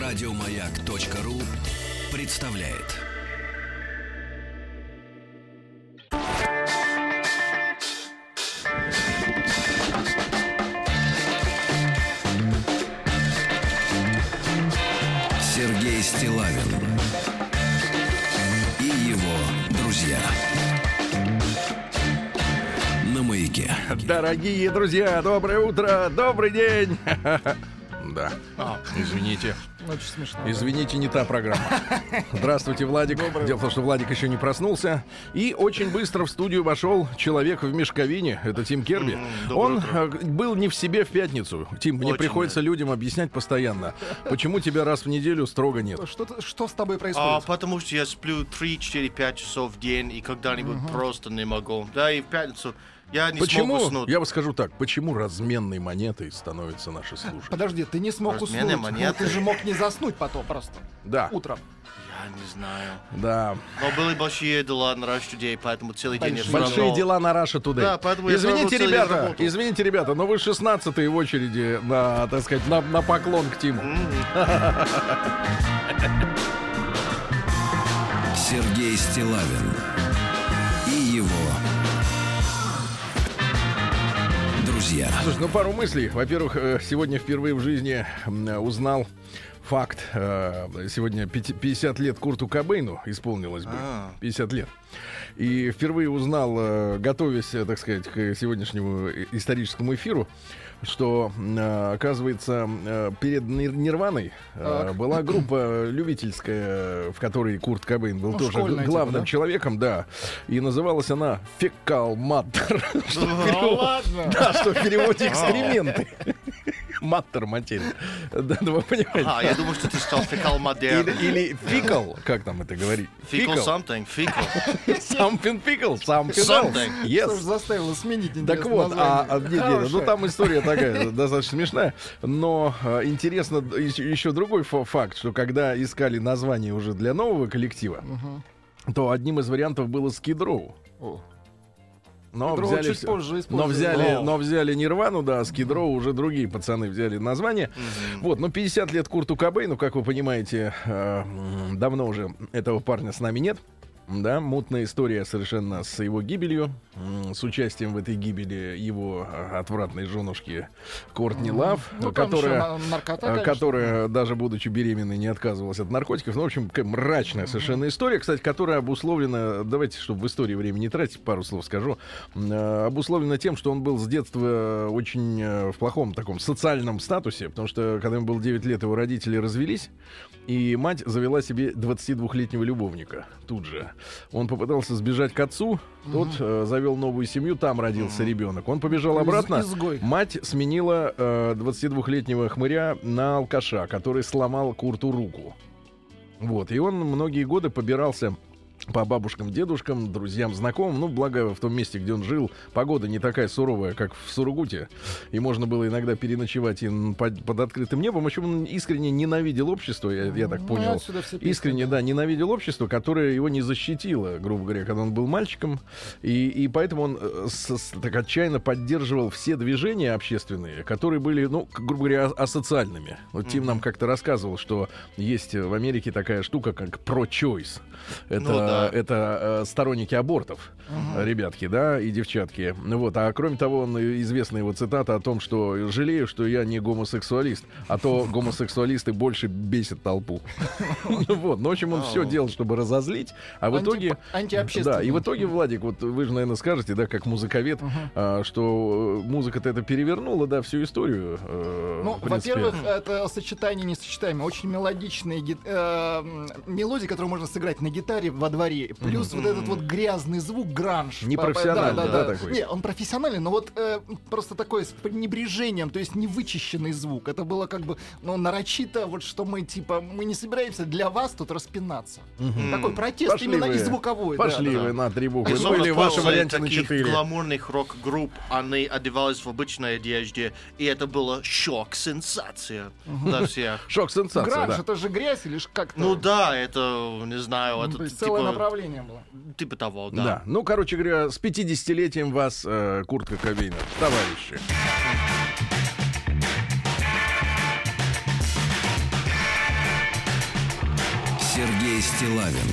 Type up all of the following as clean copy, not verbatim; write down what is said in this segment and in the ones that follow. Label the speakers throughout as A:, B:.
A: Радиомаяк.ру представляет. Сергей Стиллавин и его друзья на Маяке.
B: Дорогие друзья, доброе утро, добрый день. Да, извините.
C: Очень смешно.
B: Извините, не та программа. Здравствуйте, Владик. Дело в том, что Владик еще не проснулся. И очень быстро в студию вошел человек в мешковине. Это Тим Керби. Он был не в себе в пятницу. Тим, мне приходится людям объяснять постоянно, почему тебя раз в неделю строго нет.
C: Что с тобой происходит?
D: Потому что я сплю 3-4-5 часов в день и когда-нибудь просто не могу. Да, и в пятницу я не смогу уснуть.
B: Я вам скажу так, почему разменной монетой становятся наши слушатели?
C: Подожди, ты не смог
D: Разменная
C: уснуть.
D: монета.
C: Ты же мог не заснуть потом просто.
B: Да.
C: Утром.
D: Я не знаю.
B: Да.
D: Но были большие дела на Rush Today, поэтому целый день я все
B: Большие
D: равно...
B: дела на Russia Today.
D: Да, поэтому я
B: Извините,
D: целый день работал.
B: извините, ребята, но вы 16-й в очереди на, так сказать, на поклон к Тиму.
A: Сергей Стиллавин и его друзья.
B: Слушай, ну пару мыслей. Во-первых, сегодня впервые в жизни узнал факт. Сегодня 50 лет Курту Кобейну исполнилось бы. 50 лет. И впервые узнал, готовясь, так сказать, к сегодняшнему историческому эфиру, что, оказывается, перед Нирваной была группа любительская, в которой Курт Кобейн был тоже главным человеком, да. И называлась она Fecal Matter. Да, что в переводе экскременты. Маттер, материя. Да, вы понимаете.
D: Я думаю, что ты сказал фекал мадер.
B: Или фикал, как там это говорить?
D: Фикал something, фикал.
B: Something pickle, something
D: Something.
B: Yes.
C: Что ж заставило сменить интересное
B: Так вот,
C: название?
B: ну там история такая достаточно смешная, но интересно еще другой факт, что когда искали название уже для нового коллектива, то одним из вариантов было Skid Row. Но взяли Нирвану, да, Skid Row, уже другие пацаны взяли название. Вот, но 50 лет Курту Кобейну, как вы понимаете, давно уже этого парня с нами нет. Да, мутная история совершенно с его гибелью, с участием в этой гибели его отвратной женушки Кортни Лав, которая, даже будучи беременной, не отказывалась от наркотиков. Ну, в общем, мрачная совершенно история, кстати, которая обусловлена, давайте, чтобы в истории времени не тратить, пару слов скажу, обусловлена тем, что он был с детства очень в плохом таком социальном статусе, потому что, когда ему было 9 лет, его родители развелись, и мать завела себе 22-летнего любовника тут же. Он попытался сбежать к отцу, тот завел новую семью, там родился ребенок. Он побежал обратно. Мать сменила 22-летнего хмыря на алкаша, который сломал Курту руку. Вот. И он многие годы побирался по бабушкам, дедушкам, друзьям, знакомым. Ну, благо, в том месте, где он жил, погода не такая суровая, как в Сургуте. И можно было иногда переночевать и под открытым небом. В общем, он искренне ненавидел общество, я так понял. Искренне, да, ненавидел общество, которое его не защитило, грубо говоря, когда он был мальчиком. И поэтому он так отчаянно поддерживал все движения общественные, которые были, ну, грубо говоря, асоциальными. Вот Тим нам как-то рассказывал, что есть в Америке такая штука, как pro-choice. Это сторонники абортов, ребятки, да, и девчатки. Вот. А кроме того, известна его цитата о том, что жалею, что я не гомосексуалист, а то гомосексуалисты больше бесят толпу. Вот. Ну, в общем, он все делал, чтобы разозлить, а в итоге... Да, и в итоге, Владик, вот вы же, наверное, скажете, да, как музыковед, что музыка-то это перевернула, да, всю историю.
C: Ну, во-первых, это сочетание несочетаемое. Очень мелодичные мелодии, которые можно сыграть на гитаре во дворе, плюс вот этот вот грязный звук, гранж.
B: Непрофессиональный, да, такой?
C: Не, он профессиональный, но вот просто такой с пренебрежением, то есть невычищенный звук. Это было как бы, ну, нарочито, вот что мы, типа, мы не собираемся для вас тут распинаться. Такой протест
B: Пошли
C: именно
B: вы,
C: и звуковой.
B: Пошли вы на 3 буквы. Ну, или в вашем варианте на 4.
D: Гламурных рок-групп они одевались в обычной одежде, и это было шок-сенсация для всех.
B: Шок-сенсация,
C: Гранж,
B: да.
C: это же грязь или как-то?
D: Ну да, это, не знаю, это
C: То есть целое направление было.
D: Типа того, да.
B: Да. Ну, короче говоря, с 50-летием вас, Куртка Кобейна, товарищи.
A: Стиллавин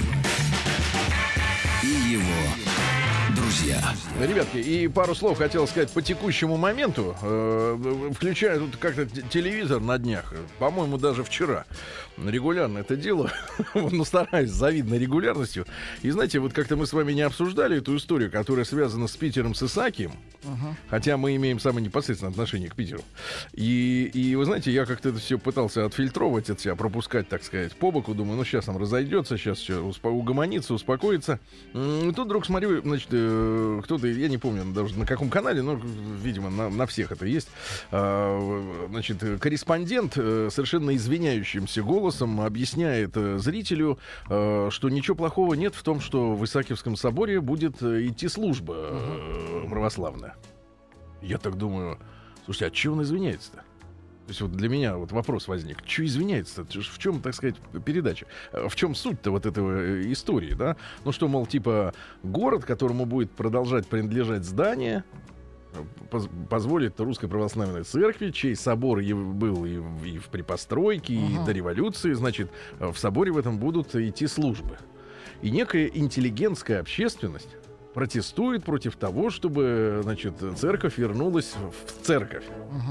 A: и его друзья.
B: Ребятки, и пару слов хотел сказать по текущему моменту. Включая тут как-то телевизор на днях, по-моему, даже вчера. Регулярно это дело, но стараюсь с завидной регулярностью. И знаете, вот как-то мы с вами не обсуждали эту историю, которая связана с Питером, с Исаакием. Хотя мы имеем самое непосредственное отношение к Питеру. И вы знаете, я как-то это все пытался отфильтровать от себя, пропускать, так сказать, по боку. Думаю, ну сейчас там разойдется, сейчас все угомонится, успокоится. И тут вдруг смотрю, значит, кто-то, я не помню даже на каком канале, но, видимо, на всех это есть. Значит, корреспондент совершенно извиняющимся голосом объясняет зрителю, что ничего плохого нет в том, что в Исаакиевском соборе будет идти служба православная. Я так думаю, слушайте, а чего он извиняется-то? То есть вот для меня вот вопрос возник. Что извиняется-то? В чем, так сказать, передача? В чем суть-то вот этой истории, да? Ну что, мол, типа город, которому будет продолжать принадлежать здание, позволит Русской Православной Церкви, чей собор был и при постройке, и до революции, значит, в соборе в этом будут идти службы. И некая интеллигентская общественность протестует против того, чтобы, значит, церковь вернулась в церковь.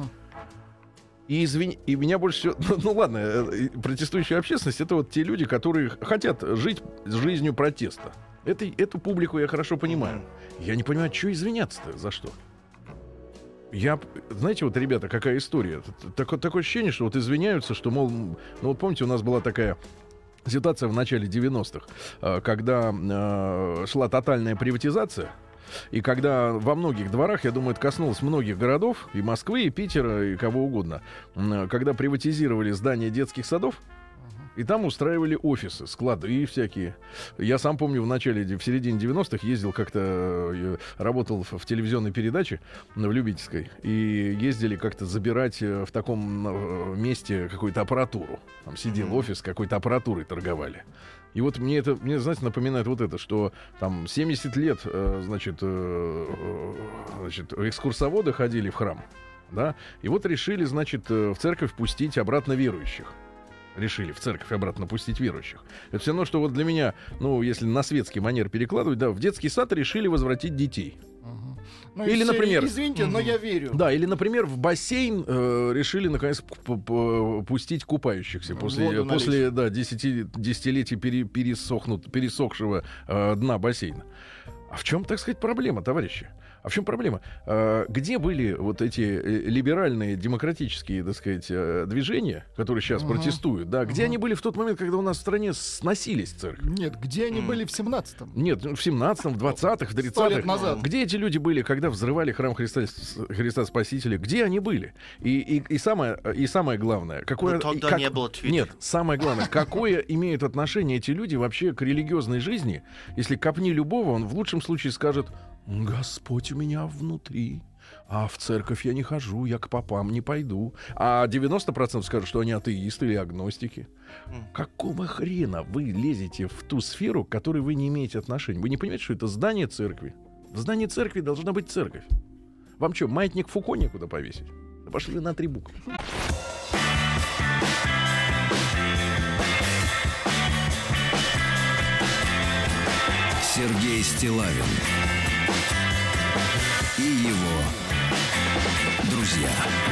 B: И меня больше всего... Ну ладно, протестующая общественность — это вот те люди, которые хотят жить жизнью протеста. Эту публику я хорошо понимаю. Я не понимаю, что извиняться-то, за что? Знаете, вот, ребята, какая история? Такое ощущение, что вот извиняются, что, мол... Ну вот помните, у нас была такая ситуация в начале 90-х, когда шла тотальная приватизация. И когда во многих дворах, я думаю, это коснулось многих городов, и Москвы, и Питера, и кого угодно, когда приватизировали здания детских садов, и там устраивали офисы, склады всякие. Я сам помню, в середине 90-х ездил как-то, работал в телевизионной передаче в любительской, и ездили как-то забирать в таком месте какую-то аппаратуру. Там сидел офис, какой-то аппаратурой торговали. И вот мне, знаете, напоминает вот это, что там 70 лет, значит, экскурсоводы ходили в храм, да, и вот решили, значит, в церковь пустить обратно верующих. Решили в церковь обратно пустить верующих. Это все равно, что вот для меня, ну, если на светский манер перекладывать, да, в детский сад решили возвратить детей.
C: Ну,
B: или, например...
C: Извините, но я верю.
B: Да, или, например, в бассейн решили, наконец, пустить купающихся после да, десятилетий пересохшего дна бассейна. А в чем, так сказать, проблема, товарищи? А в чем проблема? Где были вот эти либеральные демократические, так сказать, движения, которые сейчас протестуют? Да, где они были в тот момент, когда у нас в стране сносились церкви?
C: Нет, где они были в 17-м?
B: Нет, в 17-м, в 20-х, в 30-х.
C: 100 лет назад.
B: Где эти люди были, когда взрывали храм Христа Спасителя? Где они были? И самое главное, какое...
D: Тогда не было твиттера.
B: Нет, самое главное, какое имеют отношение эти люди вообще к религиозной жизни? Если копни любого, он в лучшем случае скажет: Господь у меня внутри, а в церковь я не хожу, я к попам не пойду. А 90% скажут, что они атеисты или агностики. Какого хрена вы лезете в ту сферу, к которой вы не имеете отношения? Вы не понимаете, что это здание церкви? В здании церкви должна быть церковь. Вам что, маятник Фуко некуда повесить? Да пошли на 3 буквы.
A: Сергей Стиллавин и его друзья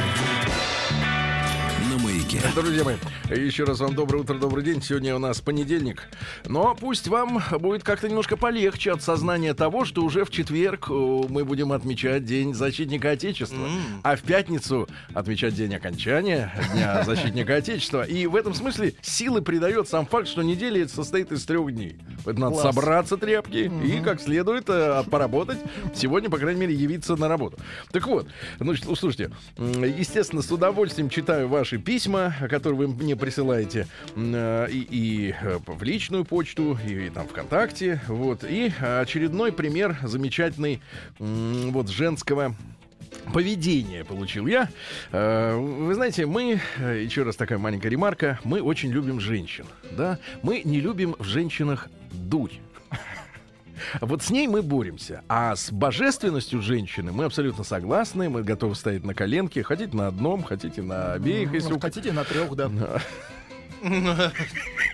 A: на Маяке.
B: Друзья мои, еще раз вам доброе утро, добрый день. Сегодня у нас понедельник. Но пусть вам будет как-то немножко полегче от сознания того, что уже в четверг мы будем отмечать День защитника Отечества, а в пятницу отмечать день окончания Дня защитника Отечества. И в этом смысле силы придает сам факт, что неделя состоит из 3 дней. Поэтому надо собраться, тряпки, и как следует поработать. Сегодня, по крайней мере, явиться на работу. Так вот, значит, слушайте, естественно, с удовольствием читаю ваши письма, которые вы мне присылаете и в личную почту, и там ВКонтакте. Вот. И очередной пример замечательный вот женского поведения получил я. Вы знаете, мы, еще раз такая маленькая ремарка, мы очень любим женщин. Да? Мы не любим в женщинах дурь. Вот с ней мы боремся. А с божественностью женщины мы абсолютно согласны. Мы готовы стоять на коленке. Хотите на одном, хотите на обеих. Если
C: хотите на 3, да.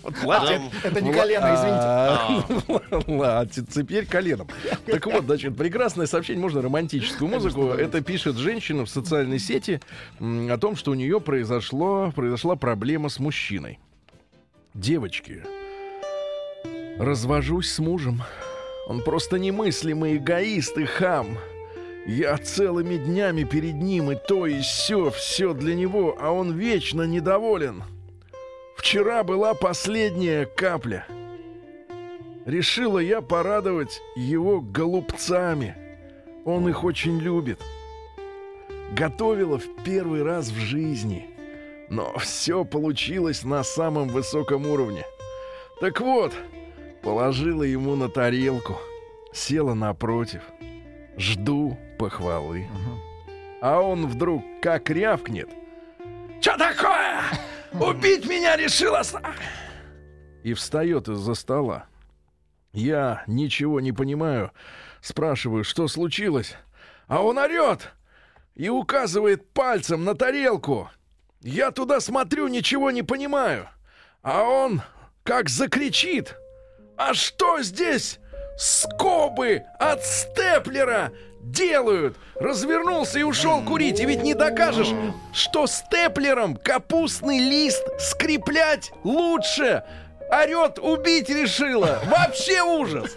B: Вот платье.
C: Это не колено, извините.
B: Ладно, теперь коленом. Так вот, значит, прекрасное сообщение, можно романтическую музыку. Это пишет женщина в социальной сети о том, что у нее произошла проблема с мужчиной. Девочки, развожусь с мужем. Он просто немыслимый эгоист и хам. Я целыми днями перед ним и то, и сё, все для него, а он вечно недоволен. Вчера была последняя капля. Решила я порадовать его голубцами. Он их очень любит. Готовила в первый раз в жизни. Но все получилось на самом высоком уровне. Так вот, положила ему на тарелку. Села напротив. Жду похвалы. А он вдруг как рявкнет: «Чё такое? Убить меня решила!» И встает из-за стола. Я ничего не понимаю. Спрашиваю, что случилось. А он орет и указывает пальцем на тарелку. Я туда смотрю, ничего не понимаю. А он как закричит: «А что здесь скобы от степлера делают?» Развернулся и ушел курить. И ведь не докажешь, что степлером капустный лист скреплять лучше. Орет, убить решила. Вообще ужас.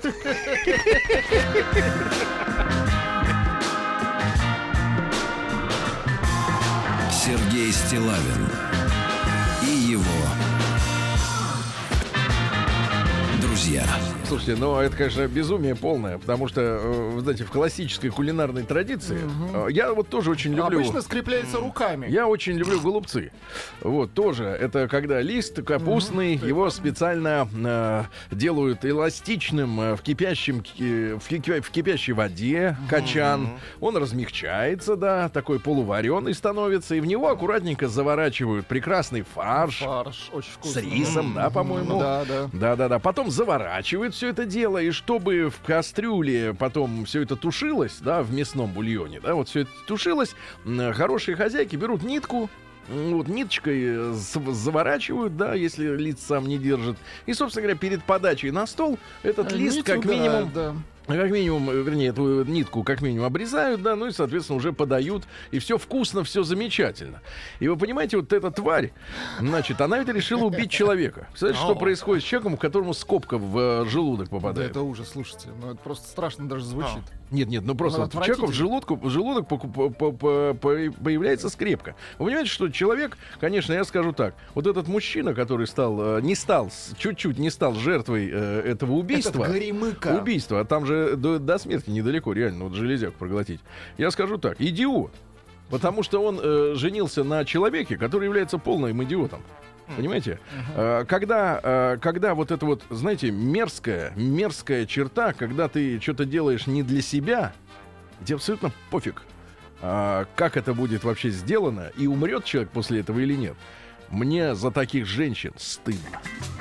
A: Сергей Стиллавин и его друзья.
B: Слушайте, ну это, конечно, безумие полное, потому что, вы знаете, в классической кулинарной традиции я вот тоже очень люблю...
C: Обычно скрепляется руками.
B: Я очень люблю голубцы. Вот, тоже. Это когда лист капустный, его специально делают эластичным в кипящей воде, качан. Он размягчается, да, такой полувареный становится, и в него аккуратненько заворачивают прекрасный фарш.
C: Фарш, очень вкусный.
B: С рисом, да, по-моему. Да. Потом заворачивают все это дело, и чтобы в кастрюле потом все это тушилось, да, в мясном бульоне, да, вот все это тушилось, хорошие хозяйки берут нитку, вот ниточкой заворачивают, да, если лист сам не держит, и, собственно говоря, перед подачей на стол этот лист как минимум... Как минимум, вернее, эту нитку как минимум обрезают, да, ну и, соответственно, уже подают, и все вкусно, все замечательно. И вы понимаете, вот эта тварь, значит, она ведь решила убить человека. Представляете, что происходит с человеком, которому скопка в желудок попадает?
C: Да это ужас, слушайте, ну это просто страшно даже звучит.
B: Нет, ну просто вот человеку в желудок появляется скрепка. Вы понимаете, что человек, конечно, я скажу так, вот этот мужчина, который чуть-чуть не стал жертвой этого убийства.
C: Этот горемыка.
B: Убийства, а там же до смерти недалеко, реально, вот железяку проглотить. Я скажу так, идиот. Потому что он женился на человеке, который является полным идиотом. Понимаете? Когда вот это вот, знаете, мерзкая черта, когда ты что-то делаешь не для себя, тебе абсолютно пофиг, как это будет вообще сделано, и умрет человек после этого или нет. Мне за таких женщин стыдно.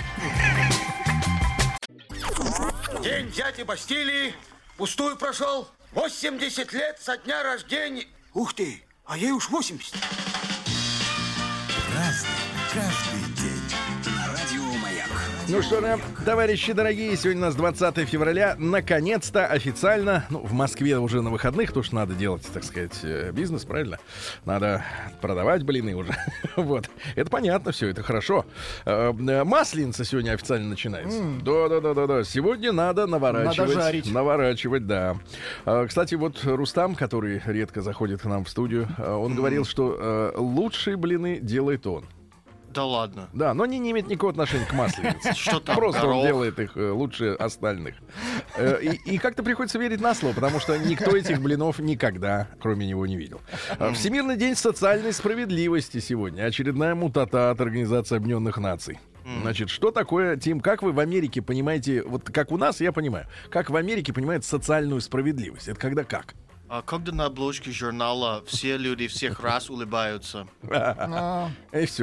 E: День дяди Бастилии пустую прошел. 80 лет со дня рождения. Ух ты, а ей уж 80.
A: Разный, каждый день. На радио Маяк.
B: Ну что ж, товарищи дорогие, сегодня у нас 20 февраля. Наконец-то официально, ну, в Москве уже на выходных, потому что надо делать, так сказать, бизнес, правильно? Надо продавать блины уже. Вот. Это понятно все, это хорошо. Масленица сегодня официально начинается. Да. Сегодня надо наворачивать.
C: Надо жарить.
B: Наворачивать, да. Кстати, вот Рустам, который редко заходит к нам в студию, он говорил, что лучшие блины делает он.
D: Да ладно.
B: Да, но не имеет никакого отношения к масленице.
D: Что там?
B: Просто он делает их лучше остальных. И как-то приходится верить на слово, потому что никто этих блинов никогда, кроме него, не видел. Всемирный день социальной справедливости сегодня. Очередная мутата от Организации Объединенных Наций. Значит, что такое, Тим, как вы в Америке понимаете, вот как у нас, я понимаю, как в Америке понимают социальную справедливость? Это когда как?
D: Когда на обложке журнала все люди всех раз улыбаются.
B: И все, да?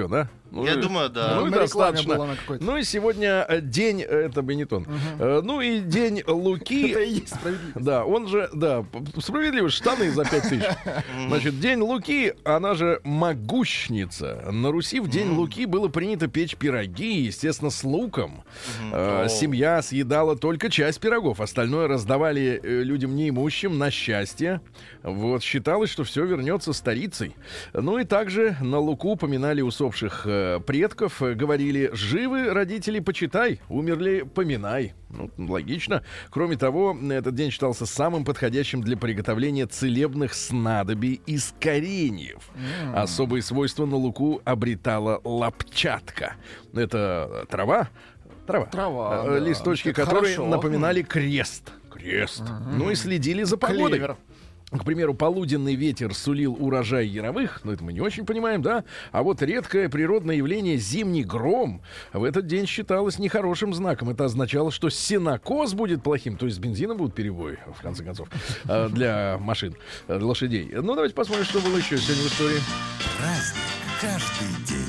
D: Я думаю, да.
B: Ну и
C: На рекламе
B: достаточно.
C: была на какой-то.
B: Ну и сегодня день, это Бенетон. Ну и день Луки.
C: Это и есть справедливо.
B: Да, он же, да, справедливо, штаны за 5000. Значит, день Луки, она же могущница. На Руси в день Луки было принято печь пироги, естественно, с луком. Семья съедала только часть пирогов, остальное раздавали людям неимущим на счастье. Вот, считалось, что все вернется старицей. Ну и также на Луку поминали усопших предков, говорили: живы родители, почитай, умерли, поминай. Ну, логично. Кроме того, этот день считался самым подходящим для приготовления целебных снадобий из кореньев. Особые свойства на Луку обретала лапчатка. Это трава,
C: Трава,
B: листочки
C: да.
B: которой
C: Хорошо.
B: напоминали крест. Ну и следили за погодой.
C: Клевер.
B: К примеру, полуденный ветер сулил урожай яровых, но это мы не очень понимаем, да? А вот редкое природное явление зимний гром в этот день считалось нехорошим знаком. Это означало, что сенокос будет плохим, то есть бензина будут перебои, в конце концов, для машин, для лошадей. Ну, давайте посмотрим, что было еще сегодня в истории.
A: Праздник каждый день.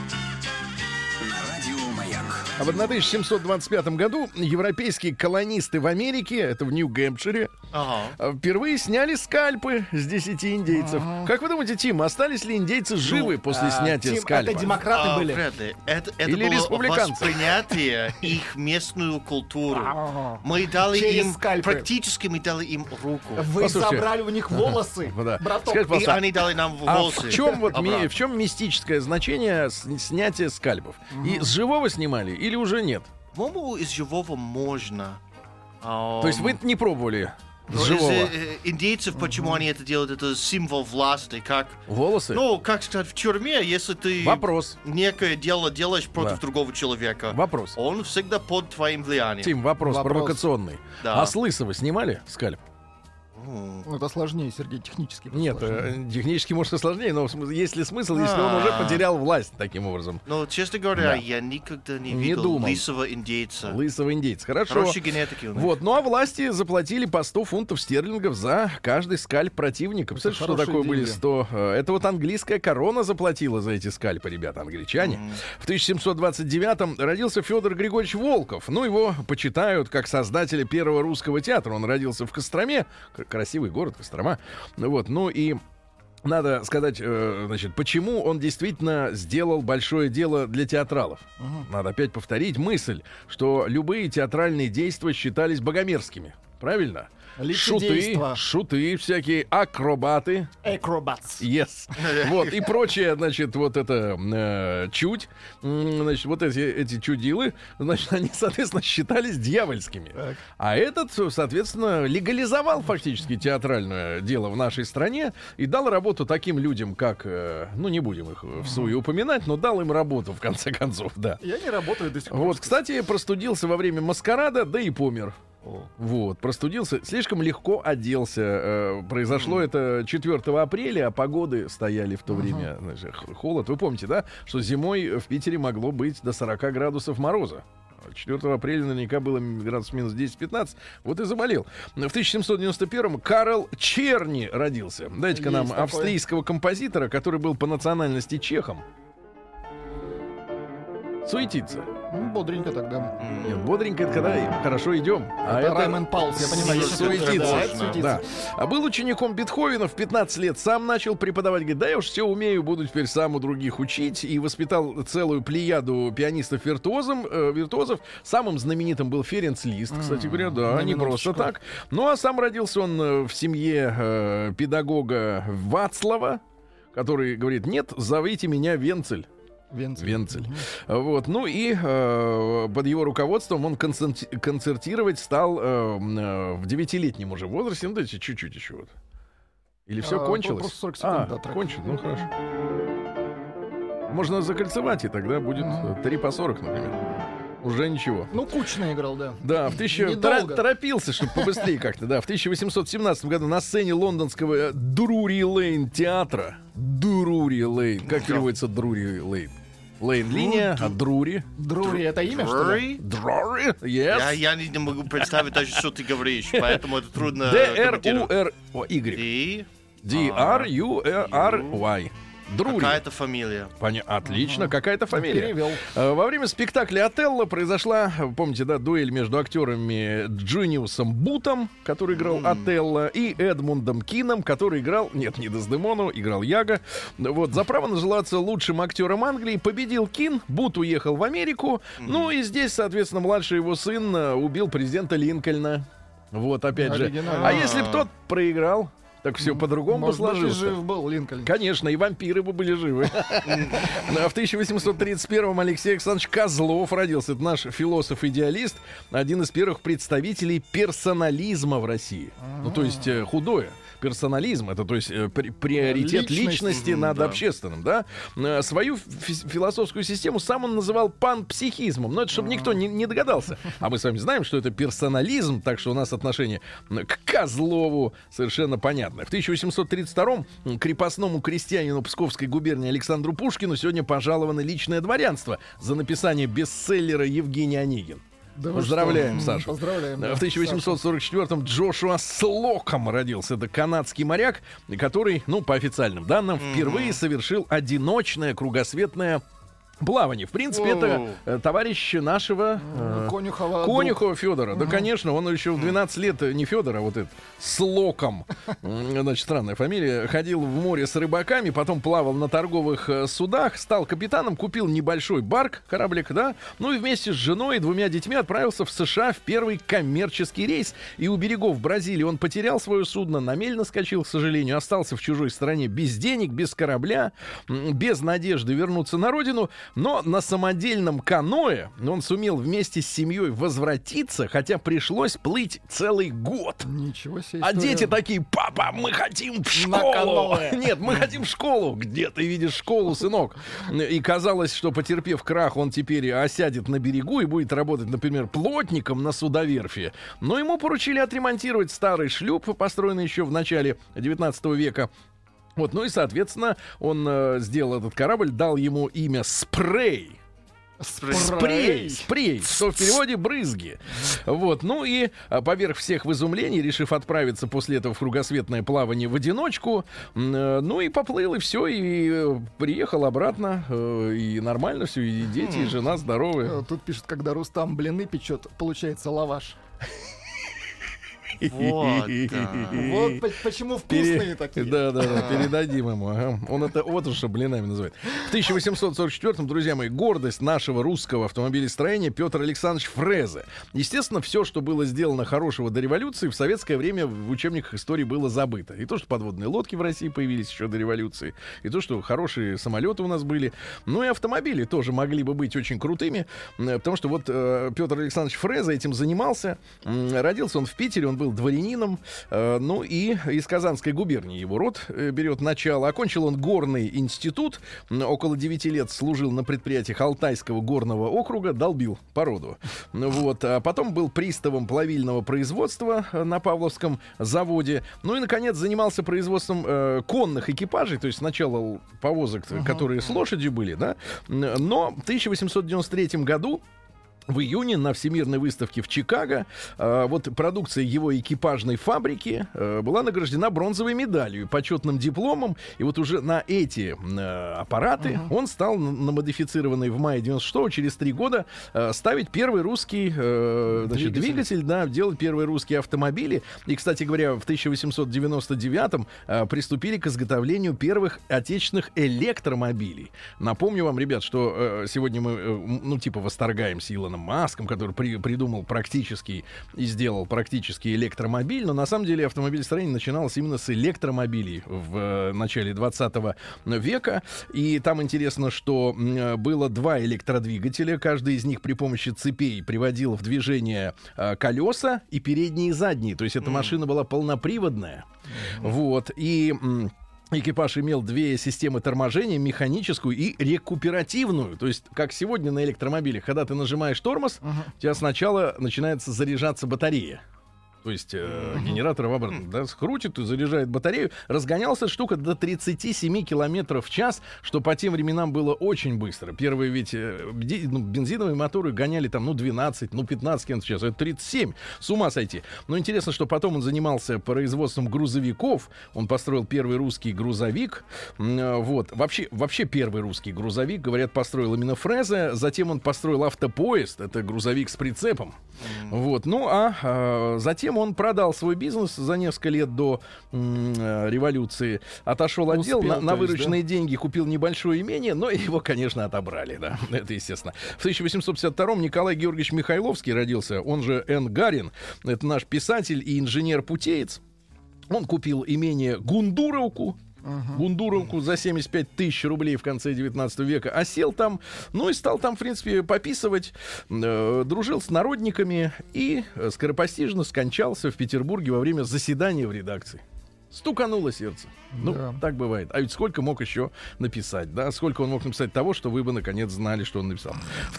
A: На радио Маяк.
B: А в 1725 году европейские колонисты в Америке, это в Нью-Гэмпшире, впервые сняли скальпы с 10 индейцев. Как вы думаете, Тим, остались ли индейцы живы после снятия
C: Тим,
B: скальпа?
C: это демократы были.
D: Вряд ли. Это
B: Или
D: было
B: республиканцы?
D: воспринятие их местную культуру. Мы дали
C: Через
D: им,
C: скальпы.
D: практически мы дали им руку.
C: Вы
B: Послушайте.
C: забрали у них волосы,
B: Да.
C: браток.
B: Скажите,
D: И
B: пожалуйста,
D: они дали нам
B: а
D: волосы.
B: в чем, вот,
D: обратно.
B: в чем мистическое значение снятия скальпов? И с живого снимали или уже нет?
D: По-моему, из живого можно.
B: То есть вы не пробовали
D: Ну,
B: с
D: из
B: живого?
D: индейцев, почему они это делают, это символ власти, как,
B: Волосы?
D: ну, как сказать, в тюрьме, если ты
B: Вопрос.
D: некое дело делаешь против
B: Да.
D: другого человека,
B: Вопрос.
D: он всегда под твоим влиянием.
B: Тим, вопрос провокационный.
D: Да.
B: А с лысого снимали скальп?
C: Ну, это сложнее, Сергей, технически. это
B: Нет,
C: сложнее.
B: технически, может, и сложнее, но есть ли смысл, если он уже потерял власть таким образом?
D: Но, честно говоря,
B: Да.
D: я никогда не
B: Не
D: видел
B: думал.
D: лысого индейца.
B: Лысого индейца. Хорошо.
D: Хорошей генетики у них.
B: Вот, ну а власти заплатили по 100 фунтов стерлингов за каждый скальп противника. Представляете, что
C: хорошие
B: такое были
C: деньги.
B: 100? Это вот английская корона заплатила за эти скальпы, ребята, англичане. В 1729-м родился Федор Григорьевич Волков. Ну, его почитают как создателя первого русского театра. Он родился в Костроме. Красивый город Кострома. Вот, ну и надо сказать, значит, почему он действительно сделал большое дело для театралов. Надо опять повторить мысль, что любые театральные действия считались богомерзкими. Правильно?
C: Лицедейство.
B: Шуты всякие, акробаты.
C: Acrobats.
B: Yes. Вот, и прочее, значит, вот это чуть. Значит, вот эти чудилы, значит, они, соответственно, считались дьявольскими.
C: Так.
B: А этот, соответственно, легализовал фактически театральное дело в нашей стране и дал работу таким людям, как, ну, не будем их всуе упоминать, но дал им работу, в конце концов, да.
C: Я не работаю до сих пор.
B: Вот, кстати, простудился во время маскарада, да и помер. Вот, простудился, слишком легко оделся. Произошло это 4 апреля, а погоды стояли в то время, значит, холод. Вы помните, да, что зимой в Питере могло быть до 40 градусов мороза. 4 апреля наверняка было градус минус 10-15. Вот и заболел. В 1791-м Карл Черни родился. Дайте-ка нам
C: такой.
B: австрийского композитора, который был по национальности чехом. Суетиться.
C: Ну, бодренько тогда.
B: Нет, бодренько это когда хорошо идем. А
C: Это Раймонд Паулс, я понимаю.
D: Су-
C: если
B: суетиться.
C: это суетиться.
B: Да. А был учеником Бетховена в 15 лет. Сам начал преподавать. Говорит, да я уж все умею, буду теперь сам у других учить. И воспитал целую плеяду пианистов-виртуозов. Самым знаменитым был Ференц Лист, кстати говоря. Да,
C: на
B: не просто
C: минуточку.
B: так. Ну, а сам родился он в семье педагога Вацлава, который говорит, нет, зовите меня Венцель. Венцель. Вот. Ну и под его руководством он концертировать стал в 9-летнем уже возрасте. Ну, дайте чуть-чуть еще вот. Или все кончилось?
C: Просто 40 секунд, да, трек.
B: кончилось, ну хорошо. Можно закольцевать, и тогда будет 3 по 40, например. Уже ничего.
C: Ну, кучно играл, да.
B: Да,
C: Недолго.
B: торопился, чтобы побыстрее как-то. Да, в 1817 году на сцене лондонского Друри Лейн театра. Друри Лейн. Как переводится Друри Лейн? Лейн линия, а Друри.
C: Друри, это имя, что ли?
D: Друри?
B: Друри, yes.
D: Я не могу представить даже, что ты говоришь, поэтому это трудно комментировать.
B: D-R-U-R-Y.
D: И...
B: D-R-U-R-Y. Друри.
D: Какая-то фамилия.
B: Отлично, какая-то фамилия.
C: Перевел.
B: Во время спектакля «Отелло» произошла, помните, да, дуэль между актерами Джиниусом Бутом, который играл Отелло, и Эдмундом Кином, который играл, нет, не Дездемону, играл Яго. Вот, за право называться лучшим актером Англии победил Кин, Бут уехал в Америку, ну и здесь, соответственно, младший его сын убил президента Линкольна. Вот, опять же. А если бы тот проиграл? Так все по-другому бы сложилось.
C: Жив был Линкольн.
B: Конечно, и вампиры бы были живы. В 1831-м Алексей Александрович Козлов родился. Это наш философ-идеалист, один из первых представителей персонализма в России. Ну, то есть худое. Персонализм, это то есть приоритет личности над общественным, да? Свою философскую систему сам он называл панпсихизмом, но это чтобы никто не догадался. А мы с вами знаем, что это персонализм, так что у нас отношение к Козлову совершенно понятно. В 1832-м крепостному крестьянину Псковской губернии Александру Пушкину сегодня пожаловано личное дворянство за написание бестселлера «Евгений Онегин».
C: Да
B: поздравляем, Сашу.
C: Поздравляем.
B: В 1844-м Джошуа Слоком родился. Это канадский моряк, который, ну, по официальным данным, впервые совершил одиночное кругосветное плавание. В принципе, это товарищ нашего Конюхова Федора. Да, конечно, он еще в 12 лет, не Федор, а вот этот Слоком, значит, странная фамилия, ходил в море с рыбаками, потом плавал на торговых судах, стал капитаном, купил небольшой барк, кораблик, да, ну и вместе с женой и 2 детьми отправился в США в первый коммерческий рейс. И у берегов Бразилии он потерял свое судно, на мель наскочил, к сожалению, остался в чужой стране без денег, без корабля, без надежды вернуться на родину. Но на самодельном каноэ он сумел вместе с семьей возвратиться, хотя пришлось плыть целый год.
C: Ничего себе.
B: А дети такие: папа, мы хотим в школу. Нет, мы хотим в школу. Где ты видишь школу, сынок? И казалось, что, потерпев крах, он теперь осядет на берегу и будет работать, например, плотником на судоверфи. Но ему поручили отремонтировать старый шлюп, построенный еще в начале 19 века. Вот, ну и, соответственно, он сделал этот корабль, дал ему имя Спрей. Спрей, что в переводе брызги. Вот, ну и поверх всех в изумлении, решив отправиться после этого в кругосветное плавание в одиночку, ну и поплыл, и все, и приехал обратно, и нормально все, и дети, и жена здоровые.
C: Тут пишут, когда Рустам блины печет, получается лаваш.
D: Вот,
C: Вот почему вкусные такие.
B: Да, передадим ему. Ага. Он это вот уж что блинами называет. В 1844-м, друзья мои, гордость нашего русского автомобилестроения Петр Александрович Фрезе. Естественно, все, что было сделано хорошего до революции, в советское время в учебниках истории было забыто. И то, что подводные лодки в России появились еще до революции, и то, что хорошие самолеты у нас были. Ну и автомобили тоже могли бы быть очень крутыми, потому что вот Петр Александрович Фрезе этим занимался. Родился он в Питере, он был дворянином, ну и из Казанской губернии его род берет начало. Окончил он горный институт, около 9 лет служил на предприятиях Алтайского горного округа, долбил породу. Вот. А потом был приставом плавильного производства на Павловском заводе. Ну и, наконец, занимался производством конных экипажей, то есть сначала повозок, которые с лошадью были, да. Но в 1893 году в июне на Всемирной выставке в Чикаго вот продукция его экипажной фабрики была награждена бронзовой медалью, почетным дипломом. И вот уже на эти аппараты он стал, намодифицированный в мае 96-го, через 3 года, ставить первый русский двигатель, да, делать первые русские автомобили. И, кстати говоря, в 1899-м приступили к изготовлению первых отечественных электромобилей. Напомню вам, ребят, что сегодня мы, ну, типа, восторгаемся Илоном Маском, который придумал практически и сделал практически электромобиль, но на самом деле автомобилестроение начиналось именно с электромобилей в начале 20 века. И там интересно, что было 2 электродвигателя, каждый из них при помощи цепей приводил в движение колеса и передние и задние. То есть эта машина была полноприводная. Вот. И экипаж имел 2 системы торможения, механическую и рекуперативную. То есть, как сегодня на электромобилях, когда ты нажимаешь тормоз, у тебя сначала начинается заряжаться батарея. то есть генератор в обратном, да, скрутит и заряжает батарею. Разгонялся штука до 37 километров в час, что по тем временам было очень быстро. Первые ведь бензиновые моторы гоняли там, 12, 15 км в час. Это 37. С ума сойти. Но интересно, что потом он занимался производством грузовиков. Он построил первый русский грузовик. Вот. Вообще первый русский грузовик, говорят, построил именно Фрезе. Затем он построил автопоезд. Это грузовик с прицепом. Вот. Ну, а затем он продал свой бизнес за несколько лет до революции. Отошел от дел, на вырученные деньги купил небольшое имение, но его, конечно, отобрали. Да. Это естественно. В 1852-м Николай Георгиевич Михайловский родился. Он же Н. Гарин. Это наш писатель и инженер-путеец. Он купил имение Гундуровку. Гундуровку за 75 тысяч рублей в конце 19 века, осел там, ну и стал там, в принципе, пописывать, дружил с народниками и скоропостижно скончался в Петербурге во время заседания в редакции. Стукануло сердце. Так бывает. А ведь сколько мог еще написать, да? Сколько он мог написать того, что вы бы, наконец, знали, что он написал. В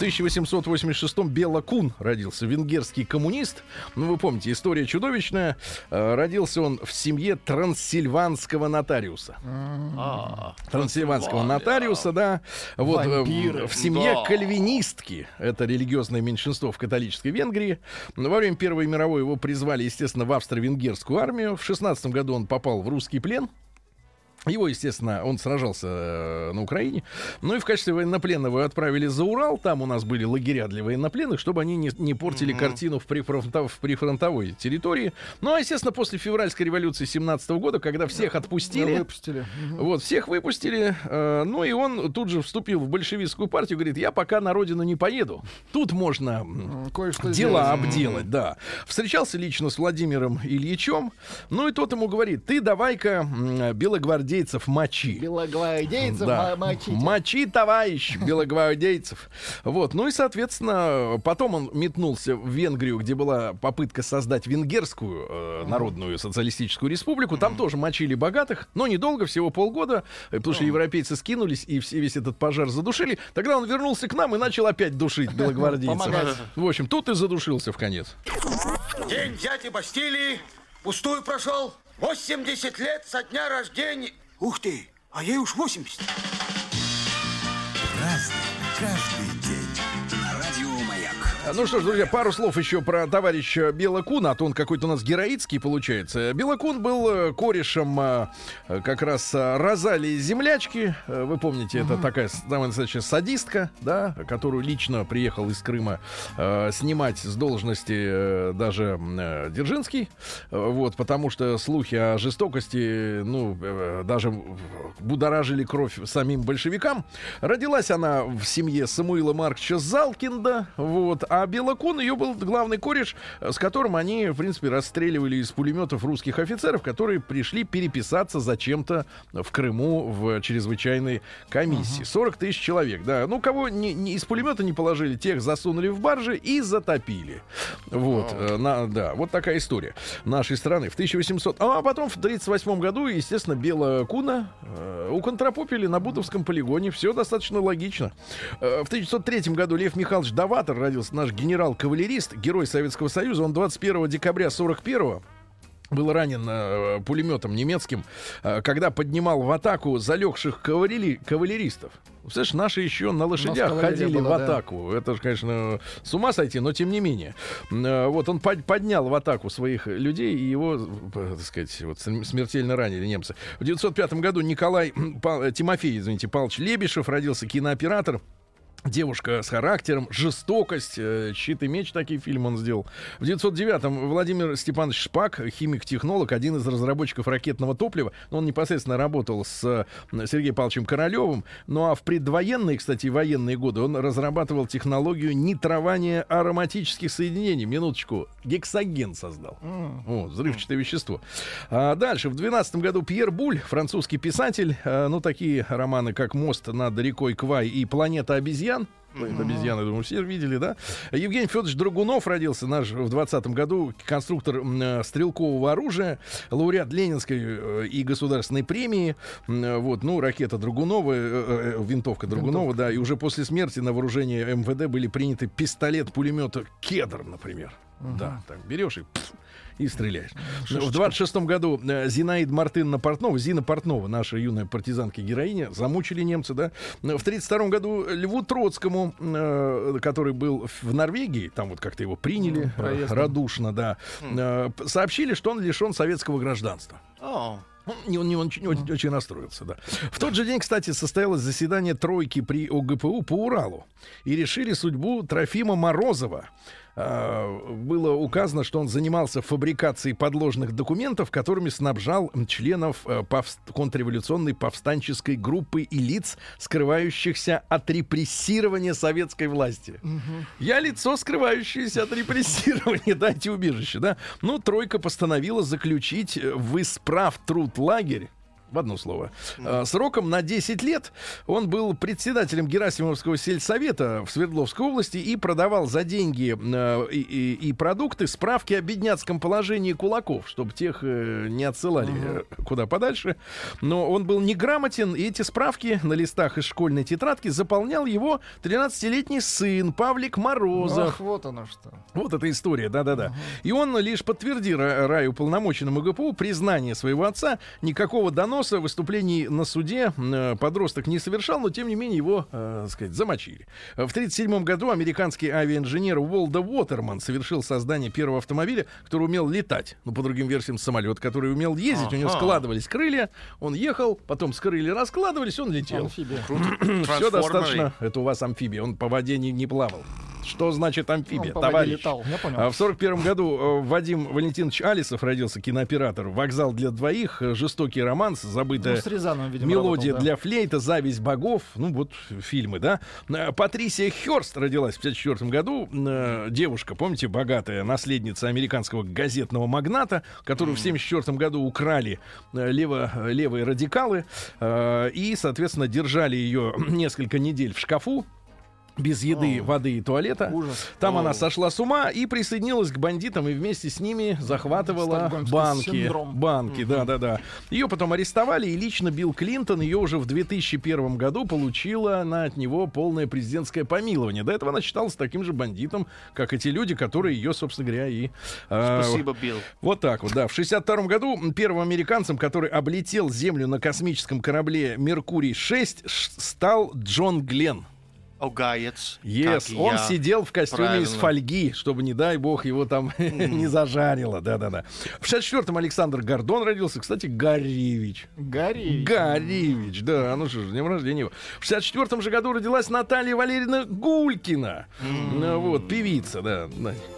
B: 1886-м Бела Кун родился, венгерский коммунист. Ну, вы помните, история чудовищная. Родился он в семье трансильванского нотариуса. Трансильванского нотариуса, да. Вот, в семье кальвинистки. Это религиозное меньшинство в католической Венгрии. Во время Первой мировой его призвали, естественно, в австро-венгерскую армию. В 16 году он попал в русский плен. Его, естественно, он сражался на Украине. Ну и в качестве военнопленного отправили за Урал. Там у нас были лагеря для военнопленных, чтобы они не портили картину в прифронтовой территории. Ну, а, естественно, после февральской революции 17 года, когда всех отпустили... Вот, всех выпустили. Ну и он тут же вступил в большевистскую партию. Говорит, я пока на родину не поеду. Тут можно дела обделать, да. Встречался лично с Владимиром Ильичем. Ну и тот ему говорит, ты давай-ка белогвардейцев мочи.
C: Белогвардейцев мочите.
B: Мочи, товарищ, белогвардейцев. Вот. Ну и, соответственно, потом он метнулся в Венгрию, где была попытка создать Венгерскую народную социалистическую республику. Там тоже мочили богатых, но недолго, всего полгода, потому что европейцы скинулись и весь этот пожар задушили. Тогда он вернулся к нам и начал опять душить белогвардейцев. В общем, тут и задушился в конец.
E: День взятия Бастилии пустую прошел. 80 лет со дня рождения. Ух ты, а ей уж 80.
A: Разный, каждый день. На радио Маяк.
B: Ну что ж, друзья, пару слов еще про товарища Бела Куна, а то он какой-то у нас героический получается. Бела Кун был корешем как раз Розалии Землячки. Вы помните, это такая самая настоящая садистка, да, которую лично приехал из Крыма снимать с должности даже Дзержинский. Вот, потому что слухи о жестокости, ну, даже будоражили кровь самим большевикам. Родилась она в семье Самуила Марковича Залкинда, вот, а Бела Кун, ее был главный кореш, с которым они, в принципе, расстреливали из пулеметов русских офицеров, которые пришли переписаться зачем-то в Крыму в чрезвычайной комиссии. 40 тысяч человек, да. Ну, кого из пулемета не положили, тех засунули в баржи и затопили. Вот, да, вот такая история нашей страны. В 1800... А потом в 1938 году, естественно, Бела Куна уконтропопили на Бутовском полигоне. Все достаточно логично. В 1903 году Лев Михайлович Даватор родился, наш генерал-кавалерист, герой Советского Союза. Он 21 декабря 41-го был ранен пулеметом немецким, когда поднимал в атаку залегших кавалеристов. Представляешь, наши еще на лошадях ходили в атаку. Да. Это же, конечно, с ума сойти, но тем не менее. Вот он поднял в атаку своих людей, и его, так сказать, вот, смертельно ранили немцы. В 1905 году Тимофей Павлович Лебешев родился, кинооператор. Девушка с характером, жестокость, «Щит и меч», такие фильмы он сделал. В 1909-м Владимир Степанович Шпак, химик-технолог, один из разработчиков ракетного топлива. Он непосредственно работал с Сергеем Павловичем Королевым. Ну а в предвоенные, кстати, военные годы он разрабатывал технологию нитрования ароматических соединений. Минуточку, гексоген создал. Взрывчатое вещество. Дальше, в 12 году Пьер Буль, французский писатель. Ну, такие романы, как «Мост над рекой Квай» и «Планета обезьян». Обезьяны, думаю, все видели, да? Евгений Федорович Драгунов родился наш в 20-м году, конструктор стрелкового оружия, лауреат Ленинской и государственной премии. Вот, ну, ракета Драгунова, винтовка Драгунова, да, и уже после смерти на вооружение МВД были приняты пистолет-пулемет «Кедр», например. Да, так берешь и стреляешь. В 26-м году Зинаида Мартыновна Портнова, Зина Портнова, наша юная партизанка-героиня, замучили немцы, да. В 32-м году Льву Троцкому, который был в Норвегии, там вот как-то его приняли радушно, да, сообщили, что он лишен советского гражданства. Он очень расстроился, да. В тот же день, кстати, состоялось заседание тройки при ОГПУ по Уралу. И решили судьбу Трофима Морозова. Было указано, что он занимался фабрикацией подложных документов, которыми снабжал членов контрреволюционной повстанческой группы и лиц, скрывающихся от репрессирования советской власти. Я лицо, скрывающееся от репрессирования, дайте убежище, да? Ну, тройка постановила заключить в исправтруд-лагерь, в одно слово, сроком на 10 лет. Он был председателем Герасимовского сельсовета в Свердловской области и продавал за деньги и продукты справки о бедняцком положении кулаков, чтобы тех не отсылали куда подальше. Но он был неграмотен, и эти справки на листах из школьной тетрадки заполнял его 13-летний сын Павлик Морозов.
C: Ах, вот оно что.
B: Вот эта история, да-да-да. И он лишь подтвердил райуполномоченному ГПУ признание своего отца. Никакого доноса, выступлений на суде подросток не совершал, но тем не менее его, замочили. В 1937 году американский авиаинженер Уолда Уотерман совершил создание первого автомобиля, который умел летать. Ну, по другим версиям, самолет, который умел ездить. У него складывались крылья, он ехал, потом с крылья раскладывались, он летел. Все достаточно. Это у вас амфибия, он по воде не плавал. Что значит амфибия, товарищ? Летал, я понял. В 1941 году Вадим Валентинович Алисов родился, кинооператор. «Вокзал для двоих», «Жестокий романс», «Забытая мелодия для флейта», «Зависть богов». Ну, вот фильмы, да. Патрисия Хёрст родилась в 1954 году. Девушка, помните, богатая наследница американского газетного магната, которую в 1974 году украли левые радикалы. И, соответственно, держали ее несколько недель в шкафу. Без еды, воды и туалета. Ужас. Там она сошла с ума и присоединилась к бандитам, и вместе с ними захватывала банки. Да. Ее потом арестовали, и лично Билл Клинтон ее уже в 2001 году получила от него полное президентское помилование. До этого она считалась таким же бандитом, как эти люди, которые ее, собственно говоря, и...
D: Спасибо, Билл.
B: Вот так вот, да. В 1962 году первым американцем, который облетел Землю на космическом корабле «Меркурий-6», стал Джон Гленн.
D: Гаец.
B: Он сидел в костюме из фольги, чтобы, не дай бог, его там не зажарило. Да-да-да. В 64-м Александр Гордон родился. Кстати, Гаревич, да. Ну что ж, с днем рождения его. В 64-м же году родилась Наталья Валерьевна Гулькина. Вот, певица, да.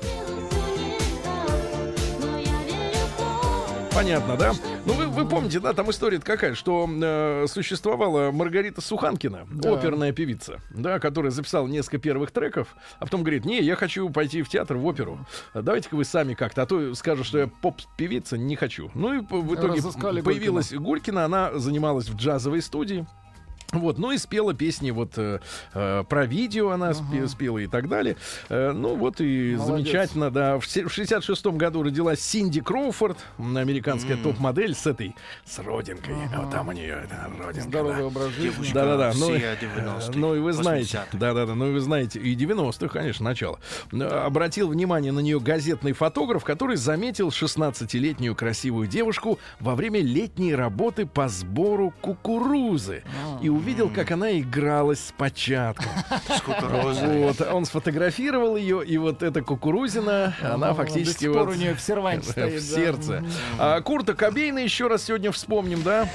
B: Понятно, да? Ну, вы помните, да, там история какая, что существовала Маргарита Суханкина, оперная певица, да, которая записала несколько первых треков, а потом говорит: не, я хочу пойти в театр, в оперу. Давайте-ка вы сами как-то, а то скажут, что я поп-певица, не хочу. Ну и в итоге появилась Гулькина, она занималась в джазовой студии. Вот, ну и спела песни вот про видео она спела и так далее. Ну вот и замечательно, да. В 66-м году родилась Синди Кроуфорд, американская топ-модель с родинкой. Вот там у нее родинка.
C: Здоровый образ жизни.
B: Да-да-да. Ну и вы знаете, ну и вы знаете, и 90-х, конечно, начало. Обратил внимание на нее газетный фотограф, который заметил 16-летнюю красивую девушку во время летней работы по сбору кукурузы. И увидел, как она игралась с початком. Вот, он сфотографировал ее, и вот эта кукурузина, она фактически вот
C: у нее в серванте стоит,
B: в сердце. Курта Кобейна еще раз сегодня вспомним, да?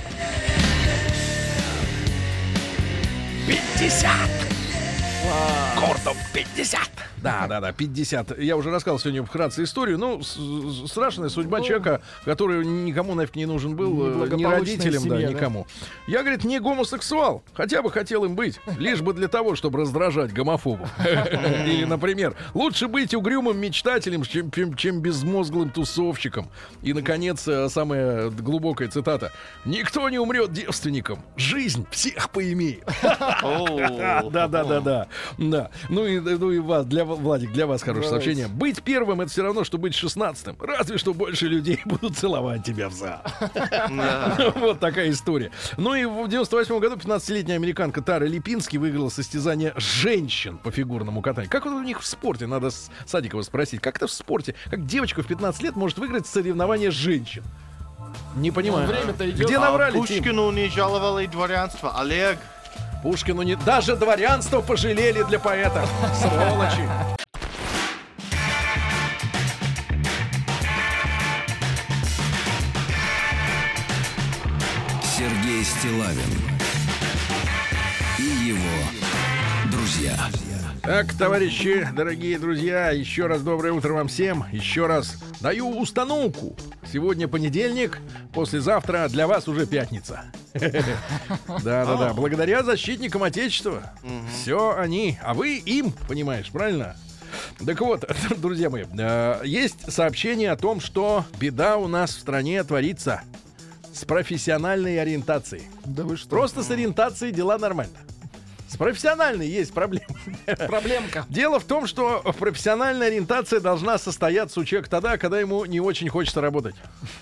B: 50! Курту 50! Да, 50. Я уже рассказал сегодня вкратце историю. Ну, страшная судьба человека, который никому нафиг не нужен был, ни родителям, семья, никому. Я, говорит, не гомосексуал. Хотя бы хотел им быть. Лишь бы для того, чтобы раздражать гомофобов. Или, например, лучше быть угрюмым мечтателем, чем безмозглым тусовщиком. И, наконец, самая глубокая цитата. Никто не умрет девственником. Жизнь всех поимеет. Да. Ну и вас, для Владик, для вас хорошее сообщение. Быть первым — это все равно, что быть 16-м. Разве что больше людей будут целовать тебя в зад. Вот такая история. Ну и в 98 году 15-летняя американка Тара Липински выиграла состязание женщин по фигурному катанию. Как вот у них в спорте? Надо Садикова спросить. Как это в спорте? Как девочка в 15 лет может выиграть соревнование женщин? Не понимаю.
C: Время-то идет.
B: Где набрали, Тим?
D: Пушкину не жаловали дворянство. Олег.
B: Пушкину не... Даже дворянство пожалели для поэта. Сволочи.
A: Сергей Стиллавин и его друзья.
B: Так, товарищи, дорогие друзья, еще раз доброе утро вам всем. Еще раз даю установку. Сегодня понедельник, послезавтра для вас уже пятница. Да-да-да, благодаря защитникам Отечества. Все они, а вы им, понимаешь, правильно? Так вот, друзья мои, есть сообщение о том, что беда у нас в стране творится с профессиональной ориентацией.
C: Да вы что?
B: Просто с ориентацией дела нормально. С профессиональной есть проблема.
C: Проблемка.
B: Дело в том, что профессиональная ориентация должна состояться у человека тогда, когда ему не очень хочется работать.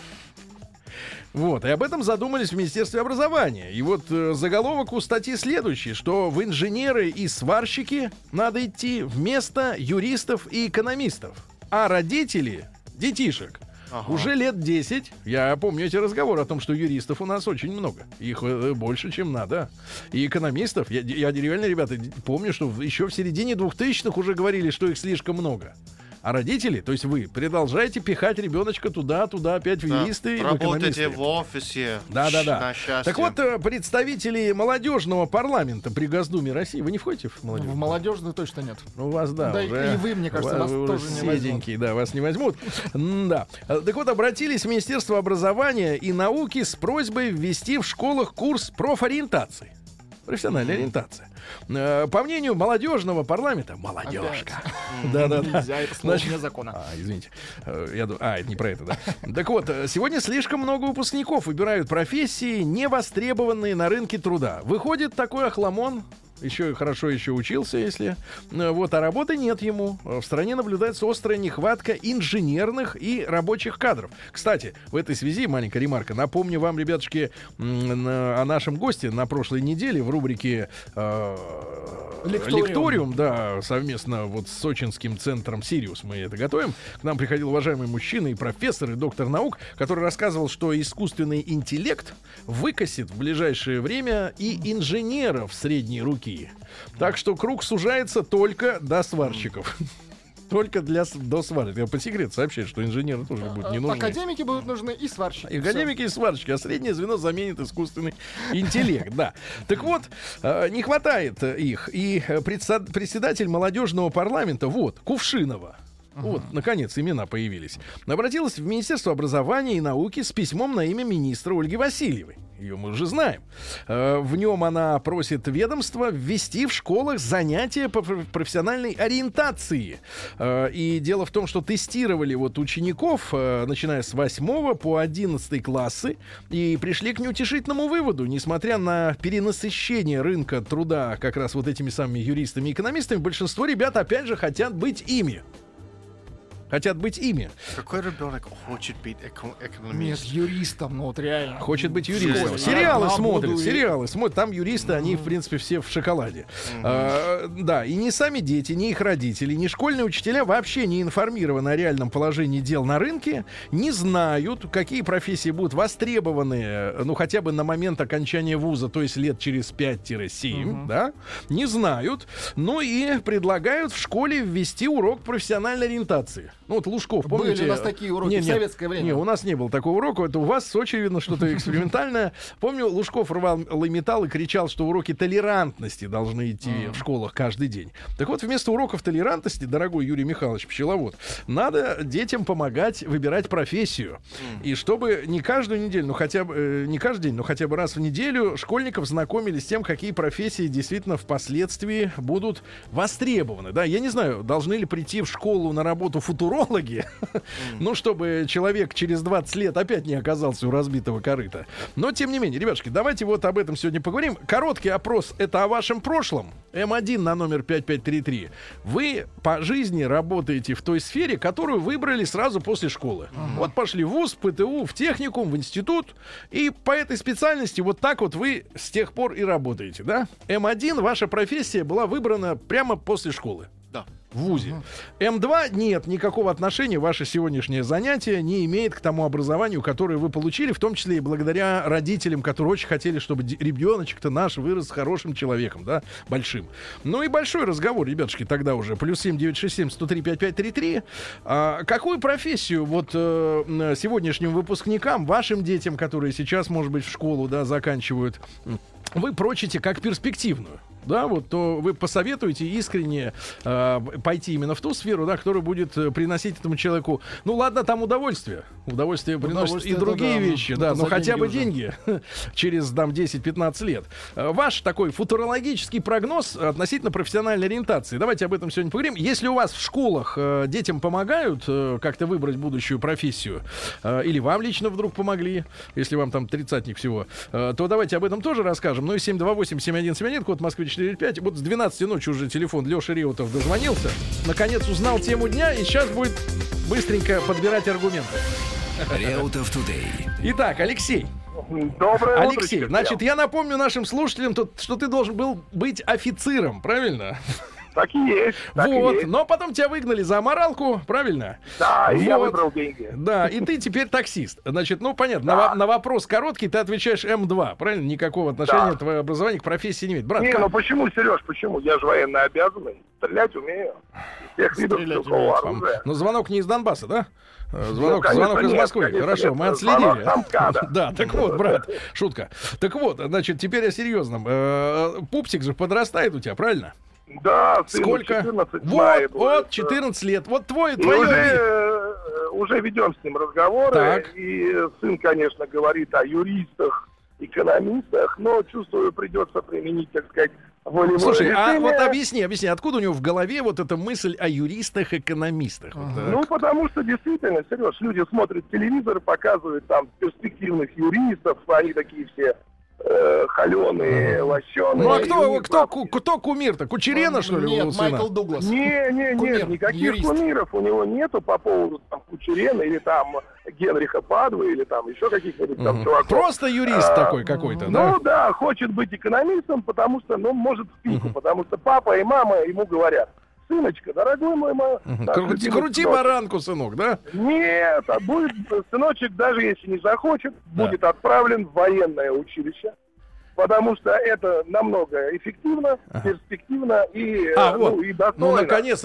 B: Вот, и об этом задумались в Министерстве образования. И вот заголовок у статьи следующий, что в инженеры и сварщики надо идти вместо юристов и экономистов. А родители детишек уже лет 10, я помню эти разговоры о том, что юристов у нас очень много. Их больше, чем надо. И экономистов, я реально, ребята, помню, что еще в середине 2000-х уже говорили, что их слишком много. А родители, то есть вы, продолжаете пихать ребеночка туда, опять в юристы и в экономисты.
D: Работайте в офисе.
B: Да-да-да.
D: На счастье.
B: Так вот, представители молодежного парламента при Госдуме России, вы не входите в молодежь?
C: В молодежную точно нет.
B: У вас, да,
C: Да,
B: уже,
C: и вы, мне кажется, вас
B: вы
C: тоже не возьмут.
B: седенькие, да, вас не возьмут. Да. Так вот, обратились в Министерство образования и науки с просьбой ввести в школах курс профориентации. Профессиональная ориентация. По мнению молодежного парламента, молодежка. Да-да-да.
C: Нельзя, это слово вне закона.
B: Извините. Это не про это, да. Так вот, сегодня слишком много выпускников выбирают профессии, не востребованные на рынке труда. Выходит такой охламон. Еще хорошо учился, если. Вот, а работы нет ему. В стране наблюдается острая нехватка инженерных и рабочих кадров. Кстати, в этой связи маленькая ремарка. Напомню вам, ребятушки, о нашем госте на прошлой неделе в рубрике Лекториум, да, совместно вот с сочинским центром «Сириус» мы это готовим. К нам приходил уважаемый мужчина и профессор, и доктор наук, который рассказывал, что искусственный интеллект выкосит в ближайшее время и инженеров средней руки. Так что круг сужается только до сварщиков. Только до сварщиков. Я по секрету сообщаю, что инженеры тоже будут не нужны.
C: Академики будут нужны и сварщики.
B: И академики и сварщики, а среднее звено заменит искусственный интеллект, да. Так вот, не хватает их. И председатель молодежного парламента, Кувшинова, вот, наконец, имена появились, обратилась в Министерство образования и науки с письмом на имя министра Ольги Васильевой. Ее мы уже знаем. В нем она просит ведомство ввести в школах занятия по профессиональной ориентации. И дело в том, что тестировали учеников, начиная с 8 по 11 классы, и пришли к неутешительному выводу. Несмотря на перенасыщение рынка труда как раз этими самыми юристами и экономистами, большинство ребят, опять же, хотят быть ими.
D: Какой ребенок хочет быть экономистом?
C: Нет, юристом, реально.
B: Хочет быть юристом. Сериалы смотрят. Там юристы, они, в принципе, все в шоколаде. Да, и ни сами дети, ни их родители, ни школьные учителя вообще не информированы о реальном положении дел на рынке, не знают, какие профессии будут востребованы, хотя бы на момент окончания вуза, то есть лет через 5-7, да, не знают, и предлагают в школе ввести урок профессиональной ориентации. Лужков, помните?
C: Были у нас такие уроки в советское время.
B: Не, у нас не было такого урока. Это у вас в Сочи, видно, что-то экспериментальное. Помню, Лужков рвал металл и кричал, что уроки толерантности должны идти в школах каждый день. Так вот, вместо уроков толерантности, дорогой Юрий Михайлович Пчеловод, надо детям помогать выбирать профессию. И чтобы не каждую неделю, не каждый день, но хотя бы раз в неделю школьников знакомили с тем, какие профессии действительно впоследствии будут востребованы. Да, я не знаю, должны ли прийти в школу на работу футурологи, неврологи. Ну, чтобы человек через 20 лет опять не оказался у разбитого корыта. Но, тем не менее, ребятушки, давайте вот об этом сегодня поговорим. Короткий опрос — это о вашем прошлом. М1 на номер 5533. Вы по жизни работаете в той сфере, которую выбрали сразу после школы. Вот пошли в вуз, в ПТУ, в техникум, в институт. И по этой специальности вот так вот вы с тех пор и работаете, да? М1, ваша профессия была выбрана прямо после школы.
D: Да.
B: В вузе. М2 нет, никакого отношения ваше сегодняшнее занятие не имеет к тому образованию, которое вы получили, в том числе и благодаря родителям, которые очень хотели, чтобы ребеночек-то наш вырос хорошим человеком, да, большим. Ну и большой разговор, ребятушки, тогда уже. +7 967 103 5533. Какую профессию вот сегодняшним выпускникам, вашим детям, которые сейчас, может быть, в школу, да, заканчивают, вы прочите как перспективную? Да, вот, то вы посоветуете искренне пойти именно в ту сферу, да, которая будет приносить этому человеку, ну ладно, там удовольствие приносит и другие вещи, да, но хотя бы деньги через там 10-15 лет. Ваш такой футурологический прогноз относительно профессиональной ориентации. Давайте об этом сегодня поговорим. Если у вас в школах детям помогают как-то выбрать будущую профессию, или вам лично вдруг помогли, если вам там 30-ник всего, то давайте об этом тоже расскажем. Ну и 728-7171, код Москвы 495. Вот с 12 ночи уже телефон Лёши Реутов дозвонился. Наконец узнал тему дня и сейчас будет быстренько подбирать аргументы.
A: Реутов Тудей.
B: Итак, Алексей.
F: Доброе
B: Алексей,
F: утро,
B: значит, я напомню нашим слушателям, что ты должен был быть офицером, правильно?
F: Так и есть.
B: Вот, но потом тебя выгнали за аморалку, правильно?
F: Да, и
B: вот.
F: я выбрал деньги.
B: Да, и ты теперь таксист. Значит, ну, понятно, на вопрос короткий ты отвечаешь М2, правильно? Никакого отношения твое образование к профессии не имеет. Брат,
F: ну почему, Сереж, почему? Я же военно обязанный. Стрелять умею. Всех видов стрелкового оружия.
B: Ну, звонок не из Донбасса, да? Звонок из Москвы.
F: Конечно,
B: хорошо,
F: нет,
B: мы отследили.
F: Да,
B: так вот, брат, шутка. Так вот, значит, теперь о серьезном. Пупсик же подрастает у тебя, правильно?
F: Да,
B: сколько?
F: 14 мая
B: вот 14 лет. Вот твое...
F: Уже ведем с ним разговоры.
B: Так.
F: И сын, конечно, говорит о юристах, экономистах, но, чувствую, придется применить, так сказать, волевое
B: Слушай,
F: решение.
B: а вот объясни, откуда у него в голове вот эта мысль о юристах-экономистах?
F: Ну, потому что действительно, Сереж, люди смотрят телевизор, показывают там перспективных юристов, они такие все холеные, лощеные.
B: Ну, а кто кумир-то? Кучерена, что ли,
C: Нет,
B: у сына?
C: Майкл Дуглас.
F: Нет, никаких
C: юрист.
F: кумиров у него нету по поводу там Кучерена или там Генриха Падвы или там еще каких-нибудь там чуваков.
B: Просто юрист такой какой-то, да?
F: Ну да, хочет быть экономистом, потому что, ну, может в пику, потому что папа и мама ему говорят: сыночка, дорогой мой,
B: Крути баранку, сынок, да?
F: Нет, а будет сыночек, даже если не захочет, будет отправлен в военное училище. Потому что это намного эффективно, перспективно и, и достойно.
B: Ну, наконец-то.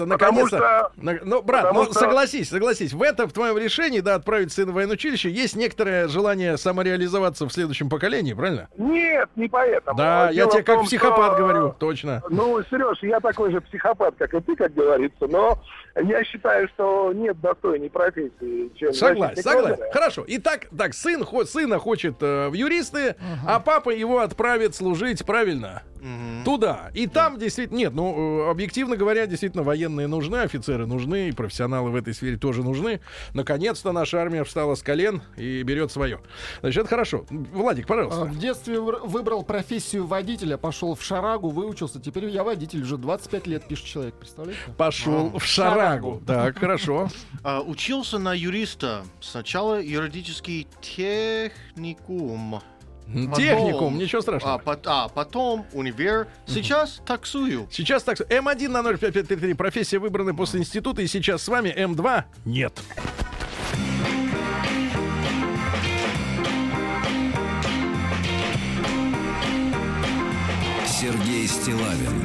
B: Ну, брат, согласись, в твоем решении, да, отправить сына в военное училище, есть некоторое желание самореализоваться в следующем поколении, правильно?
F: Нет, не поэтому.
B: Да, я тебе как психопат говорю, точно.
F: Ну, Сереж, я такой же психопат, как и ты, как говорится, но я считаю, что нет достойней профессии, чем...
B: Согласен. Хорошо. Итак, сына хочет в юристы, а папа его отправит служить, правильно? Туда. И там действительно... Нет, объективно говоря, действительно, военные нужны, офицеры нужны, и профессионалы в этой сфере тоже нужны. Наконец-то наша армия встала с колен и берет свое. Значит, это хорошо. Владик, пожалуйста.
C: В детстве выбрал профессию водителя, пошел в шарагу, выучился. Теперь я водитель, уже 25 лет, пишет человек, представляете?
B: Пошел в шарагу. Так, хорошо.
D: Учился на юриста. Сначала юридический техникум.
B: Техникум, ничего страшного.
D: Потом универ. Сейчас таксую.
B: М1 на 05533. Профессия выбрана после института. И сейчас с вами М2 нет.
A: Сергей Стиллавин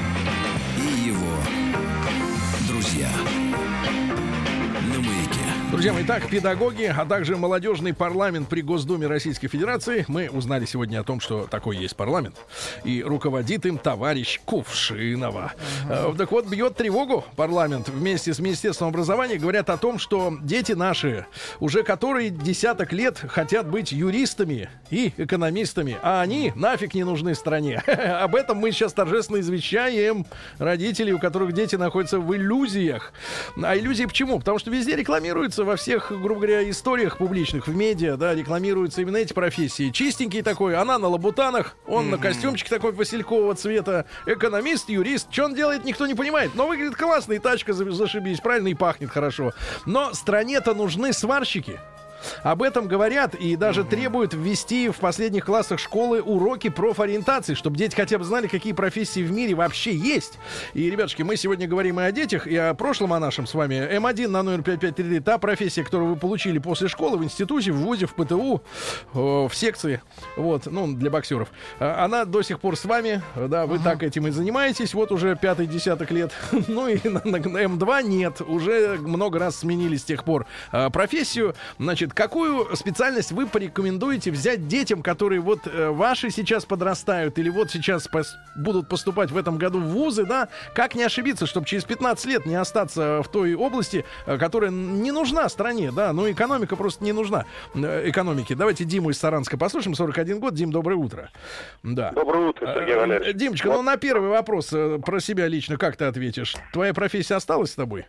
A: и его друзья. На Маяке.
B: Друзья мои, итак, педагоги, а также молодежный парламент при Госдуме Российской Федерации. Мы узнали сегодня о том, что такой есть парламент. И руководит им товарищ Кувшинова. Так вот, бьет тревогу парламент вместе с Министерством образования. Говорят о том, что дети наши уже которые десяток лет хотят быть юристами и экономистами. А они нафиг не нужны стране. Об этом мы сейчас торжественно извещаем родителей, у которых дети находятся в иллюзиях. А иллюзии почему? Потому что везде рекламируются, во всех, грубо говоря, историях публичных, в медиа, да, рекламируются именно эти профессии. Чистенький такой, она на лабутанах, он на костюмчике такой василькового цвета, экономист, юрист. Что он делает, никто не понимает. Но выглядит классно, и тачка зашибись, правильно, и пахнет хорошо. Но стране-то нужны сварщики. Об этом говорят и даже требуют ввести в последних классах школы уроки профориентации, чтобы дети хотя бы знали, какие профессии в мире вообще есть. И, ребятушки, мы сегодня говорим и о детях, и о прошлом о нашем с вами. М1 на номер 5533, та профессия, которую вы получили после школы, в институте, в ВУЗе, в ПТУ, в секции, вот, ну, для боксеров. Она до сих пор с вами, да, вы так этим и занимаетесь, вот уже 5-й десяток лет. Ну и на М2 нет, уже много раз сменили с тех пор профессию. Значит, какую специальность вы порекомендуете взять детям, которые вот ваши сейчас подрастают или вот сейчас будут поступать в этом году в вузы, да? Как не ошибиться, чтобы через 15 лет не остаться в той области, которая не нужна стране, да? Ну, экономика просто не нужна экономике. Давайте Диму из Саранска послушаем, 41 год. Дим, доброе утро. Да.
F: Доброе утро, Сергей Валерьевич.
B: Димочка, ну на первый вопрос про себя лично как ты ответишь? Твоя профессия осталась с тобой?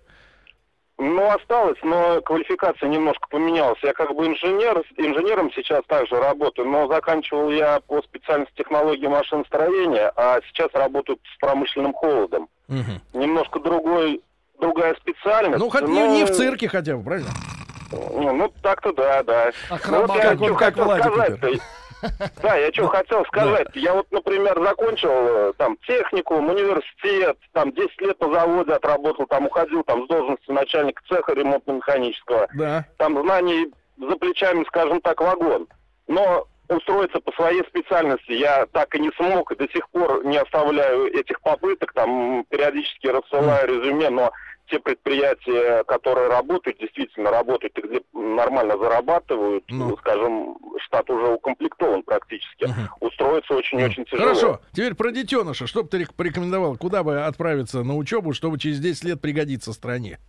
F: Ну, осталось, но квалификация немножко поменялась. Я как бы инженером сейчас также работаю, но заканчивал я по специальности технологии машиностроения, а сейчас работаю с промышленным холодом. Немножко другая специальность.
B: Ну, хоть не в цирке хотя бы, правильно?
F: Ну, так-то да.
B: Как Владик.
F: Да, я что хотел сказать. Я вот, например, закончил там техникум, университет, там 10 лет на заводе отработал, там уходил там с должности начальника цеха ремонтно-механического.
B: Да.
F: Там знаний за плечами, скажем так, вагон. Но устроиться по своей специальности я так и не смог, и до сих пор не оставляю этих попыток, там периодически рассылаю резюме, но те предприятия, которые работают, действительно работают, и где нормально зарабатывают, скажем, штат уже укомплектован практически. Устроиться очень-очень тяжело.
B: Хорошо, теперь про детеныша. Что бы ты порекомендовал, куда бы отправиться на учебу, чтобы через 10 лет пригодиться стране?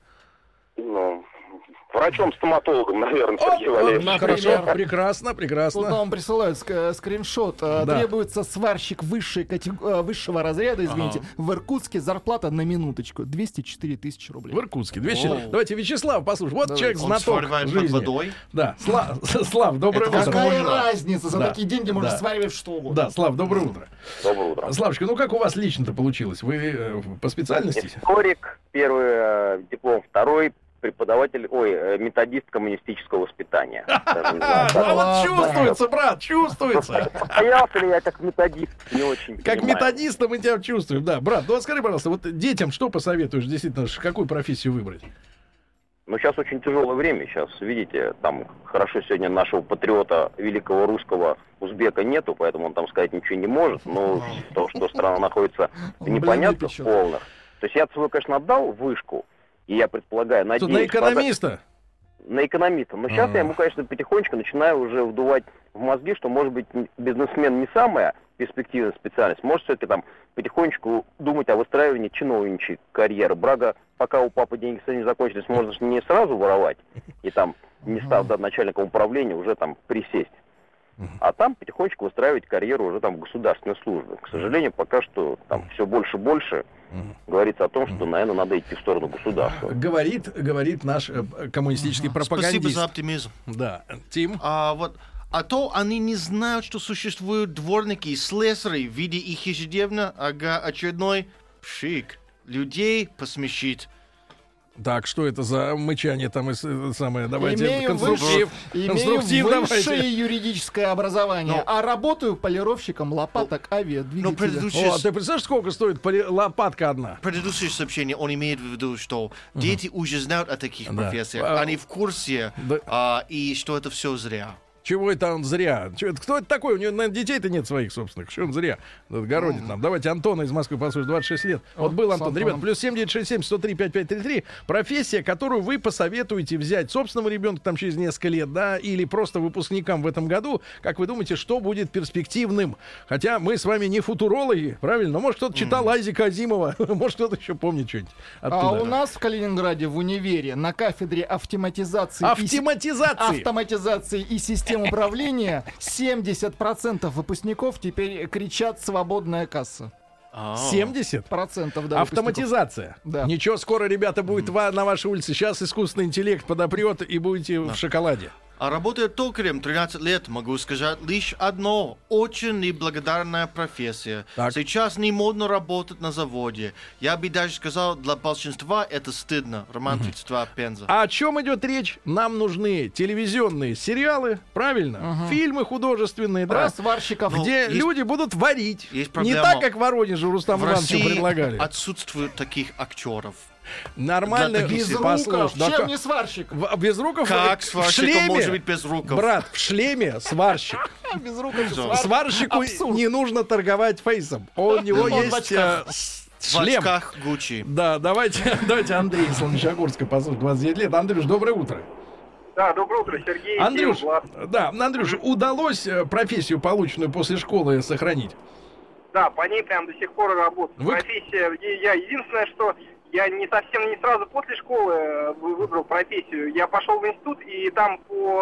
F: Ну, врачом-стоматологом, наверное, Сергей Валерьевич.
B: Хорошо, прекрасно.
C: Тут вам присылают скриншот. Требуется сварщик высшего разряда, извините. В Иркутске зарплата на минуточку 204 тысячи рублей.
B: В Иркутске 204. Давайте Вячеслав послушаем. Вот человек знаток жизни.
D: Водой.
B: Да, Слав, доброе утро.
C: Какая разница? За такие деньги можно сваривать что угодно.
B: Да, Слав, доброе утро.
F: Доброе утро.
B: Славочка, ну как у вас лично-то получилось? Вы по специальности?
G: Историк, первый диплом, второй преподаватель, методист коммунистического воспитания.
B: А вот чувствуется, брат, чувствуется.
G: Боялся ли я как методист? Не очень
B: как
G: понимаю.
B: методиста мы тебя чувствуем, да. Брат, ну скажи, пожалуйста, вот детям что посоветуешь, действительно, какую профессию выбрать?
G: Ну, сейчас очень тяжелое время. Сейчас, видите, там хорошо сегодня нашего патриота, великого русского узбека нету, поэтому он там сказать ничего не может. Но то, что страна находится в непонятных полных. То есть я свой, конечно, отдал вышку, и я предполагаю, надеюсь...
B: На экономиста?
G: На экономиста. Но сейчас я ему, конечно, потихонечку начинаю уже вдувать в мозги, что, может быть, бизнесмен не самая перспективная специальность. Может, все-таки там потихонечку думать о выстраивании чиновничьей карьеры. Брага, пока у папы деньги не закончились, можно не сразу воровать и там, не став начальником управления, уже там присесть. А там потихонечку выстраивать карьеру уже там в государственной службе. К сожалению, пока что там все больше и больше говорится о том, что, наверное, надо идти в сторону государства.
B: Говорит наш коммунистический пропагандист.
D: Спасибо за оптимизм.
B: Да. Тим?
D: А то они не знают, что существуют дворники и слесари в виде их ежедневно очередной пшик. Людей посмешит.
B: Так, что это за мычание там и самое? Давайте
C: имею
B: конструктив.
C: Имею высшее юридическое образование, а работаю полировщиком лопаток авиадвигателя.
B: Ты представляешь, сколько стоит лопатка одна?
D: Предыдущее сообщение, он имеет в виду, что дети уже знают о таких профессиях, они в курсе, и что это все зря.
B: Чего это он зря? Кто это такой? У него, наверное, детей-то нет своих собственных. Что он зря городит нам? Давайте Антона из Москвы послушаем, 26 лет. Вот был Антон. Ребят, плюс 7967-103-5533. Профессия, которую вы посоветуете взять собственному ребенку там через несколько лет, да, или просто выпускникам в этом году. Как вы думаете, что будет перспективным? Хотя мы с вами не футурологи, правильно? Но может кто-то читал Айзека Азимова, может кто-то еще помнит что-нибудь оттуда.
C: А у нас в Калининграде в универе на кафедре автоматизации и систем управления 70% выпускников теперь кричат «свободная касса».
B: 70%?
C: Да,
B: автоматизация.
C: Да.
B: Ничего, скоро, ребята, будет на вашей улице. Сейчас искусственный интеллект подопрет, и будете в шоколаде.
D: А работая токарем 13 лет, могу сказать лишь одно. Очень неблагодарная профессия.
B: Так.
D: Сейчас не модно работать на заводе. Я бы даже сказал, для большинства это стыдно. Роман 32, Пенза.
B: А о чем идет речь? Нам нужны телевизионные сериалы, правильно? Фильмы художественные, да?
C: Сварщиков.
B: Где люди будут варить.
D: Есть
B: Не
D: проблема.
B: так, как в Воронеже Рустам
D: В
B: Ивановичу
D: России
B: предлагали.
D: отсутствует таких актеров.
B: Нормально.
C: Безруков. Чем не сварщик?
B: Безруков
D: Как
B: в
D: сварщик
B: шлеме.
D: может быть без руков?
B: Брат, в шлеме сварщик.
C: Безруков.
B: Сварщику не нужно торговать фейсом. У него
C: Он в
B: есть
C: очках.
D: В
B: шлем.
D: очках Гуччи.
B: Да, давайте Андрей из Солнечногорска послушаем, 29 лет. Андрюш, доброе утро.
F: Да, доброе утро, Сергей.
B: Андрюш,
F: Влад.
B: Андрюш, удалось профессию, полученную после школы, сохранить?
F: Да, по ней прям до сих пор работаю. Профессия, я единственное, что я не сразу после школы выбрал профессию. Я пошел в институт, и там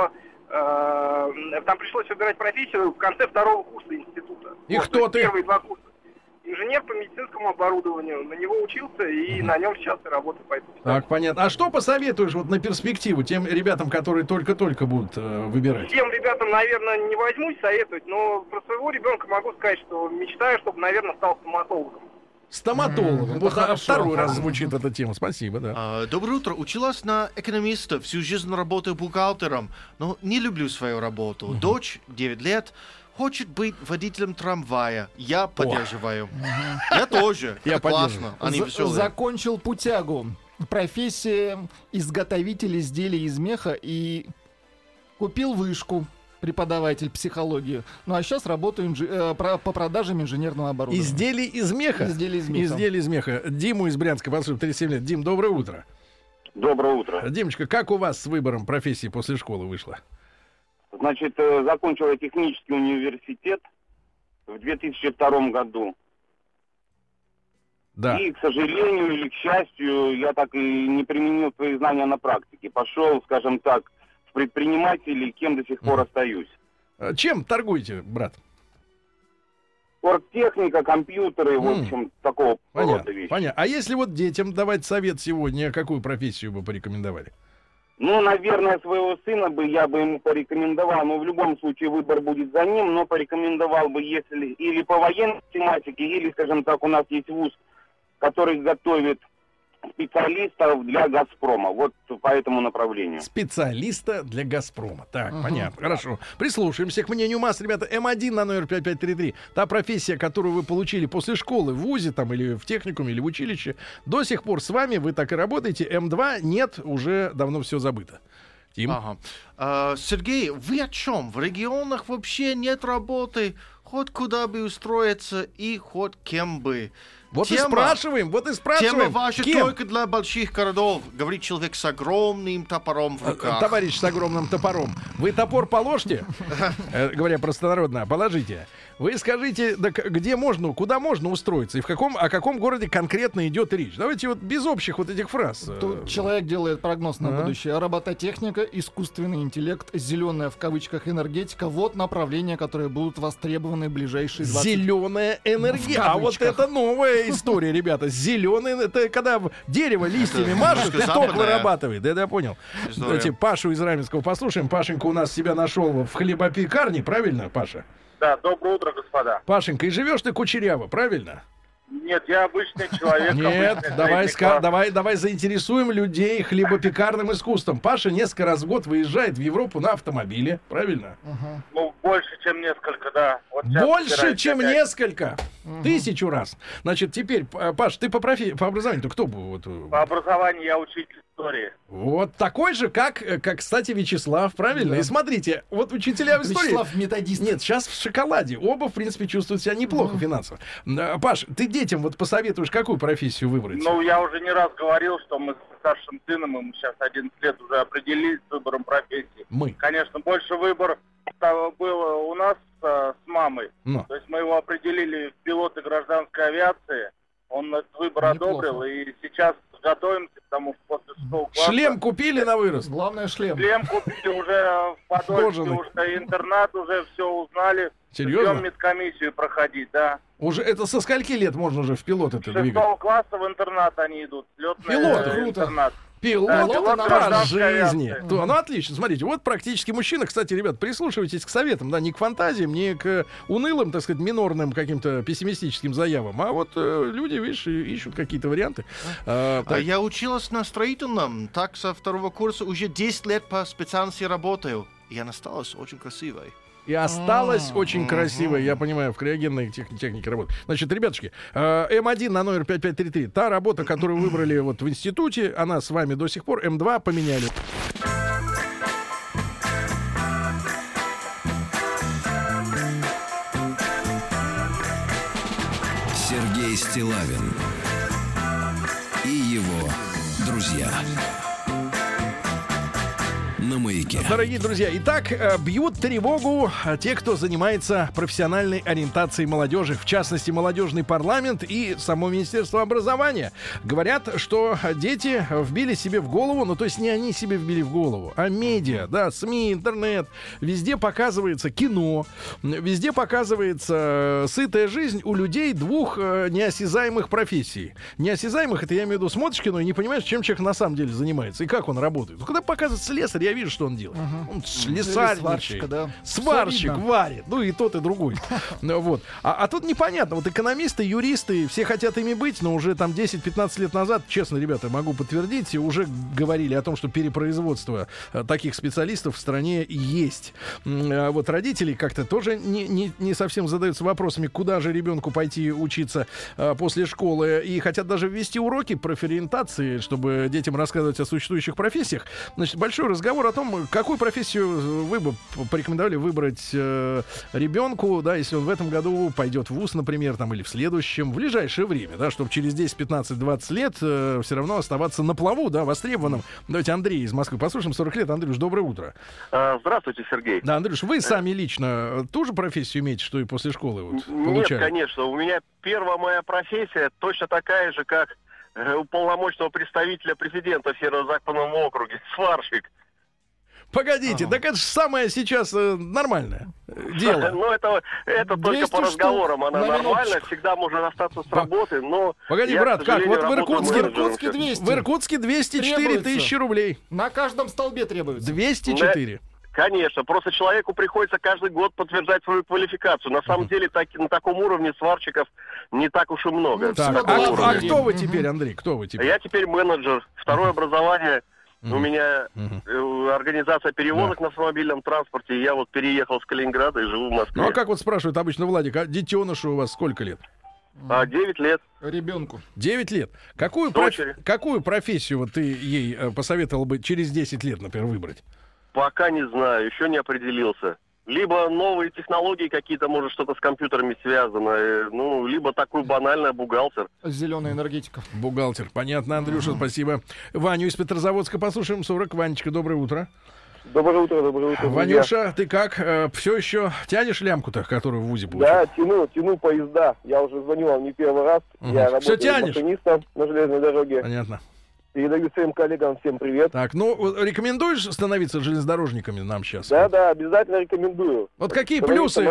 F: там пришлось выбирать профессию в конце второго курса института.
B: И кто ты?
F: Первые 2 курса. Инженер по медицинскому оборудованию. На него учился, и на нем сейчас и работаю.
B: Так, понятно. А что посоветуешь вот на перспективу тем ребятам, которые только-только будут выбирать?
F: Тем ребятам, наверное, не возьмусь советовать, но про своего ребенка могу сказать, что мечтаю, чтобы, наверное, стал стоматологом.
B: Стоматологом. Вот второй раз звучит эта тема. Спасибо, да.
D: Доброе утро. Училась на экономиста. Всю жизнь работаю бухгалтером. Но не люблю свою работу. Дочь, 9 лет, хочет быть водителем трамвая. Я поддерживаю. Я тоже.
B: Я
D: Это классно. Они веселые.
C: Закончил путягу. Профессия изготовитель изделий из меха и купил вышку. Преподаватель психологии. Ну а сейчас работаю по продажам инженерного оборудования.
B: Изделий из меха?
C: Изделий из меха.
B: Диму из Брянска, послушаем, 37 лет. Дим, доброе утро.
H: Доброе утро.
B: Димочка, как у вас с выбором профессии после школы вышло?
H: Значит, закончил я технический университет в 2002 году.
B: Да.
H: И, к сожалению или к счастью, я так и не применил свои знания на практике. Пошел, скажем так, в предприниматели, кем до сих пор остаюсь.
B: Чем торгуете, брат?
H: Оргтехника, компьютеры, в общем, такого рода вещи.
B: Понятно. А если вот детям давать совет сегодня, какую профессию бы порекомендовали?
H: Ну, наверное, своего сына я бы ему порекомендовал, но в любом случае выбор будет за ним, но порекомендовал бы, если или по военной тематике, или, скажем так, у нас есть вуз, который готовит специалистов для «Газпрома». Вот по этому направлению.
B: Специалиста для «Газпрома». Так, понятно. Хорошо. Прислушаемся к мнению масс, ребята. М1 на номер 5533. Та профессия, которую вы получили после школы, в вузе там, или в техникуме, или в училище, до сих пор с вами, вы так и работаете. М2 нет, уже давно все забыто. Тим?
D: Сергей, вы о чем? В регионах вообще нет работы. Хоть куда бы устроиться и хоть кем бы.
B: Вот и спрашиваем.
D: Тема ваша только для больших городов, говорит человек с огромным топором в руках.
B: Товарищ с огромным топором, вы топор положите? Говоря простонародно, положите. Вы скажите, где можно, куда можно устроиться и о каком городе конкретно идет речь. Давайте вот без общих вот этих фраз.
C: Тут человек делает прогноз на будущее. Робототехника, искусственный интеллект, зеленая в кавычках энергетика. Вот направления, которые будут востребованы в ближайшие 20 лет.
B: Зеленая энергия. А вот это новая история, ребята. Зеленый, это когда дерево листьями машет и ток вырабатывает. Это я понял. Давайте Пашу из Раменского послушаем. Пашенька у нас себя нашел в хлебопекарне, правильно, Паша?
F: Да, доброе утро, господа.
B: Пашенька, и живешь ты кучеряво, правильно?
F: Нет, я обычный человек.
B: Нет, давай заинтересуем людей хлебопекарным искусством. Паша несколько раз в год выезжает в Европу на автомобиле, правильно?
F: Ну, больше, чем несколько, да. Вот
B: больше, чем несколько? 1000 раз. Значит, теперь, Паш, ты по образованию-то кто был?
F: По образованию я учитель
I: истории.
B: Вот такой же, как, кстати, Вячеслав, правильно?
C: Да.
B: И смотрите, вот учителя в истории...
C: Вячеслав методист.
B: Нет, сейчас в шоколаде. Оба, в принципе, чувствуют себя неплохо финансово. Паш, ты детям вот посоветуешь, какую профессию выбрать?
I: Ну, я уже не раз говорил, что мы с старшим сыном, ему сейчас 11 лет, уже определились с выбором профессии.
B: Мы.
I: Конечно, больше выбор было у нас с мамой.
B: Но.
I: То есть мы его определили в пилоты гражданской авиации. Он этот выбор
C: Неплохо.
I: одобрил, и сейчас готовимся, потому что после 6 класса...
B: Шлем купили на вырост?
C: Главное, шлем.
I: Шлем купили уже в Подольске,
B: Кожаный.
I: уже интернат, уже все узнали.
B: Серьезно?
I: Ждем медкомиссию проходить, да.
B: Уже это со скольки лет можно уже в пилот это
I: С 6
B: двигать?
I: класса в интернат они идут. Летный
B: Пилоты,
C: круто.
I: интернат.
B: Пилот
I: Да,
B: по
I: пилот гражданской
B: жизни.
I: авиации.
B: Ну, отлично. Смотрите, вот практически мужчина. Кстати, ребят, прислушивайтесь к советам, да, не к фантазиям, не к унылым, так сказать, минорным каким-то пессимистическим заявам, а вот люди, видишь, ищут какие-то варианты. Так.
D: Я училась на строительном, так со 2 курса уже 10 лет по специальности работаю. И она осталась очень красивой.
B: И осталось очень красивая, я понимаю, в криогенной технике работы. Значит, ребятушки, М1 на номер 5533, та работа, которую выбрали вот в институте, она с вами до сих пор, М2 поменяли.
A: Сергей Стиллавин и его друзья. На маяке.
B: Дорогие друзья, итак, бьют тревогу те, кто занимается профессиональной ориентацией молодежи, в частности, молодежный парламент и само Министерство образования. Говорят, что дети вбили себе в голову, ну то есть не они себе вбили в голову, а медиа, да, СМИ, интернет, везде показывается кино, везде показывается сытая жизнь у людей двух неосязаемых профессий. Неосязаемых, это я имею в виду, смотришь кино и не понимаешь, чем человек на самом деле занимается и как он работает. Ну, когда показывает слесарь, я вижу, что он делает. Он слесарничает,
C: да.
B: сварщик варит, ну и тот, и другой. Вот. А тут непонятно, вот экономисты, юристы, все хотят ими быть, но уже там 10-15 лет назад, честно, ребята, могу подтвердить, уже говорили о том, что перепроизводство таких специалистов в стране есть. Вот родители как-то тоже не совсем задаются вопросами, куда же ребенку пойти учиться после школы, и хотят даже ввести уроки профориентации, чтобы детям рассказывать о существующих профессиях. Значит, большой разговор о том, какую профессию вы бы порекомендовали выбрать ребенку, да, если он в этом году пойдет в вуз, например, там, или в следующем, в ближайшее время, да, чтобы через 10, 15, 20 лет все равно оставаться на плаву, да, востребованным. Давайте Андрей из Москвы послушаем. 40 лет. Андрюш, доброе утро.
J: Здравствуйте, Сергей.
B: Да, Андрюш, вы сами лично ту же профессию имеете, что и после школы вот,
J: Нет,
B: получали?
J: конечно. У меня первая моя профессия точно такая же, как уполномоченного представителя президента в Северо-Западном округе, сварщик.
B: Погодите, так это же самое сейчас нормальное дело.
J: Ну, это только по разговорам она нормально, всегда можно расстаться с работы, но...
B: Погоди,
J: я,
B: брат, как? Вот в
C: Иркутске 200.
B: В Иркутске 204
C: Требуется.
B: тысячи рублей.
C: На каждом столбе требуется.
B: 204.
J: Конечно, просто человеку приходится каждый год подтверждать свою квалификацию. На самом деле на таком уровне сварщиков не так уж и много.
B: Так, а кто вы теперь, Андрей? Кто вы теперь?
J: Я теперь менеджер. Второе образование. У меня организация перевозок на автомобильном транспорте. И я вот переехал с Калининграда и живу в Москве.
B: Ну а как вот спрашивают обычно, Владик, а детенышу у вас сколько лет?
J: 9 лет.
C: Ребенку.
B: 9 лет. Какую профессию вот ты ей посоветовал бы через 10 лет, например, выбрать?
J: Пока не знаю, еще не определился. Либо новые технологии какие-то, может, что-то с компьютерами связано, ну, либо такой банальный бухгалтер.
C: Зеленая энергетика.
B: Бухгалтер. Понятно, Андрюша, спасибо. Ваню из Петрозаводска послушаем. 40. Ванечка, доброе утро.
F: Доброе утро, доброе утро.
B: Ванюша, ты как? Все еще тянешь лямку-то, которую в ВУЗе получил?
F: Да, тяну поезда. Я уже звоню вам не первый раз. Я работаю машинистом на железной дороге.
B: Понятно.
F: Передаю своим коллегам всем привет.
B: Так, ну, рекомендуешь становиться железнодорожниками нам сейчас?
F: Да, обязательно рекомендую.
B: Вот какие плюсы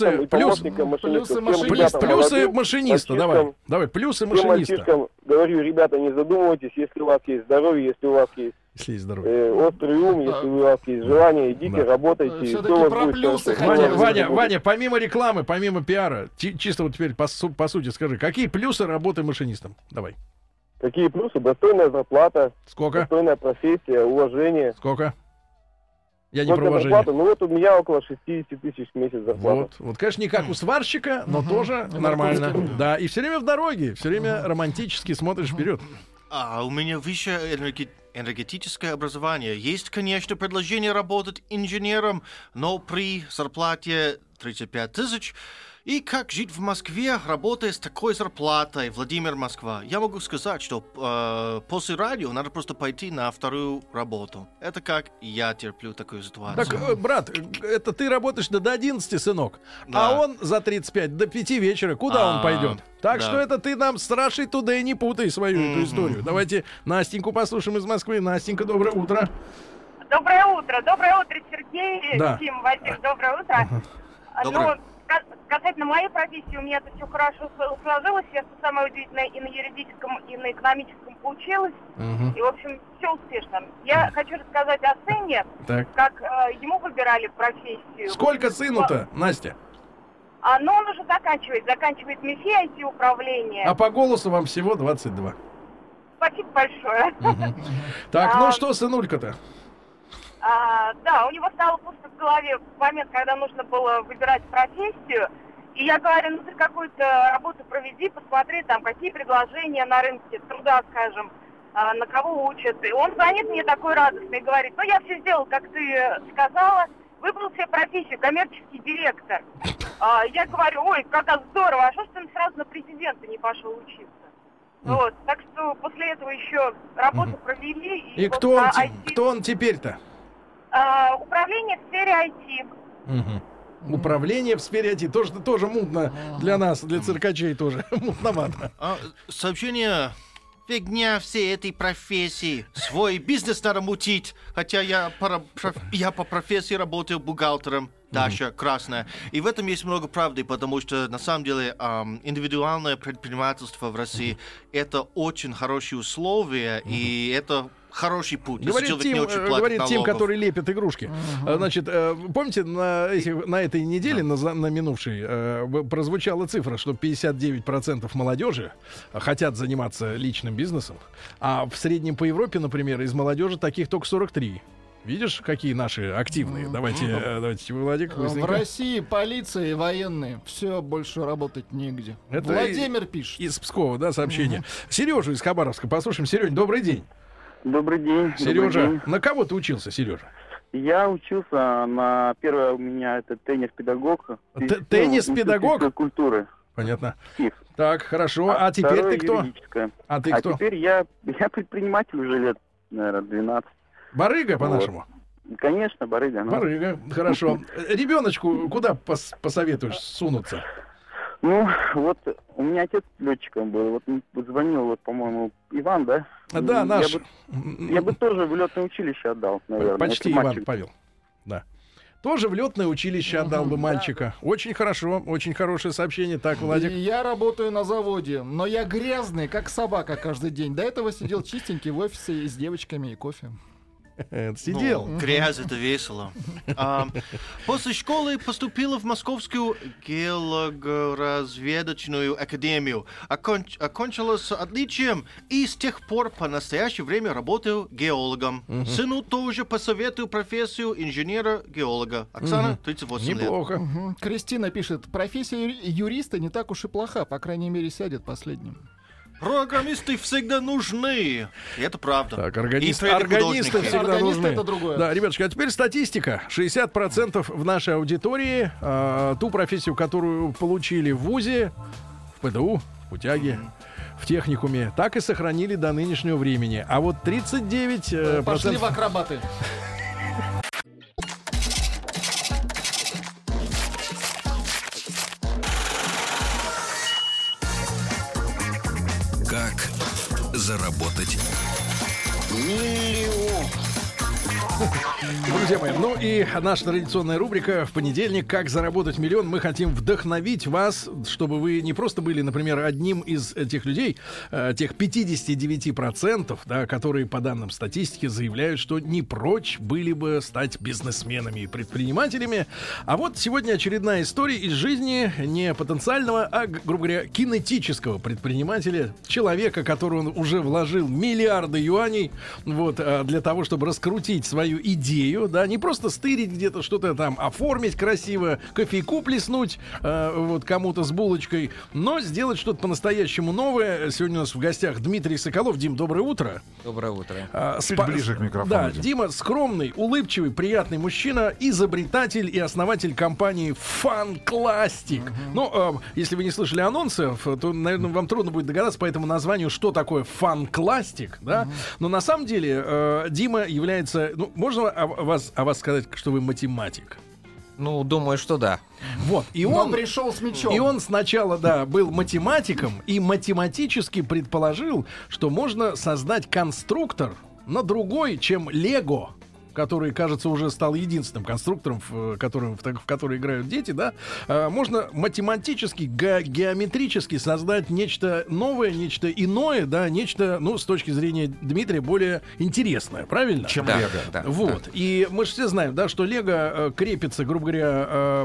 B: машиниста, давай, плюсы машиниста.
F: Говорю, ребята, не задумывайтесь, если у вас есть здоровье, если у вас есть острый ум, если у вас есть желание, идите, работайте.
C: Все-таки про плюсы
B: Ваня, помимо рекламы, помимо пиара, чисто вот теперь по сути скажи, какие плюсы работы машинистом? Давай.
F: Какие плюсы? Достойная зарплата.
B: Сколько?
F: Достойная профессия, уважение.
B: Сколько? Я не про уважение.
F: Ну вот у меня около 60 тысяч в месяц зарплата.
B: Вот, конечно, не как у сварщика, но тоже нормально. Да, и все время в дороге, все время романтически смотришь вперед.
D: А у меня высшее энергетическое образование. Есть, конечно, предложение работать инженером, но при зарплате 35 тысяч. И как жить в Москве, работая с такой зарплатой, Владимир, Москва? Я могу сказать, что после радио надо просто пойти на вторую работу. Это как я терплю такую ситуацию.
B: Так, брат, это ты работаешь до 11, сынок,
D: Да.
B: а он за 35 до 5 вечера. Куда он пойдет? Так
D: да.
B: что это ты нам с Рашей туда и не путай свою эту историю. Давайте Настеньку послушаем из Москвы. Настенька, доброе утро.
K: Доброе утро, Сергей,
B: Да.
K: Тим, Вадим, доброе утро.
D: Доброе.
K: Ну, касательно моей профессии, у меня это все хорошо сложилось. Я, что самое удивительное, и на юридическом, и на экономическом поучилась. И, в общем, все успешно. Я хочу рассказать о сыне,
B: Так.
K: как ему выбирали профессию.
B: Сколько сыну-то, Настя?
K: Ну, он уже заканчивает МИФИ, IT-управление.
B: А по голосу вам всего 22.
K: Спасибо большое.
B: Так, ну что, сынулька-то?
K: Да, у него стало пусто в голове в момент, когда нужно было выбирать профессию. И я говорю, ну ты какую-то работу проведи, посмотри, там, какие предложения на рынке труда, скажем, на кого учат. И он звонит мне такой радостный и говорит, ну я все сделал, как ты сказала, выбрал себе профессию, коммерческий директор. Я говорю, ой, как здорово, а что ж ты сразу на президента не пошел учиться? Вот, так что после этого еще работу провели.
B: И
K: вот
B: кто
K: IT...
B: он теперь-то?
K: Управление в сфере IT.
B: Управление в сфере IT тоже мутно для нас, для циркачей тоже мутновато.
D: Сообщение: фигня всей этой профессии. Свой бизнес надо мутить. Хотя я по профессии работаю бухгалтером. Даша красная. И в этом есть много правды, потому что на самом деле индивидуальное предпринимательство в России это очень хорошие условия, и это хороший путь.
B: Говорит Тим, который лепит игрушки. Значит, помните, на этой неделе, на минувшей, прозвучала цифра, что 59% молодежи хотят заниматься личным бизнесом, а в среднем по Европе, например, из молодежи таких только 43%. Видишь, какие наши активные? Давайте, Владик, быстренько.
C: В России полиция и военные. Все, больше работать негде.
B: Это
C: Владимир пишет.
B: Из Пскова, да, сообщение. Сережу из Хабаровска послушаем. Серёнь, добрый день.
L: Добрый день.
B: Сережа, на кого ты учился, Сережа?
L: Я учился на... Первое у меня это теннис-педагог.
B: Теннис-педагог?
L: Культуры.
B: Понятно.
L: КИФ.
B: Так, хорошо. А теперь ты кто? А ты кто?
L: Теперь я предприниматель уже лет, наверное, 12.
B: Барыга, по-нашему?
L: Конечно, барыга.
B: Барыга, хорошо. Ребеночку куда посоветуешь сунуться?
L: Ну, вот у меня отец летчиком был. Вот звонил, вот, по-моему, Иван, да?
B: Да, наш.
L: Я бы тоже в летное училище отдал, наверное.
B: Почти Иван, Павел. Да. Тоже в летное училище отдал бы мальчика. Очень хорошо, очень хорошее сообщение. Так, Владик.
C: Я работаю на заводе, но я грязный, как собака каждый день. До этого сидел чистенький в офисе с девочками и кофе.
B: Сидел.
D: Грязь — это весело. После школы поступила в Московскую геологоразведочную академию. Окончила с отличием и с тех пор по настоящее время работаю геологом. Сыну тоже посоветую профессию инженера-геолога. Оксана, 38 лет.
B: Неплохо.
C: Кристина пишет, профессия юриста не так уж и плоха, по крайней мере, сядет последним.
D: Программисты всегда нужны. И это правда.
B: Так, органисты всегда нужны.
C: Это другое.
B: Да, ребятушки, а теперь статистика. 60% в нашей аудитории ту профессию, которую получили в ВУЗе, в ПТУ, в ПУТЯГе, в техникуме, так и сохранили до нынешнего времени. А вот 39%...
C: Пошли в акробаты.
A: Как заработать
E: миллион?
B: Друзья мои, ну и наша традиционная рубрика в понедельник «Как заработать миллион». Мы хотим вдохновить вас, чтобы вы не просто были, например, одним из тех людей, тех 59%, да, которые по данным статистики заявляют, что не прочь были бы стать бизнесменами и предпринимателями. А вот сегодня очередная история из жизни не потенциального, а, грубо говоря, кинетического предпринимателя, человека, который он уже вложил миллиарды юаней вот, для того, чтобы раскрутить раскрутить свою идею, да, не просто стырить где-то что-то там, оформить красиво, кофейку плеснуть вот кому-то с булочкой, но сделать что-то по-настоящему новое. Сегодня у нас в гостях Дмитрий Соколов. Дим, доброе утро.
M: Доброе утро.
N: Чуть ближе к микрофону.
B: Да, Дима скромный, улыбчивый, приятный мужчина, изобретатель и основатель компании FunClastic. Ну, если вы не слышали анонсов, то, наверное, вам трудно будет догадаться по этому названию, что такое FunClastic, да? Но на самом деле Дима является... Ну, можно о вас сказать, что вы математик?
M: Ну, думаю, что да.
B: Вот. И
C: Но
B: он
C: пришел с мячом.
B: И он сначала, да, был математиком и математически предположил, что можно создать конструктор на другой, чем Лего, который, кажется, уже стал единственным конструктором, в который играют дети, да, можно математически, геометрически создать нечто новое, нечто иное, да, нечто, ну, с точки зрения Дмитрия, более интересное, правильно?
N: Чем Лего.
B: Да, вот. Да. И мы же все знаем, да, что Лего крепится, грубо говоря,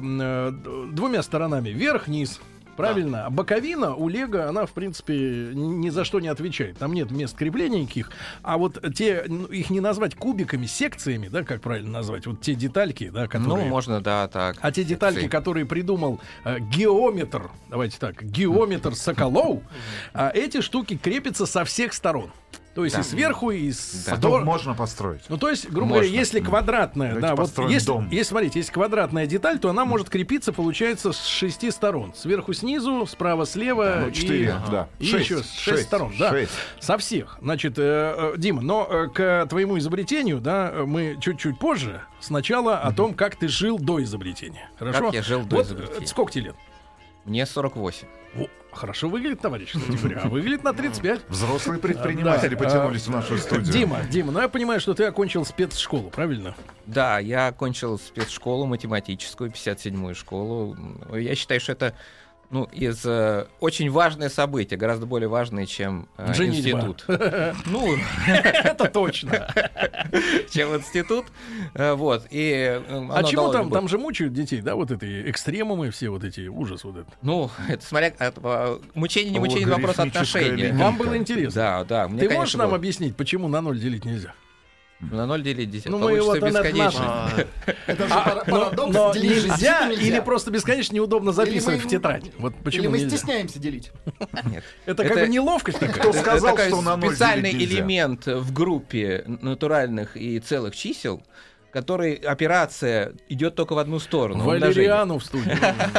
B: двумя сторонами, вверх-вниз. Правильно. А боковина у Лего, она, в принципе, ни за что не отвечает. Там нет мест крепления никаких. А вот их не назвать кубиками, секциями, да, как правильно назвать? Вот те детальки, да, которые...
M: Ну, можно, да, так.
B: А те детальки, которые придумал геометр, давайте так, геометр Соколов, эти штуки крепятся со всех сторон. То есть и сверху, и с...
N: Потом можно построить.
B: Ну, то есть, грубо говоря, если квадратная,
N: давайте
B: да, вот если квадратная деталь, то она может крепиться, получается, с 6 сторон. Сверху, снизу, справа, слева.
N: Ну, 4,
B: и еще 6 сторон, да. 6. Со всех. Значит, Дима, но к твоему изобретению, да, мы чуть-чуть позже. Сначала о том, как ты жил до изобретения. Хорошо?
M: Как я жил до изобретения.
B: Сколько тебе лет?
M: Мне 48.
B: Хорошо выглядит, товарищ, кстати говоря. А выглядит на 35.
N: Взрослые предприниматели потянулись в нашу студию.
B: Дима, ну я понимаю, что ты окончил спецшколу, правильно?
M: Да, я окончил спецшколу математическую, 57-ю школу. Я считаю, что это из очень важное событие, гораздо более важное, чем институт. Ну,
B: это точно.
M: Чем институт. Вот.
B: А чего там? Там же мучают детей, да, вот эти экстремумы, все вот эти, ужас вот этот.
M: Ну, это смотря... Мучение, не мучение, вопрос отношения.
B: Вам было интересно?
M: Да.
B: Ты можешь нам объяснить, почему на 0 делить нельзя?
M: На 0 делить 10.
B: Ну, мы вот бесконечно.
C: Это же парадокс.
B: Но нельзя или просто бесконечно неудобно записывать в тетрадь? Вот почему
C: или мы стесняемся делить?
M: Нет.
B: Это как бы неловкость такая.
N: Кто сказал, что на 0 делить
M: специальный
N: нельзя?
M: элемент в группе натуральных и целых чисел, который операция идет только в одну сторону.
B: Валериану в студию.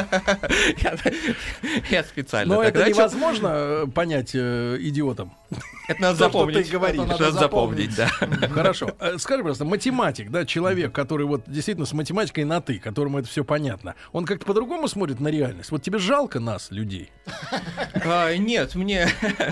M: Я специально.
B: Но это невозможно понять идиотам.
M: Это надо запомнить.
B: Что ты говоришь.
M: Надо запомнить, да.
B: Хорошо. Скажи просто, математик, да, человек, который вот действительно с математикой на «ты», которому это все понятно, он как-то по-другому смотрит на реальность? Вот тебе жалко нас, людей?
M: Нет, мне...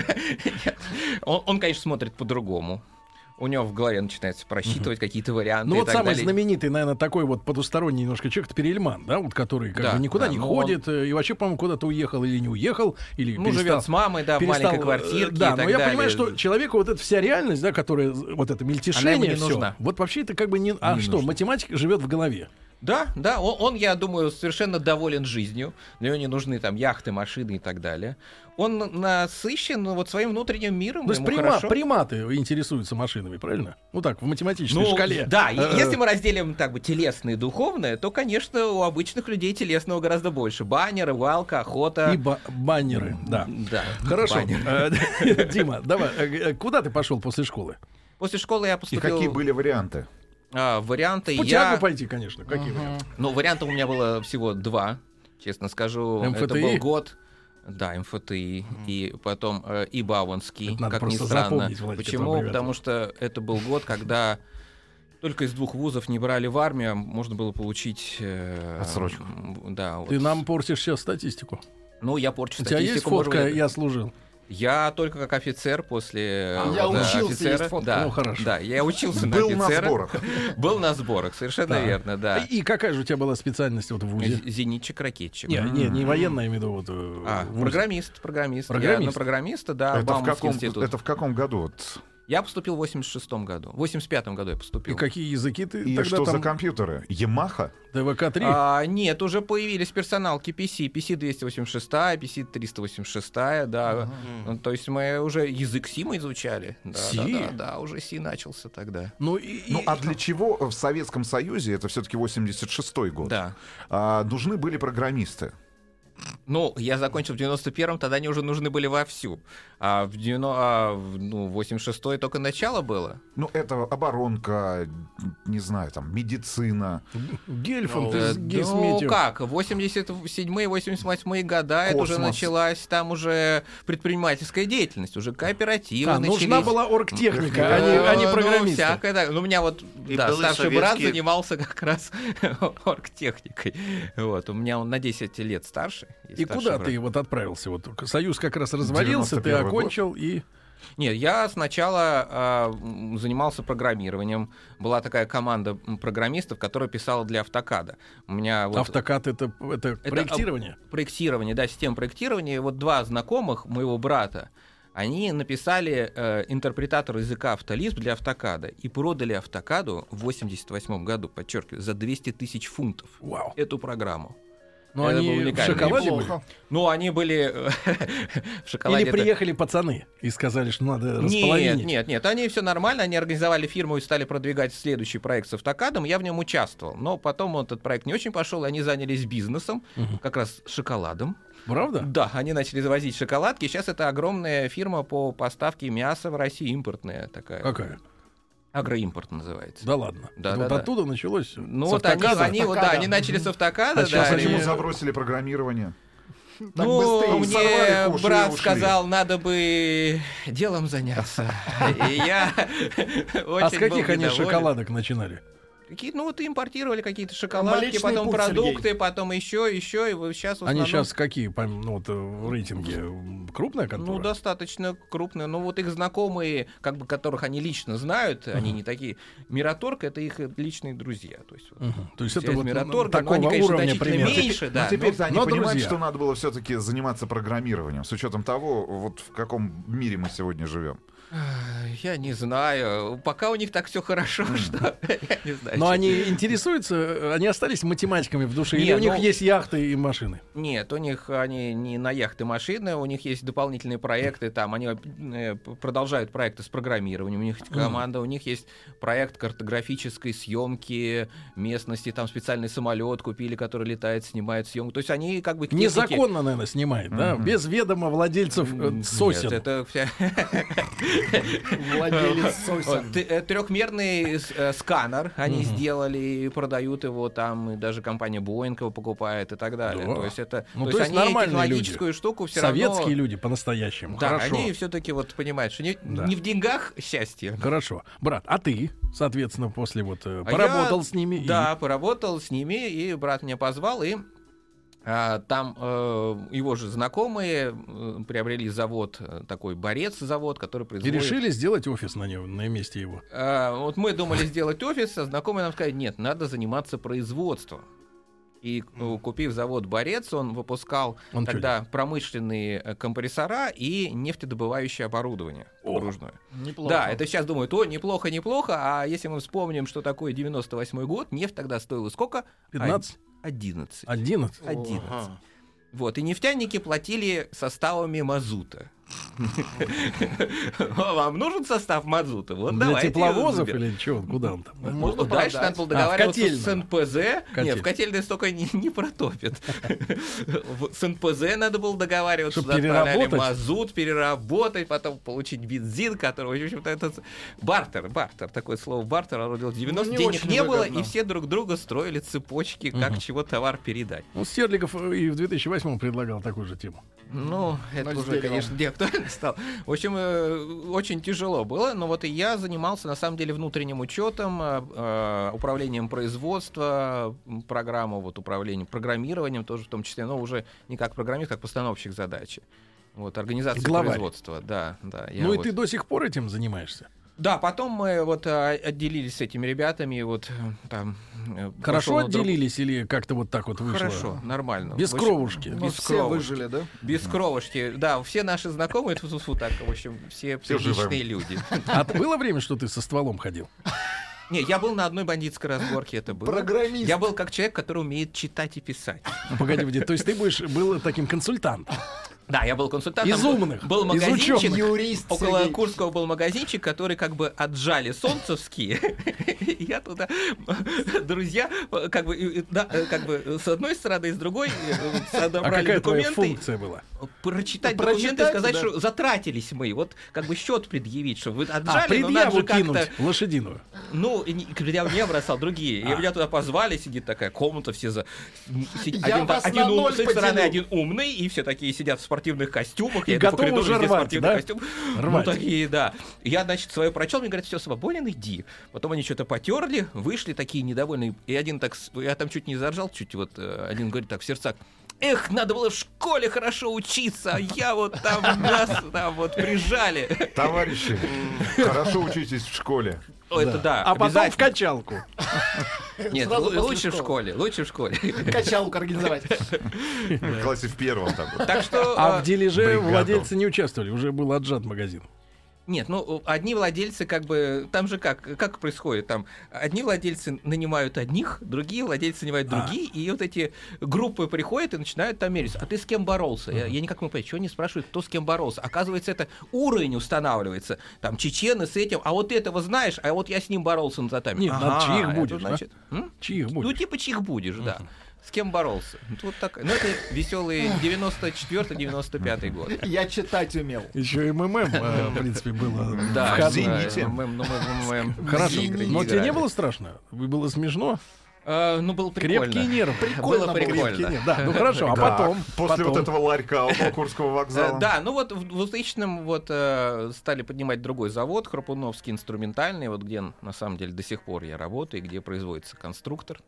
M: Он, конечно, смотрит по-другому. У него в голове начинается просчитывать какие-то варианты.
B: Ну
M: и
B: вот
M: так
B: самый
M: далее.
B: знаменитый, наверное, такой вот потусторонний немножко человек, это Перельман, да, вот который как бы никуда не ходит, и вообще, по-моему, куда-то уехал или не уехал, или
M: живет с мамой, да, в маленькой квартирке.
B: Да,
M: и так
B: но я
M: далее.
B: понимаю, что человеку вот эта вся реальность, да, которая, вот это мельтешение,
M: не нужна.
B: вот вообще это как бы не... А что, математика живет в голове?
M: Да, он, я думаю, совершенно доволен жизнью. Для него не нужны там яхты, машины и так далее. Он насыщен вот своим внутренним миром.
B: То есть приматы интересуются машинами, правильно? Ну так, в математической шкале.
M: Да, если мы разделим так бы телесное и духовное, то, конечно, у обычных людей телесного гораздо больше. Баннеры, валка, охота.
B: И баннеры, да. Хорошо. Дима, давай, куда ты пошел после школы?
M: После школы я поступил...
N: И какие были варианты?
M: Варианты
B: в путягу пойти, конечно. Какие варианты?
M: Ну, вариантов у меня было всего 2, честно скажу.
B: МФТИ?
M: Это был год. Да, МФТИ. И потом и Бауманский, как ни странно. Почему? Потому что это был год, когда только из 2 вузов не брали в армию, можно было получить...
N: отсрочку.
M: Да,
B: Ты нам портишь сейчас статистику.
M: Ну, я порчу
B: статистику. У тебя есть фотка «Я служил»?
M: Я только как офицер после
C: я учился,
M: офицера.
C: Есть фотка.
M: Да,
B: ну, хорошо.
M: Да, я учился
N: был
M: на офицера.
N: На сборах.
M: Был на сборах, совершенно верно, да.
B: И какая же у тебя была специальность вот в вузе?
M: Зенитчик-ракетчик.
B: Не военная, я имею в виду.
M: Программист.
B: Программист?
M: Я на программиста, да,
N: это
M: Бауманский институт.
N: Это в каком году? Вот?
M: Я поступил в 86-м году. В 85-м году я поступил.
B: И какие языки ты
N: И
B: тогда
N: что
B: там...
N: за компьютеры? Yamaha?
B: ТВК-3?
M: Нет, уже появились персоналки PC. PC-286, PC-386, да. Ну, то есть мы уже язык C мы изучали. Да,
B: C?
M: Да, уже C начался тогда.
N: Ну, а для чего в Советском Союзе, это все-таки 86-й год, нужны были программисты?
M: Ну, я закончил в 91-м, тогда они уже нужны были вовсю. А в 86-й только начало было.
N: Ну, это оборонка, не знаю, там, медицина.
B: Гельфанд
M: из Гесметьев. Ну, как, 87-й, 88-й года, это уже началась там уже предпринимательская деятельность, уже кооперативы начались.
B: Нужна была оргтехника, а не программисты.
M: Всякое, да. Ну, у меня вот старший брат занимался как раз оргтехникой. Вот, у меня он на 10 лет старше.
B: И куда ты вот отправился? Вот Союз как раз развалился, ты окончил и...
M: Нет, я сначала занимался программированием. Была такая команда программистов, которая писала для автокада. У меня вот...
B: Автокад — это проектирование?
M: Проектирование, да, система проектирования. Вот два знакомых моего брата, они написали интерпретатор языка Автолисп для автокада и продали автокаду в 88 году, подчеркиваю, за 200 тысяч фунтов.
B: Вау.
M: Эту программу.
B: Но они в шоколаде были?
M: Ну, они были в шоколаде.
B: Или приехали пацаны и сказали, что надо располовинить?
M: Нет, они все нормально, они организовали фирму и стали продвигать следующий проект с автокадом, я в нем участвовал. Но потом этот проект не очень пошел, и они занялись бизнесом, как раз шоколадом.
B: Правда?
M: Да, они начали завозить шоколадки, сейчас это огромная фирма по поставке мяса в России, импортная такая.
B: Какая?
M: Агроимпорт называется.
B: Да ладно.
M: Да,
B: вот оттуда началось.
M: Ну вот они начали с автокада.
N: Сейчас почему забросили программирование?
M: Ну, мне брат сказал, надо бы делом заняться. И я очень
B: А с каких они шоколадок начинали?
M: Ну вот импортировали какие-то шоколадки, потом продукты, потом еще, и сейчас
B: Они сейчас какие, ну вот в рейтинге? Крупная контора?
M: Ну, достаточно крупная. Ну, вот их знакомые, как бы которых они лично знают, они не такие. Мираторг — это их личные друзья. То есть
B: это вот
M: такого они, конечно, уровня примерно
N: меньше, да. Теперь-то они понимают, что надо было все-таки заниматься программированием, с учетом того, вот в каком мире мы сегодня живем.
M: Я не знаю. Пока у них так все хорошо, что я не знаю.
B: Но они интересуются, они остались математиками в душе? Или у них есть яхты и машины?
M: Нет, у них они не на яхты и машины, у них есть дополнительные проекты, там они продолжают проекты с программированием, у них есть команда, у них есть проект картографической съемки местности, там специальный самолет купили, который летает, снимает съемку. То есть они как бы...
B: Незаконно, наверное, снимает, да? Без ведома владельцев сосен.
M: Нет, это вся...
C: Владелец сосен.
M: Трехмерный сканер они сделали и продают его там, и даже компания Boeing его покупает и так далее. То есть это, то есть они технологическую штуку все равно...
B: Советские люди по-настоящему.
M: Да,
B: хорошо.
M: они все-таки вот понимают, что не в деньгах счастье.
B: Хорошо. Брат, а ты, соответственно, после вот поработал с ними?
M: Да, поработал с ними, и брат меня позвал, и там его же знакомые приобрели завод, такой Борец-завод, который производит...
B: И решили сделать офис на месте его?
M: Вот мы думали сделать офис, а знакомые нам сказали, нет, надо заниматься производством. И купив завод «Борец», он выпускал тогда промышленные компрессора и нефтедобывающее оборудование погружное.
C: Неплохо.
M: Да, это сейчас думают, неплохо, а если мы вспомним, что такое 98-й год, нефть тогда стоила сколько?
B: 15?
M: 11.
B: 11?
M: 11. Вот, и нефтяники платили составами мазута. Вам нужен состав мазута? Вот
B: для тепловозов или чего? Куда он там?
M: Дальше надо было договариваться с НПЗ. Нет, в котельной столько не протопят. С НПЗ надо было договариваться,
B: чтобы переработать
M: мазут, переработать, потом получить бензин, который, в общем-то, это бартер. Такое слово бартер родилось в 90-х. Денег не было, и все друг друга строили цепочки, как чего товар передать.
B: Ну, Стерлигов и в 2008-м предлагал такую же тему.
M: Ну, это уже, конечно, неактуально стало. В общем, очень тяжело было, но вот и я занимался, на самом деле, внутренним учетом, управлением производства, программу, вот, управлением программированием тоже в том числе, но уже не как программист, как постановщик задачи. Вот, организация производства, да.
B: Ну и ты до сих пор этим занимаешься?
M: Да, потом мы вот отделились с этими ребятами, вот там...
B: Хорошо отделились или как-то вот так вот вышло?
M: Хорошо, нормально.
B: Без кровушки.
C: Без все выжили, да?
M: Без кровушки. Да, все наши знакомые, так, в общем, все приличные люди.
B: А было время, что ты со стволом ходил?
M: Не, я был на одной бандитской разборке, это было.
C: Программист.
M: Я был как человек, который умеет читать и писать.
B: Погоди, то есть ты был таким консультантом?
M: Да, я был консультантом.
B: Из умных,
M: был магазинчик,
C: юрист
M: около
C: Сергей.
M: Курского был магазинчик, который как бы отжали солнцевские. Я туда, друзья, как бы с одной стороны и с другой собрали документы.
B: Твоя функция была?
M: Прочитать документы и сказать, что затратились мы. Вот как бы счет предъявить, что вы отжали,
B: предъяву кинуть лошадиную.
M: Ну, предъяву не бросал, другие. И меня туда позвали, сидит такая комната, все за... Один с их стороны один умный, и все такие сидят в спортивных костюмах.
B: И готовы уже рвать, да?
M: Ну, такие, да. Я, значит, свое прочел, мне говорят, все, свободен, иди. Потом они что-то потерли, вышли такие недовольные. И один так, я там чуть не заржал, один говорит так в сердцах: эх, надо было в школе хорошо учиться, а я вот там, нас там вот прижали.
N: Товарищи, хорошо учитесь в школе.
M: Это да.
B: А потом в качалку.
M: Нет, лучше в школе.
C: Качалку организовать.
N: В классе в первом.
M: Так что...
B: А в дележе владельцы не участвовали, уже был отжат магазин.
M: Нет, ну, одни владельцы как бы... Там же как происходит? Там одни владельцы нанимают одних, другие владельцы нанимают другие, и вот эти группы приходят и начинают там мериться. А ты с кем боролся? Я никак не понимаю, чего они спрашивают, кто с кем боролся. Оказывается, это уровень устанавливается. Там чечены с этим, а вот этого знаешь, а вот я с ним боролся на татами.
B: Нет, чьих будешь,
M: значит,
B: чьих будешь.
M: Ну, типа чьих будешь, да. С кем боролся? Вот так. Ну, это веселый 94-95 год.
C: Я читать умел.
B: Еще и МММ, в принципе, было.
M: Да,
B: в «Зените». Хорошо. Но тебе не было страшно? Было смешно?
M: Ну, было прикольно.
B: Крепкие нервы.
M: Было прикольно.
B: Да, ну хорошо, а потом?
N: После вот этого ларька около Курского вокзала.
M: Да, ну вот в 2000-м вот стали поднимать другой завод, Храпуновский инструментальный, вот где на самом деле до сих пор я работаю, где производится конструктор.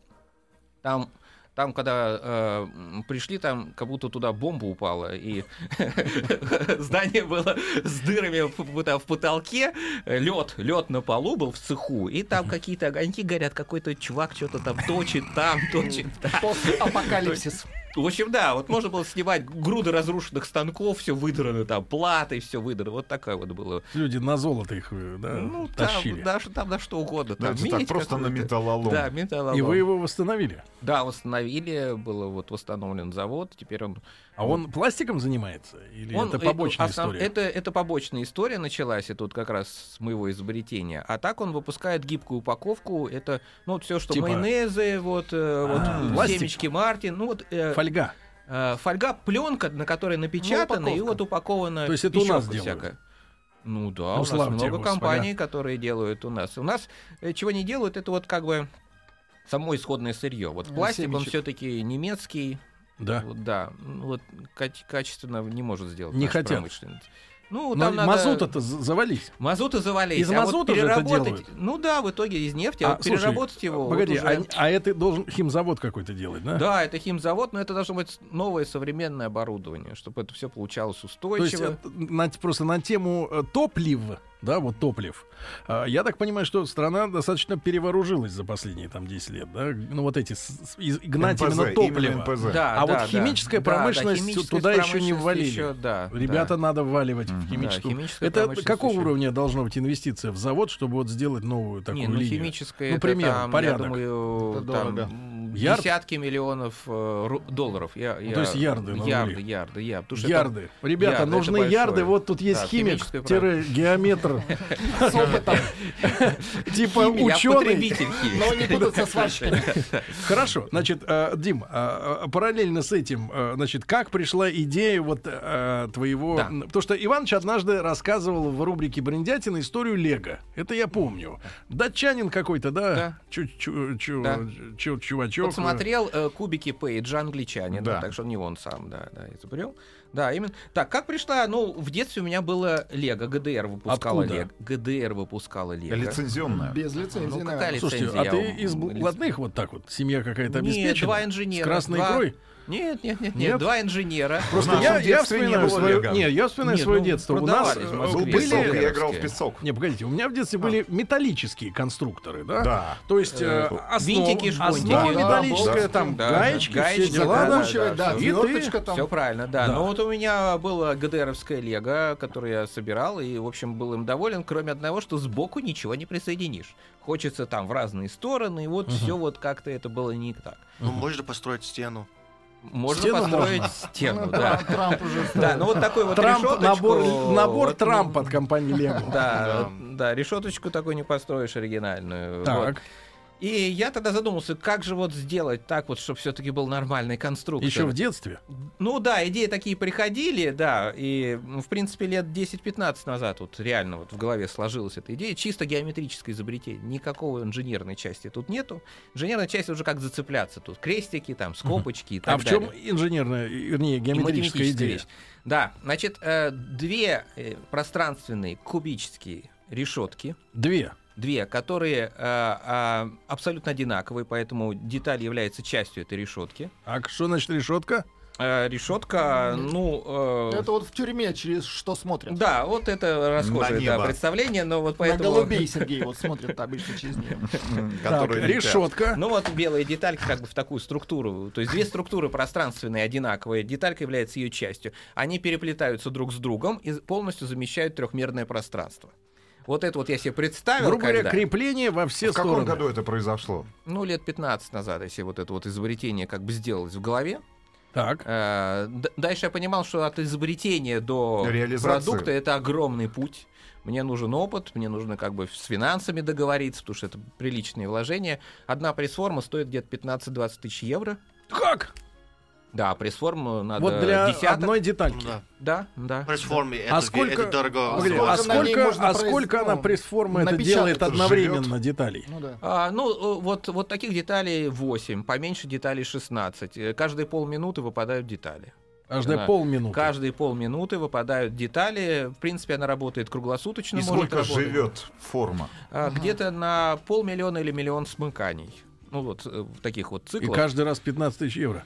M: Там, когда пришли, там как будто туда бомба упала, и здание было с дырами в потолке, лед на полу был в цеху, и там какие-то огоньки горят, какой-то чувак что-то там точит, там.
C: Апокалипсис.
M: В общем, да, вот можно было снимать груды разрушенных станков, все выдрано, там, платы, все выдрано. Вот такое вот было.
B: Люди на золото их, тащили.
M: Там на что угодно.
N: Там так просто на металлолом.
M: Да, металлолом.
B: И вы его восстановили?
M: Да, восстановили, был вот восстановлен завод, теперь он...
B: А он пластиком занимается? Или это побочная история?
M: Это побочная история началась, это вот как раз с моего изобретения. А так он выпускает гибкую упаковку, это, ну, вот все, что типа... майонезы, вот семечки Мартин, ну, вот...
B: Фольга.
M: Фольга, пленка, на которой напечатана, и вот упакована.
B: То есть это у нас делают?
M: Ну да, у нас много компаний, которые делают у нас. У нас чего не делают, это вот как бы само исходное сырье. Вот пластик, он все-таки немецкий.
B: Да.
M: Да. Вот качественно не может сделать.
B: Не хотят.
M: Промышленность. Ну,
B: там надо... Мазута-то завались.
M: Мазута завались.
B: Из мазута же это делают?
M: Ну да, в итоге из нефти, а вот переработать его...
B: Погоди,
M: вот уже...
B: а это должен химзавод какой-то делать, да?
M: Да, это химзавод, но это должно быть новое современное оборудование, чтобы это все получалось устойчиво.
B: То есть просто на тему топлив, да, вот топлив. Я так понимаю, что страна достаточно перевооружилась за последние там 10 лет, да? Ну вот эти гнать именно топливо.
M: Да,
B: вот химическая промышленность туда еще не ввалили. Ребята, надо вваливать в химическую. Это какого уровня должна быть инвестиция в завод, чтобы вот сделать новую такую линию?
M: Химическая,
B: примерно, порядок.
M: Я думаю, там десятки миллионов долларов.
B: То есть ярды.
M: Ярды.
B: Ребята, нужны ярды. Вот тут есть химик-геометр.
C: С опытом.
B: Типа ученый.
C: Но не будут со сварщиками.
B: Хорошо. Значит, Дим, параллельно с этим, значит, как пришла идея вот твоего... Потому что Иваныч однажды рассказывал в рубрике «Бриндятина» историю Лего. Это я помню. Датчанин какой-то, да? Чувачок.
M: Вот смотрел кубики Пейджа, англичанин. Так что не он сам, изобрел. Да, именно. Так, как пришла? Ну, в детстве у меня было Лего. ГДР выпускала Лего. ГДР выпускала Лего.
N: Лицензионная.
C: Без лицензии.
M: Ну, какая лицензия?
B: Слушайте, а ты из блатных вот так вот? Семья какая-то обеспечена?
M: Нет, 2 инженера.
B: С красной икрой?
M: Нет, 2 инженера.
B: Просто я вспоминаю свое детство. У нас
N: был песок, я играл в песок.
B: Не, погодите, у меня в детстве были металлические конструкторы, да? Да. То есть
M: винтики,
B: основа металлическая, там гаечки, все дела,
M: все правильно, да. Но вот у меня было ГДРовское лего, которое я собирал, и, в общем, был им доволен, кроме одного, что сбоку ничего не присоединишь. Хочется там в разные стороны, и вот все вот как-то это было не так.
D: Ну, можно построить стену.
M: Можно построить стену, да.
C: Трамп уже строит.
M: Да, ну вот такой вот решеточку.
B: Набор Трамп от компании Лего.
M: Да, решеточку такой не построишь оригинальную.
B: Так.
M: И я тогда задумался, как же вот сделать так вот, чтобы все-таки был нормальный конструктор.
B: Еще в детстве?
M: Ну да, идеи такие приходили, да, и, в принципе, лет 10-15 назад вот реально вот в голове сложилась эта идея. Чисто геометрическое изобретение, никакого инженерной части тут нету. Инженерная часть уже как зацепляться тут. Крестики, там, скобочки и так далее.
B: А в чем инженерная, вернее, геометрическая идея? Вещь.
M: Да, значит, 2 пространственные кубические решетки. Две, которые абсолютно одинаковые, поэтому деталь является частью этой решетки.
B: А что значит решетка?
M: Решетка,
C: это вот в тюрьме через что смотрят.
M: Да, вот это расхожее представление, но вот поэтому...
C: На голубей Сергей вот смотрит обычно через нее.
B: Решетка.
M: Ну вот белая деталька как бы в такую структуру. То есть 2 структуры пространственные одинаковые. Деталька является ее частью. Они переплетаются друг с другом и полностью замещают трехмерное пространство. Вот это вот я себе представил.
B: Грубо говоря, крепление во все стороны.
N: В каком году это произошло?
M: Ну, лет 15 назад, если вот это вот изобретение как бы сделалось в голове.
B: Так.
M: Дальше я понимал, что от изобретения до продукта это огромный путь. Мне нужен опыт, мне нужно как бы с финансами договориться, потому что это приличные вложения. Одна пресс-форма стоит где-то 15-20 тысяч евро.
B: Как?
M: Да, пресс-форму надо
B: вот для
M: десяток.
B: Одной детальки.
M: Да.
D: Пресс-форме это дорого.
B: А сколько она пресс-формы это делает одновременно деталей?
M: Вот таких деталей 8, поменьше деталей 16. Каждые полминуты выпадают детали. Каждые полминуты выпадают детали. В принципе, она работает круглосуточно.
N: И сколько живет форма?
M: Где-то на 500 000 или 1 000 000 смыканий. Ну вот в таких вот циклах.
B: И каждый раз 15 тысяч евро.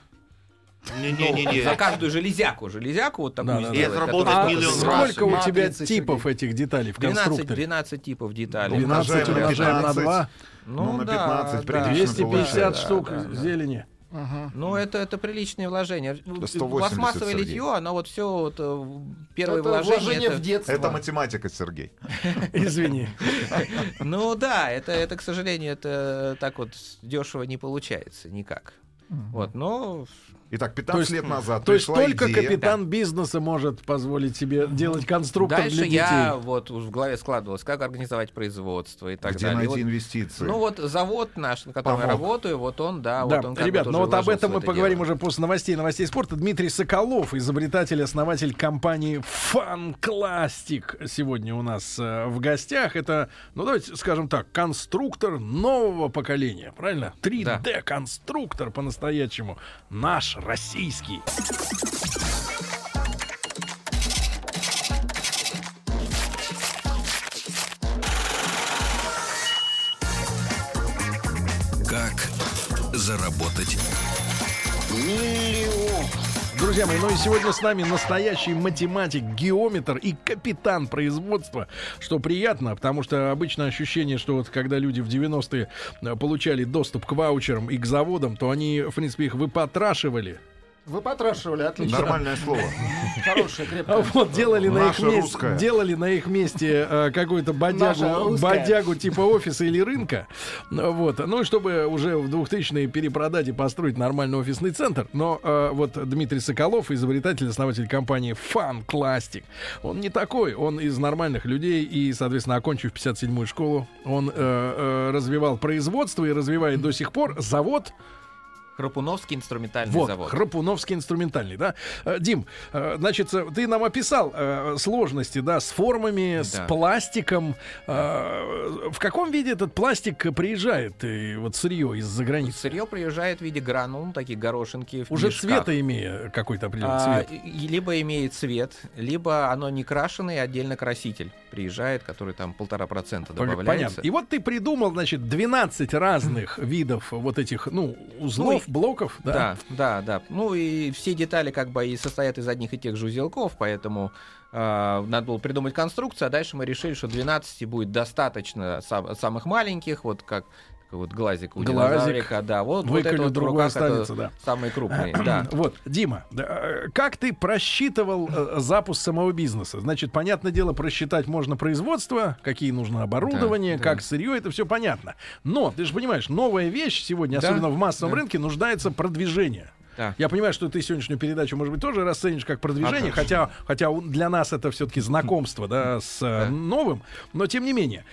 D: Не.
M: За каждую железяку вот такую сделать.
B: Сколько у тебя типов этих деталей в конструкторе?
M: 12 типов деталей.
B: 12 умножаем на 2.
N: Ну, на 15
B: 250 штук зелени.
M: Ну, это приличное вложение. Пластмассовое литье, оно вот все вот, первое вложение
C: в детство.
N: Это математика, Сергей.
B: Извини.
M: Ну да, это, к сожалению, это так вот дешево не получается никак. Вот, но...
N: Итак, 15 лет назад
B: то есть только капитан бизнеса может позволить себе делать конструктор
M: дальше
B: для детей.
M: Я вот в голове складывалось, как организовать производство и так далее.
N: Где найти инвестиции?
M: Ну вот завод наш, на котором я работаю, вот он, вот он.
B: Ребят, ну вот об этом мы поговорим уже после новостей спорта. Дмитрий Соколов, изобретатель, основатель компании FunClastic, сегодня у нас в гостях. Это, ну давайте скажем так, конструктор нового поколения, правильно? 3D-конструктор по-настоящему. Наш российский.
A: Как заработать миллион?
B: Друзья мои, ну и сегодня с нами настоящий математик, геометр и капитан производства, что приятно, потому что обычно ощущение, что вот когда люди в 90-е получали доступ к ваучерам и к заводам, то они, в принципе, их выпотрашивали.
C: Отлично.
N: Нормальное слово.
C: Хорошее, крепкое.
B: Вот делали на их месте какую-то бодягу типа офиса или рынка. Вот. Ну и чтобы уже в 2000-е перепродать и построить нормальный офисный центр. Но вот Дмитрий Соколов, изобретатель, основатель компании FunClastic, он не такой. Он из нормальных людей и, соответственно, окончив 57-ю школу, он развивал производство и развивает до сих пор завод.
M: Храпуновский инструментальный завод.
B: Храпуновский инструментальный, да. Дим, значит, ты нам описал сложности, да, с формами, с пластиком. В каком виде этот пластик приезжает, вот сырье из-за границы?
M: Сырье приезжает в виде гранул, такие горошинки в
B: уже
M: мешках.
B: Цвета имея какой-то определенный цвет.
M: Либо имеет цвет, либо оно не крашеное, отдельно краситель приезжает, который там 1,5% добавляется.
B: Понятно. И вот ты придумал, значит, 12 разных видов вот этих, узлов. блоков, да?
M: Да. Ну и все детали как бы и состоят из одних и тех же узелков, поэтому надо было придумать конструкцию, а дальше мы решили, что 12 будет достаточно самых маленьких, вот как вот глазик у динозаврика, да, вот это вот в руках останется, да. Самые крупные, да.
B: Вот, Дима, как ты просчитывал запуск самого бизнеса? Значит, понятное дело, просчитать можно производство, какие нужно оборудование, как сырье, это все понятно. Но, ты же понимаешь, новая вещь сегодня, особенно в массовом рынке, нуждается в продвижении. Да. Я понимаю, что ты сегодняшнюю передачу, может быть, тоже расценишь как продвижение, хотя для нас это все-таки знакомство, да, с новым, но тем не менее,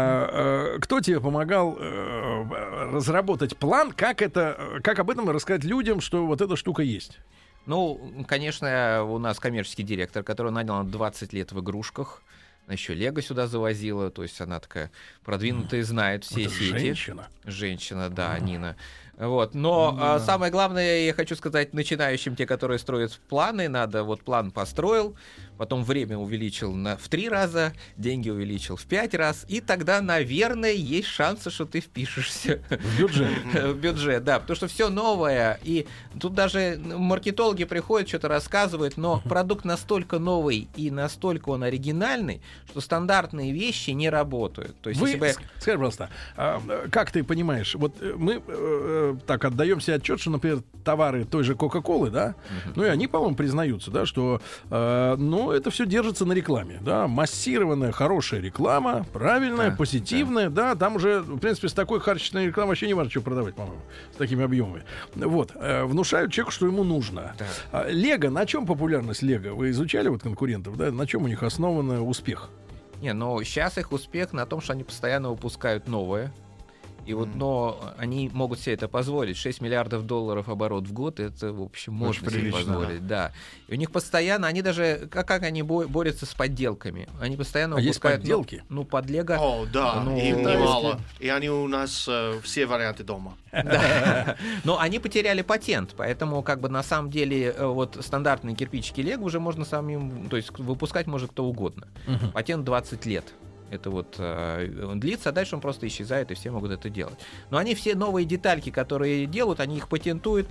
B: кто тебе помогал разработать план, как об этом рассказать людям, что вот эта штука есть?
M: Ну, конечно, у нас коммерческий директор, который нанял 20 лет в игрушках. Она еще Лего сюда завозила, то есть она такая продвинутая и знает все сети. Женщина, да, Нина. Вот. Но самое главное, я хочу сказать начинающим, те, которые строят планы, надо вот план построил, потом время увеличил в 3 раза, деньги увеличил в 5 раз, и тогда, наверное, есть шансы, что ты впишешься
B: в бюджет.
M: В бюджет, да, потому что все новое, и тут даже маркетологи приходят, что-то рассказывают, но продукт настолько новый и настолько он оригинальный, что стандартные вещи не работают. То есть,
B: скажи, пожалуйста, как ты понимаешь, вот мы так отдаем себе отчет, что, например, товары той же Кока-Колы, да, ну и они, по-моему, признаются, да, что, это все держится на рекламе, да, массированная, хорошая реклама, правильная, позитивная, да, там уже, в принципе, с такой качественной рекламой вообще не важно, что продавать, по-моему, с такими объемами. Вот, внушают человеку, что ему нужно. Лего, на чем популярность Лего? Вы изучали вот конкурентов, да, на чем у них основан успех?
M: Сейчас их успех на том, что они постоянно выпускают новое. И вот, но они могут себе это позволить. 6 миллиардов долларов оборот в год, это, в общем, можно себе позволить. Да. И у них постоянно, они даже, как они борются с подделками? Они постоянно выпускают...
B: есть подделки?
M: Под Лего.
D: О, да, им немало. И они у нас все варианты дома.
M: Но они потеряли патент, поэтому как бы на самом деле вот стандартные кирпичики Лего уже можно самим, то есть выпускать может кто угодно. Патент 20 лет. Это вот он длится, а дальше он просто исчезает, и все могут это делать. Но они все новые детальки, которые делают, они их патентуют,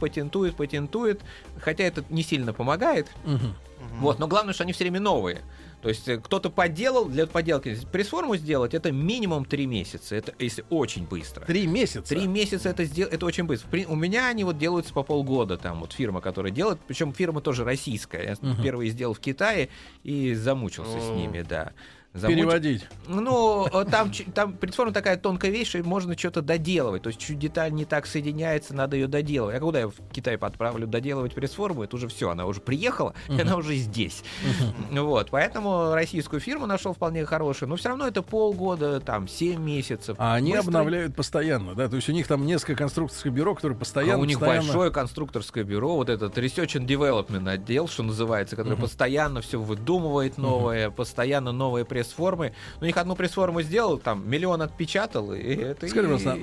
M: хотя это не сильно помогает. Вот, но главное, что они все время новые. То есть кто-то подделал, для подделки пресс-форму сделать, это минимум 3 месяца. Это если очень быстро.
B: 3 месяца?
M: 3 месяца это очень быстро. У меня они вот делаются по полгода. Там вот фирма, которая делает, причем фирма тоже российская. Я первый сделал в Китае и замучился с ними, да.
B: Переводить.
M: Ну, там предформа такая тонкая вещь, что можно что-то доделывать. То есть чуть деталь не так соединяется, надо ее доделывать. А когда я в Китай отправлю доделывать пресс-форму, это уже все, она уже приехала, и она уже здесь. Вот, поэтому российскую фирму нашел вполне хорошую, но все равно это полгода, там, 7 месяцев.
B: А они обновляют постоянно, да? То есть у них там несколько конструкторских бюро, которые постоянно...
M: у них большое конструкторское бюро, вот этот Research and Development отдел, что называется, который постоянно все выдумывает новое, постоянно новые пресс-формы. У них одну пресс-форму сделал, там, 1 миллион отпечатал, и это...
B: Скажи, пожалуйста,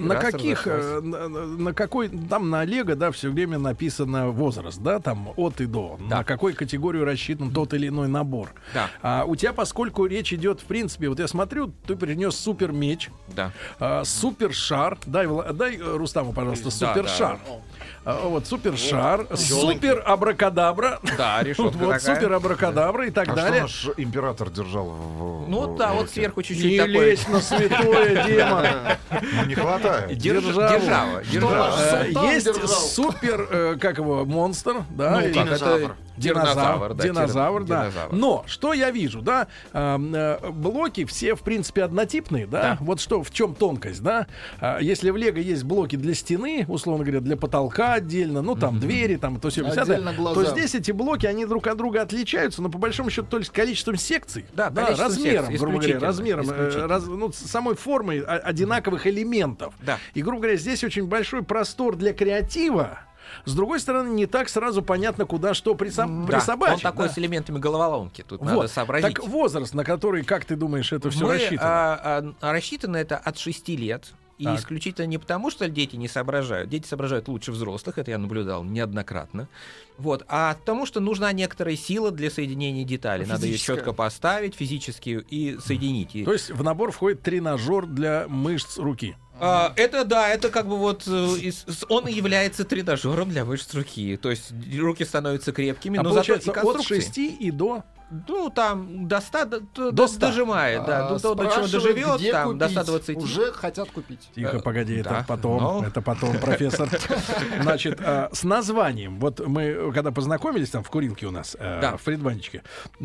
B: на какой... Там на Лего, да, все время написано возраст, да, там, от и до. Да. На какой категорию рассчитан тот или иной набор.
M: Да.
B: А у тебя, поскольку речь идет, в принципе, вот я смотрю, ты принес супер меч, супер шар. Дай, Рустаму, пожалуйста, супер шар. Вот, супер шар, супер абракадабра.
M: Да, решетка
B: вот, супер абракадабра и так далее.
N: Что наш император держал
M: Ну да, вот сверху чуть-чуть
B: не
M: такой.
B: Не лезь на святое, Дима.
N: Не хватает.
M: Держава.
B: Есть супер, как его, монстр, да?
D: Динозавр.
B: Динозавр, да. Но что я вижу, да? Блоки все, в принципе, однотипные, да? Вот что, в чем тонкость, да? Если в Лего есть блоки для стены, условно говоря, для потолка отдельно, ну там двери, там, то здесь эти блоки, они друг от друга отличаются, но по большому счету только количеством секций, размером, грубо говоря, размером, самой формой одинаковых элементов. И, грубо говоря, здесь очень большой простор для креатива. С другой стороны, не так сразу понятно, куда что присобачить.
M: Он такой с элементами головоломки. Тут надо сообразить.
B: Так возраст, на который, как ты думаешь, это все рассчитано?
M: Рассчитано это от 6 лет. И исключительно не потому, что дети не соображают. Дети соображают лучше взрослых, это я наблюдал неоднократно. Вот, а потому что нужна некоторая сила для соединения деталей. Надо ее четко поставить физически и соединить.
B: То есть в набор входит тренажер для мышц руки.
M: Это как бы вот он является тренажером для мышц руки. То есть руки становятся крепкими, но зато и конструкции.
B: От 6 и до...
M: Ну, там до 100 дожимает, да. До чего доживет, там до 120.
C: Уже хотят купить.
B: Тихо, погоди, это потом, профессор. Значит, с названием. Вот мы, когда познакомились там в курилке у нас, в предбанничке,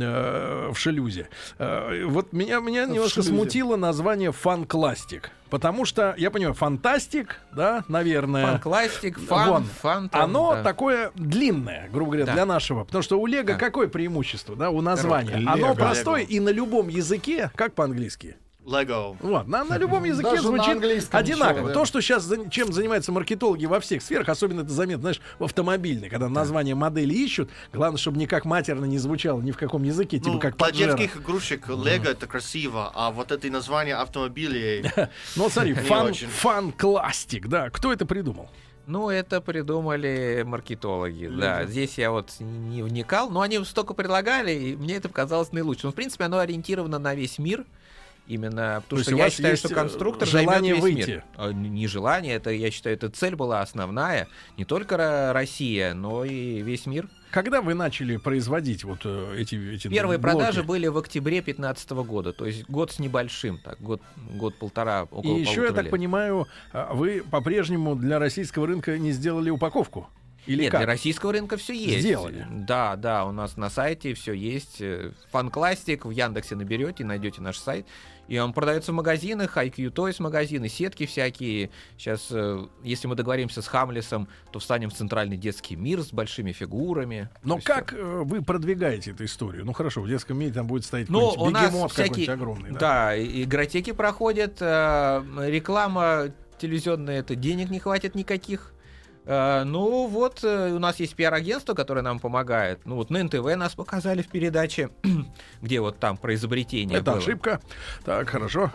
B: в Шелюзе, вот меня немножко смутило название «Фанкластик». Потому что, я понимаю, фантастик, да, наверное.
M: Фанкластик, фан.
B: Оно такое длинное, грубо говоря, для нашего. Потому что у Лего какое преимущество, да, у названия? Оно простое и на любом языке, как по-английски.
D: Lego.
B: Вот, на любом языке даже звучит одинаково. То, что сейчас чем занимаются маркетологи во всех сферах, особенно это заметно, знаешь, в автомобильной, когда название модели ищут, главное, чтобы никак матерно не звучало ни в каком языке, типа как
D: для детских игрушек Lego это красиво, а вот это название автомобилей...
B: Ну, смотри, фан-кластик, да. Кто это придумал?
M: Ну, это придумали маркетологи, да. Здесь я вот не вникал, но они столько предлагали, и мне это показалось наилучшим. В принципе, оно ориентировано на весь мир. Именно потому что я считаю, что конструктор займет весь мир. Не желание, это, я считаю, эта цель была основная. Не только Россия, но и весь мир.
B: Когда вы начали производить вот эти
M: Первые
B: блоки?
M: Продажи были в октябре 2015 года, то есть год с небольшим, так, год-полтора, около.
B: И еще, я так понимаю, вы по-прежнему для российского рынка не сделали упаковку? Или
M: Нет,
B: как?
M: для российского рынка все есть.
B: Сделали.
M: Да, у нас на сайте все есть. Фанкластик в Яндексе наберете, найдете наш сайт. И он продается в магазинах, IQ Toys магазины, сетки всякие. Сейчас, если мы договоримся с Хамлесом, то встанем в центральный детский мир с большими фигурами.
B: Но как вы продвигаете эту историю? Ну хорошо, в детском мире там будет стоять какой-нибудь бегемот какой-нибудь огромный.
M: Да, игротеки проходят, реклама телевизионная, это денег не хватит никаких. Ну вот, у нас есть пиар-агентство, которое нам помогает. Ну вот на НТВ нас показали в передаче, где вот там про изобретение
B: Это
M: было.
B: ошибка. Так, хорошо.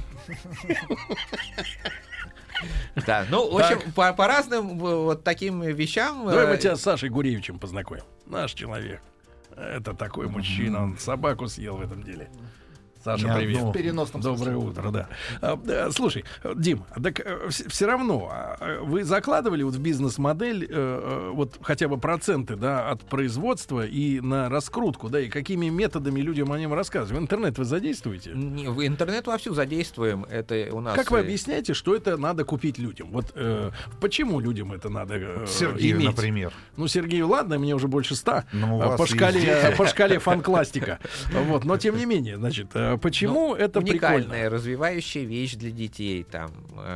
M: Да, ну, в общем, по разным вот таким вещам...
B: Давай мы тебя с Сашей Гуреевичем познакомим. Наш человек. Это такой мужчина, он собаку съел в этом деле. Саша, привет.
C: В переносном
B: Доброе утро, да. Слушай, Дим, так все равно вы закладывали вот в бизнес-модель вот хотя бы проценты, да, от производства и на раскрутку, да, и какими методами людям о нем рассказывать? В интернет вы задействуете?
M: В интернет вовсю задействуем. Это у нас.
B: Как вы объясняете, что это надо купить людям? Вот почему людям это надо
N: Сергею,
B: иметь?
N: например.
B: Ну, Сергею, ладно, мне уже больше 100 по шкале фан-кластика. Вот, но тем не менее, значит, почему это
M: уникальная,
B: прикольно?
M: развивающая вещь для детей там.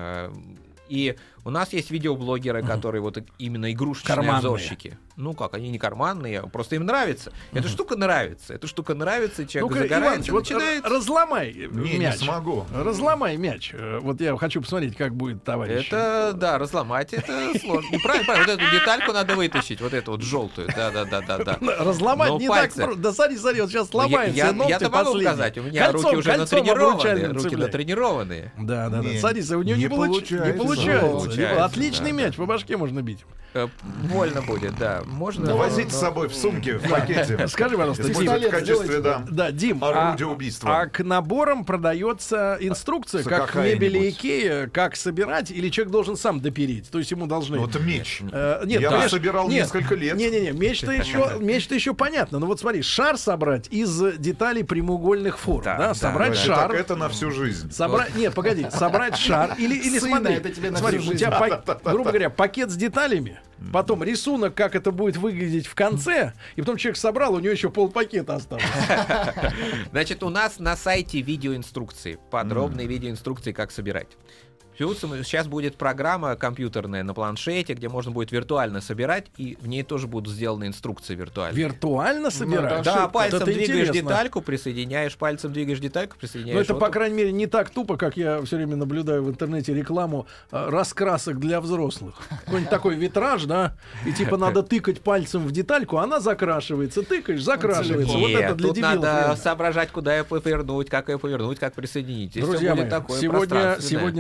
M: И у нас есть видеоблогеры, которые вот именно игрушечные обзорщики. Ну как, они не карманные, просто им нравится. Эта штука нравится. Человек загорается,
B: Иваныч,
M: начинает...
B: Вот разломай мяч.
N: Не смогу.
B: Разломай мяч. Вот я хочу посмотреть, как будет товарищ.
M: Это, да, разломать, это сложно. Ну, правильно, вот эту детальку надо вытащить, вот эту вот желтую. Да.
B: Разломать не так просто. Да смотри, вот сейчас сломается.
M: Я-то могу показать, у меня руки уже натренированные.
B: Да. Смотри, у него не получается. Отличный мяч, по башке можно бить.
M: Больно будет, да. Можно.
N: Возить с собой в сумке, в пакете.
B: Скажи, пожалуйста, Дим,
N: в качестве,
B: Дим,
N: орудия убийства.
B: А к наборам продается инструкция, как в мебели Икея, как собирать, или человек должен сам допереть? То есть ему должны...
N: Ну, это меч.
B: Нет,
N: я его собирал несколько лет.
B: Не-не-не, меч-то еще понятно. Но вот смотри, шар собрать из деталей прямоугольных форм. Да, собрать шар.
N: Так это на всю жизнь.
B: Нет, погоди, собрать шар. Или смотри, у тебя, грубо говоря, пакет с деталями, потом рисунок, как это будет выглядеть в конце, и потом человек собрал, у него еще полпакета осталось.
M: Значит, у нас на сайте видеоинструкции, подробные видеоинструкции, как собирать. Сейчас будет программа компьютерная на планшете, где можно будет виртуально собирать, и в ней тоже будут сделаны инструкции виртуально.
B: Виртуально собирать?
M: Да, пальцем двигаешь детальку, присоединяешь,
B: Но это, по крайней мере, не так тупо, как я все время наблюдаю в интернете рекламу раскрасок для взрослых. Какой-нибудь такой витраж, да, и типа надо тыкать пальцем в детальку, она закрашивается, тыкаешь, закрашивается.
M: Вот это для дебилов. Надо соображать, куда ее повернуть, как присоединить.
B: Друзья мои, сегодня смотрите,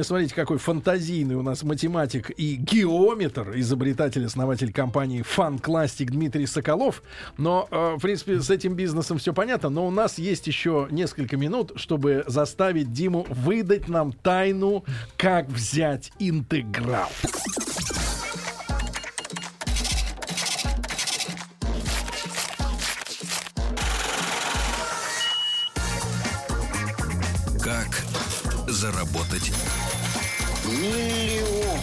B: какой фантазийный у нас математик и геометр, изобретатель, основатель компании FunClastic Дмитрий Соколов. Но, в принципе, с этим бизнесом все понятно. Но у нас есть еще несколько минут, чтобы заставить Диму выдать нам тайну, как взять интеграл.
A: Как заработать
E: миллион.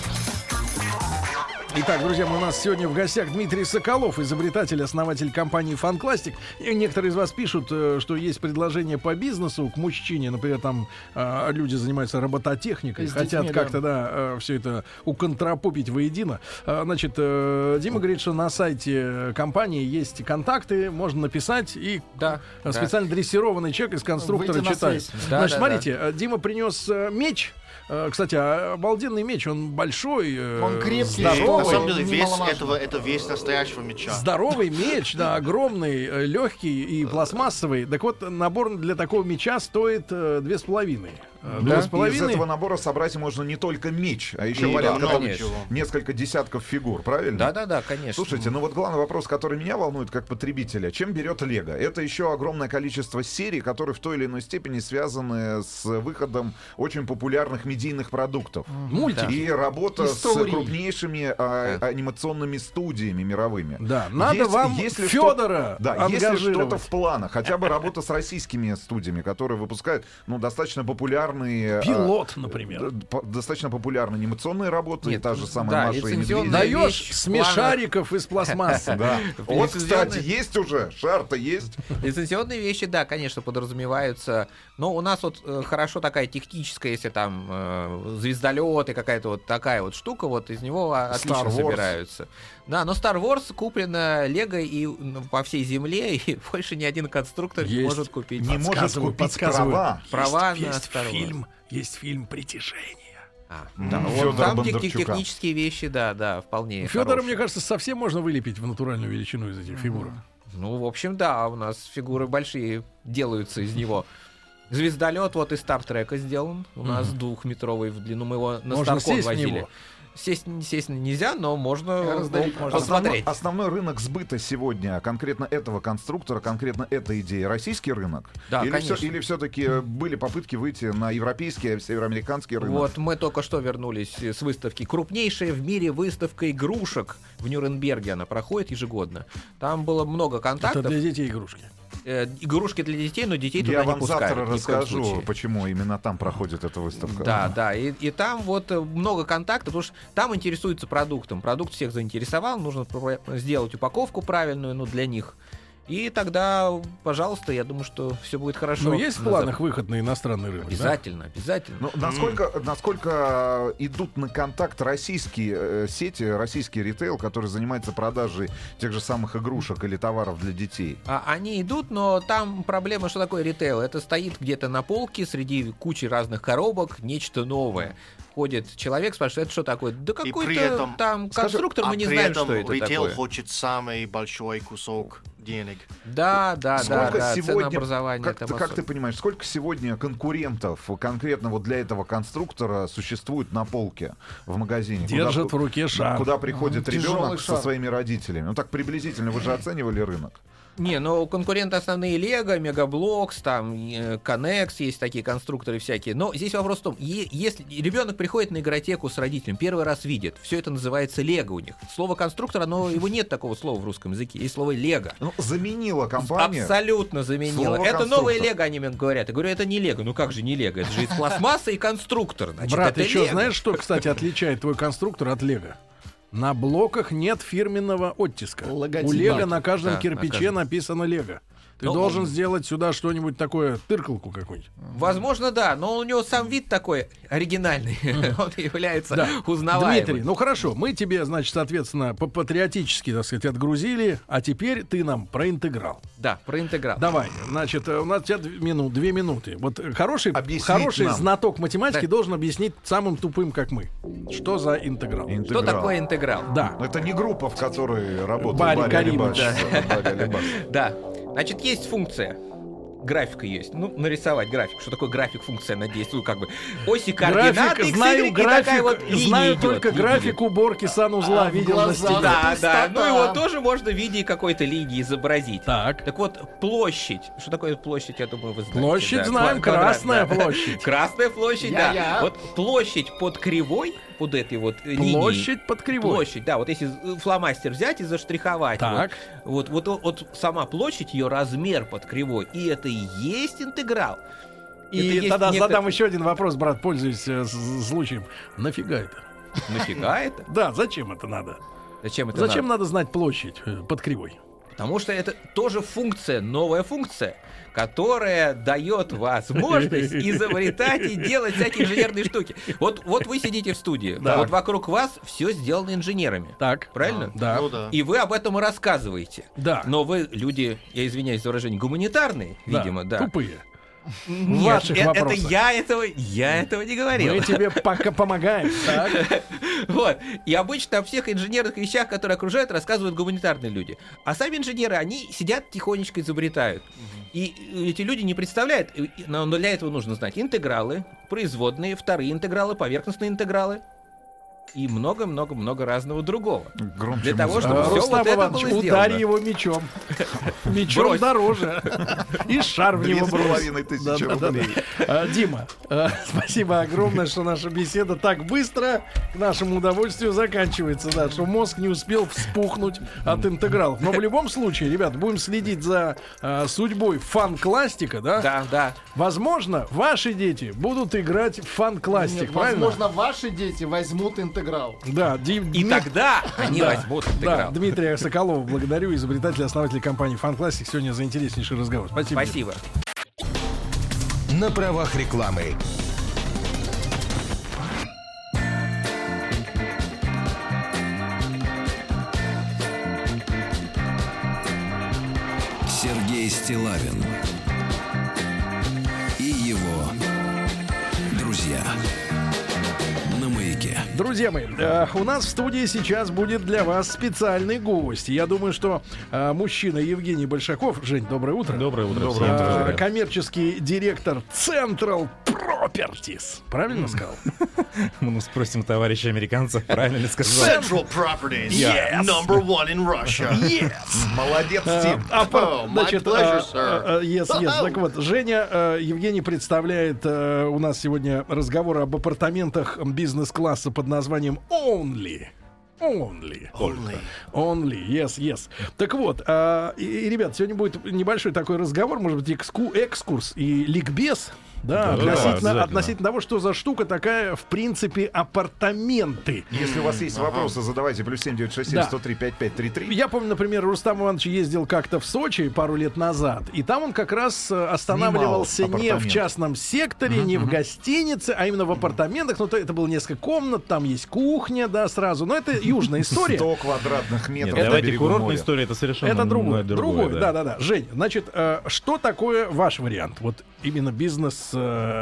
B: Итак, друзья, у нас сегодня в гостях Дмитрий Соколов, изобретатель, основатель компании FunClastic. И некоторые из вас пишут, что есть предложение по бизнесу к мужчине. Например, там люди занимаются робототехникой, хотят детьми, как-то, все это уконтропупить воедино. Значит, Дима говорит, что на сайте компании есть контакты, можно написать, и специально дрессированный человек из конструктора читает. Значит, смотрите, Дима принес меч. Кстати, обалденный меч, он большой,
C: он крепкий,
D: здоровый. На самом деле вес этого, это вес настоящего меча.
B: Здоровый меч, да, огромный, легкий и пластмассовый. Так вот, набор для такого меча стоит 2,5.
N: Да? Из этого набора собрать можно не только меч, а еще порядка несколько десятков фигур, правильно?
M: Да, конечно.
N: Слушайте, ну вот главный вопрос, который меня волнует как потребителя, чем берет Лего? Это еще огромное количество серий, которые в той или иной степени связаны с выходом очень популярных медийных продуктов.
B: Мультики.
N: И работа с крупнейшими анимационными студиями мировыми.
B: Да, надо вам Федора
N: если что-то в планах, хотя бы работа с российскими студиями, которые выпускают, достаточно популярные...
B: Пилот, например.
N: Достаточно популярные анимационные работы, та же самая Маша и Медведь.
B: Даешь смешариков из пластмассы.
N: Вот, кстати, есть уже, шар-то есть.
M: Лицензионные вещи, да, конечно, подразумеваются. Но у нас вот хорошо такая техническая, если там звездолет и какая-то вот такая вот штука, вот из него отлично собираются. Да, но Star Wars куплено Лего и по всей земле, и больше ни один конструктор не может купить.
N: Не может купить права.
M: Права на Star Wars.
B: Есть фильм «Притяжение».
M: Вот там технические вещи, да, вполне.
B: Федора, мне кажется, совсем можно вылепить в натуральную величину из этих фигурок.
M: Ну, в общем, да, у нас фигуры большие делаются из него. Звездолет вот из Стартрека сделан. У нас 2-метровый в длину. Мы его на Старкон возили. Сесть, естественно, нельзя, но можно смотреть.
N: Основной рынок сбыта сегодня конкретно этого конструктора, конкретно этой идеи, российский рынок?
M: Да, конечно.
N: Или все-таки были попытки выйти на европейский, североамериканский рынок?
M: Вот мы только что вернулись с выставки. Крупнейшая в мире выставка игрушек в Нюрнберге. Она проходит ежегодно. Там было много контактов.
B: Это для детей игрушки.
M: Игрушки для детей, но детей туда не пускают.
N: Я вам завтра расскажу, почему именно там проходит эта выставка.
M: Да, и там вот много контактов, потому что там интересуются продуктом. Продукт всех заинтересовал, нужно сделать упаковку правильную, для них. И тогда, пожалуйста, я думаю, что все будет хорошо.
B: Но есть в планах выход на иностранный рынок?
M: Обязательно.
N: Ну, насколько идут на контакт российские сети, российский ритейл, который занимается продажей тех же самых игрушек или товаров для детей?
M: Они идут, но там проблема, что такое ритейл. Это стоит где-то на полке среди кучи разных коробок, нечто новое. Ходит человек, спрашивает, это что такое? Да какой-то там конструктор, мы не знаем, что это такое.
D: Ритейл хочет самый большой кусок денег.
M: Да, ценообразование.
N: Как ты понимаешь, сколько сегодня конкурентов конкретно вот для этого конструктора существует на полке в магазине?
B: Держат в руке шар.
N: Куда приходит ребенок со своими родителями? Ну так приблизительно, вы же оценивали рынок.
M: Не, ну конкуренты основные Лего, Мегаблокс, там Коннекс, есть такие конструкторы всякие. Но здесь вопрос в том, если ребенок приходит на игротеку с родителем, первый раз видит, все это называется Лего у них. Слово конструктор, его нет такого слова в русском языке, есть слово Лего.
N: Ну, заменила компания.
M: Абсолютно заменила. Это новое Лего, они мне говорят. Я говорю, это не Лего. Ну как же не Лего? Это же из пластмассы и конструктор. Значит,
B: брат,
M: это
B: еще
M: Лего.
B: Знаешь, что, кстати, отличает твой конструктор от Лего? На блоках нет фирменного оттиска. У Лего на каждом кирпиче написано Лего. Ты должен сделать сюда что-нибудь такое, тыркалку какую-нибудь.
M: Возможно, да, но у него сам вид такой оригинальный. Он является узнаваемым.
B: Дмитрий, ну хорошо, мы тебе, значит, соответственно, по-патриотически, так сказать, отгрузили, а теперь ты нам про интеграл.
M: Да, про интеграл.
B: Давай, значит, у нас 2 минуты. Вот хороший знаток математики должен объяснить самым тупым, как мы. Что за интеграл?
M: Что такое интеграл?
B: Да.
N: Это не группа, в которой работает
B: Барри Каримович.
M: Да. Значит, есть функция графика есть. Ну, нарисовать график. Что такое график, функция, надеюсь, ну, как бы оси координат, X, Y, и такая вот линия
B: знаю
M: идет.
B: только график уборки санузла, видел на стене.
M: Да, ну его тоже можно в виде какой-то линии изобразить. Так вот, площадь. Что такое площадь, я думаю, вы знаете.
B: Площадь знаем, Красная площадь.
M: Красная площадь, да. Вот площадь под кривой, под этой вот линией.
B: Площадь под кривой.
M: Площадь, да, вот если фломастер взять и заштриховать, вот сама площадь, ее размер под кривой, и это и есть интеграл.
B: И тогда задам еще один вопрос, брат, пользуясь случаем. Нафига это?
M: Нафига это?
B: Да, зачем это надо? Зачем надо знать площадь под кривой?
M: Потому что это тоже функция, новая функция, которая дает возможность изобретать и делать всякие инженерные штуки. Вот вы сидите в студии, вот вокруг вас все сделано инженерами. Так. Правильно?
B: Да. Ну, да.
M: И вы об этом и рассказываете.
B: Да.
M: Но вы люди, я извиняюсь за выражение, гуманитарные, видимо, да.
B: Тупые.
M: Нет, это я этого не говорил.
B: Мы тебе пока помогаем.
M: Вот. И обычно о всех инженерных вещах, которые окружают, рассказывают гуманитарные люди. А сами инженеры, они сидят тихонечко изобретают. И эти люди не представляют, но для этого нужно знать интегралы, производные, вторые интегралы, поверхностные интегралы. И много-много-много разного другого.
N: Громче
M: для того, чтобы все
B: Рустам
M: вот это
B: Иванович,
M: было сделано.
B: ударь его мечом. Мечом дороже. И шар в него брось.
N: 2500 рублей.
B: Дима, спасибо огромное, что наша беседа так быстро к нашему удовольствию заканчивается, да, что мозг не успел вспухнуть от интегралов. Но в любом случае, ребят, будем следить за судьбой фан-классика, да?
M: Да.
B: Возможно, ваши дети будут играть в фан-классик, правильно?
C: Возможно, ваши дети возьмут интеграл.
B: Да,
M: и тогда они возьмут интеграл.
B: Да, Дмитрия Соколова благодарю, изобретателя, основателя компании «Фан-классик». Сегодня за интереснейший разговор. Спасибо.
M: Спасибо.
A: На правах рекламы. Сергей Стиллавин и его друзья.
B: Друзья мои, у нас в студии сейчас будет для вас специальный гость. Я думаю, что мужчина Евгений Большаков. Жень, доброе утро.
O: Доброе утро.
B: Коммерческий директор Central Properties. Правильно сказал?
O: Мы спросим товарища американца, правильно ли сказал?
D: Central Properties. Yes. Number one in Russia.
B: Yes.
N: Молодец, Тим.
B: Значит, так вот, Женя, Евгений представляет у нас сегодня разговор об апартаментах бизнес-класса под названием Only, yes. Так вот, ребят, сегодня будет небольшой такой разговор, может быть, экскурс и ликбез, да, относительно того, что за штука такая, в принципе, апартаменты.
N: Если у вас есть вопросы, задавайте. +7 967 103 5533.
B: Я помню, например, Рустам Иванович ездил как-то в Сочи пару лет назад, и там он как раз останавливался не в частном секторе, не в гостинице, а именно в апартаментах. Ну, это было несколько комнат, там есть кухня, да, сразу. Но это южная история.
N: 100 квадратных метров.
O: Нет, давайте, курортная история, это совершенно
B: это другое, да. Жень, значит, что такое ваш вариант? Вот именно бизнес-класс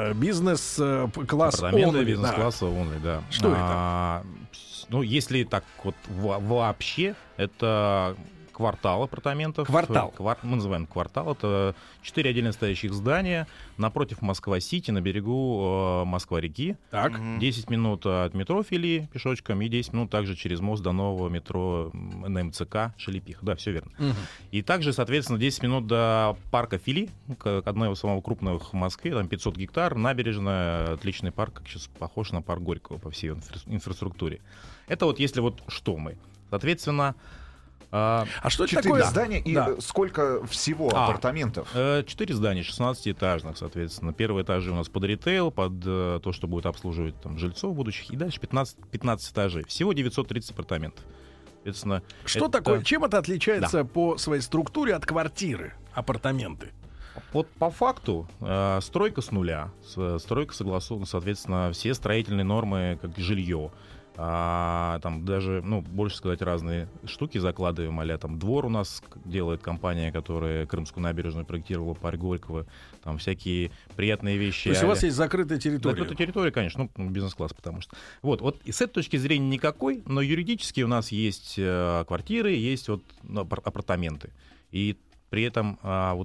O: Only. Бизнес-класс Only, да.
B: Что это?
O: Ну, если так вот вообще, это квартал апартаментов.
B: Квартал.
O: Мы называем квартал. Это 4 отдельно стоящих здания напротив Москва-Сити, на берегу Москва-реки.
B: Так.
O: 10 минут от метро Фили пешочком и 10 минут также через мост до нового метро на МЦК Шелепиха. Да, все верно. И также, соответственно, 10 минут до парка Фили, одного из самых крупных в Москве, там 500 гектар, набережная, отличный парк, как сейчас похож на парк Горького по всей инфраструктуре. Это вот если вот что мы. Соответственно,
B: что это
N: 4
B: такое?
N: здания и сколько всего апартаментов?
O: 4 здания, 16-этажных, соответственно. Первые этажи у нас под ритейл, под то, что будет обслуживать там жильцов будущих. И дальше 15 этажей. Всего 930 апартаментов. Соответственно,
B: что такое? Чем это отличается по своей структуре от квартиры, апартаменты?
O: Вот по факту стройка с нуля. Стройка согласована, соответственно, все строительные нормы, как жилье. Там даже, больше сказать, разные штуки закладываем, а-ля там двор у нас делает компания, которая Крымскую набережную проектировала, парк Горького, там всякие приятные вещи.
B: То есть у вас есть закрытая территория?
O: Закрытая территория, конечно, бизнес-класс, потому что. Вот и с этой точки зрения никакой, но юридически у нас есть квартиры, есть апартаменты. И при этом вот эти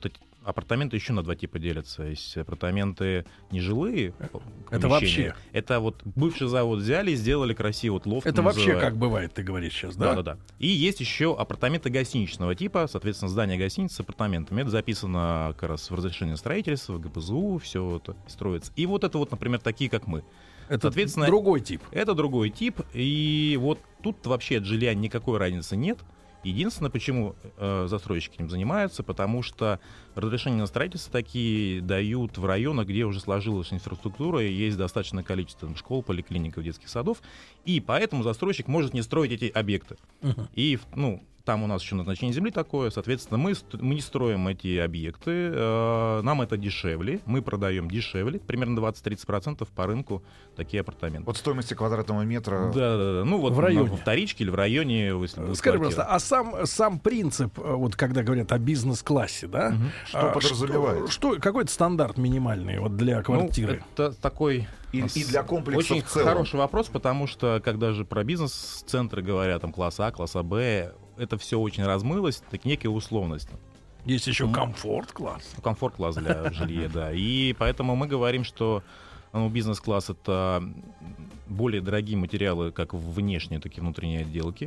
O: апартаменты еще на два типа делятся. Есть апартаменты нежилые.
B: Это вообще?
O: Это вот бывший завод взяли и сделали красиво. Вот лофт
B: это
O: называют.
B: Вообще как бывает, ты говоришь сейчас, да?
O: Да. И есть еще апартаменты гостиничного типа, соответственно, здание гостиницы с апартаментами. Это записано как раз в разрешении строительства, в ГПЗУ, все это строится. И вот это вот, например, такие, как мы.
B: Это другой тип.
O: Это другой тип. И вот тут вообще от жилья никакой разницы нет. Единственное, почему застройщики этим занимаются, потому что разрешения на строительство такие дают в районах, где уже сложилась инфраструктура, и есть достаточное количество школ, поликлиник, детских садов, и поэтому застройщик может не строить эти объекты. И, там у нас еще назначение земли такое, соответственно, мы не строим эти объекты, нам это дешевле, мы продаем дешевле, примерно 20-30% по рынку такие апартаменты.
N: Вот стоимости квадратного метра.
O: Да. Ну вот
B: в районе.
O: В вторичке или в районе.
B: Скажи просто, а сам принцип, вот когда говорят о бизнес-классе, да?
N: Что подразумевает?
B: Какой-то стандарт минимальный вот для квартиры?
O: Это такой...
N: И для комплекса
O: очень
N: в целом.
O: Хороший вопрос, потому что когда же про бизнес-центры говорят, там класса А, класса Б, это все очень размылось, так некая условность.
B: Есть еще комфорт-класс.
O: Комфорт-класс для жилья, да. И поэтому мы говорим, что бизнес-класс — это более дорогие материалы, как внешние, так и внутренние отделки.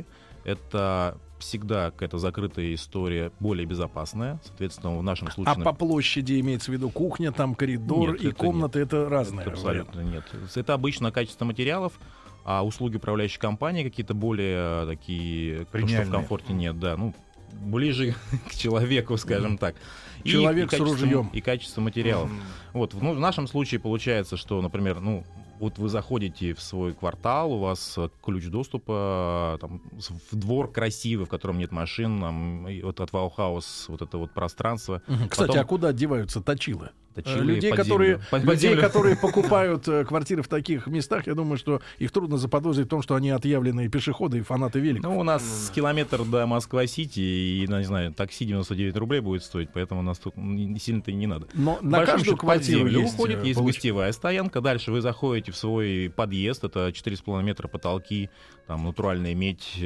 O: Это всегда какая-то закрытая история, более безопасная. Соответственно, в нашем случае...
B: А по площади имеется в виду кухня, там коридор и комнаты, это разные?
O: Это абсолютно нет. Это обычно качество материалов, а услуги управляющей компании какие-то более такие, что в комфорте нет, да, ближе к человеку, скажем так.
B: Человек с ружьем.
O: И качество материалов. Вот, в нашем случае получается, что, например, вот вы заходите в свой квартал, у вас ключ доступа там, в двор красивый, в котором нет машин, вот от Ваухаус вот это вот пространство.
B: Кстати,
O: потом...
B: а куда деваются точилы? Людей,
O: под
B: которые покупают квартиры в таких местах, я думаю, что их трудно заподозрить в том, что они отъявленные пешеходы и фанаты великов.
O: У нас километр до Москва-Сити, и, не знаю, такси 99 рублей будет стоить, поэтому нас тут сильно-то и не надо.
B: Но на каждую квартиру
O: есть гостевая стоянка, дальше вы заходите в свой подъезд, это 4,5 метра потолки, там натуральная медь.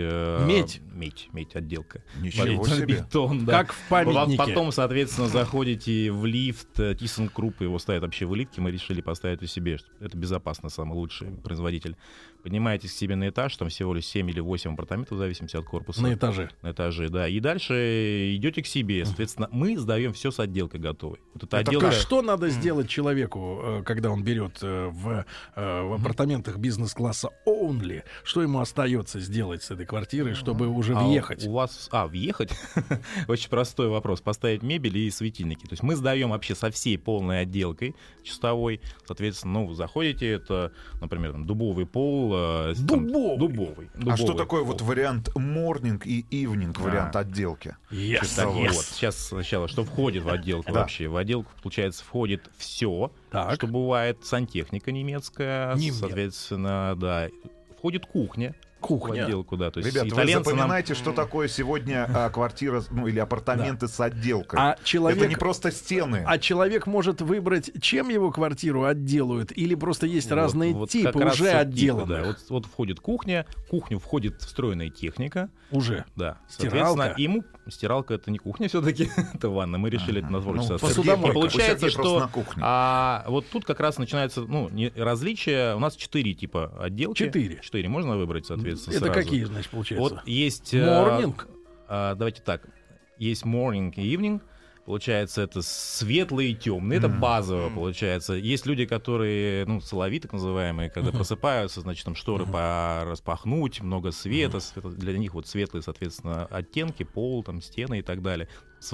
O: Медь, отделка.
N: Ничего себе.
O: Бетон, да.
B: Как в памятнике.
O: Потом, соответственно, заходите в лифт, ThyssenKrupp, его ставят вообще в элитке, мы решили поставить у себя, это безопасно, самый лучший производитель. Поднимаетесь к себе на этаж, там всего лишь 7 или 8 апартаментов, в зависимости от корпуса.
B: На этаже.
O: На этаже, да. И дальше идете к себе. Соответственно, мы сдаем все с отделкой готовой. Вот эта отделка...
B: Что надо сделать человеку, когда он берет в апартаментах бизнес-класса only? Что ему остается сделать с этой квартирой, чтобы уже въехать?
O: Въехать? Очень простой вопрос. Поставить мебель и светильники. То есть мы сдаем вообще со всей полной отделкой чистовой. Соответственно, вы заходите, это, например, дубовый пол. Дубовый.
N: А что такое вот вариант morning и evening вариант отделки?
O: Вот, сейчас сначала, что входит в отделку вообще? В отделку, получается, входит все, что бывает, сантехника немецкая, соответственно, да. Входит кухня. В отделку, да. То есть
N: ребята, вы запоминайте, что такое сегодня квартира, или апартаменты с отделкой. Это не просто стены.
B: А человек может выбрать, чем его квартиру отделают, или просто есть разные типы уже отделанных.
O: Да. Вот входит кухня, в кухню входит встроенная техника.
B: Уже?
O: Да.
B: Стиралка?
O: Ему стиралка — это не кухня все-таки, это ванна. Мы решили это назвать.
B: Посудомойка.
O: Получается, что вот тут как раз начинается различие. У нас 4 типа отделки. 4 можно выбрать, соответственно.
B: Это
O: сразу.
B: Какие, значит, получается?
O: Вот есть...
B: Morning?
O: Давайте так. Есть morning и evening. Получается, это светлые и темные. Это базово, получается. Есть люди, которые, соловьи, так называемые, когда просыпаются, значит, там шторы распахнуть, много света. Для них вот светлые, соответственно, оттенки, пол, там, стены и так далее.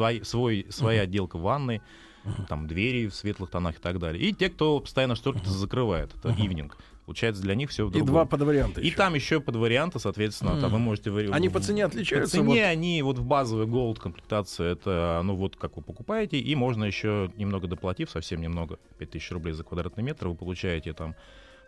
O: Своя отделка ванной, там, двери в светлых тонах и так далее. И те, кто постоянно шторки закрывает. Это evening. Получается, для них все в другом.
B: И 2 подварианта.
O: И там еще подварианты, соответственно, там вы можете...
B: Они по цене отличаются?
O: По цене они вот в базовой Gold комплектации, это, вот как вы покупаете, и можно еще немного доплатив, совсем немного, 5000 рублей за квадратный метр, вы получаете там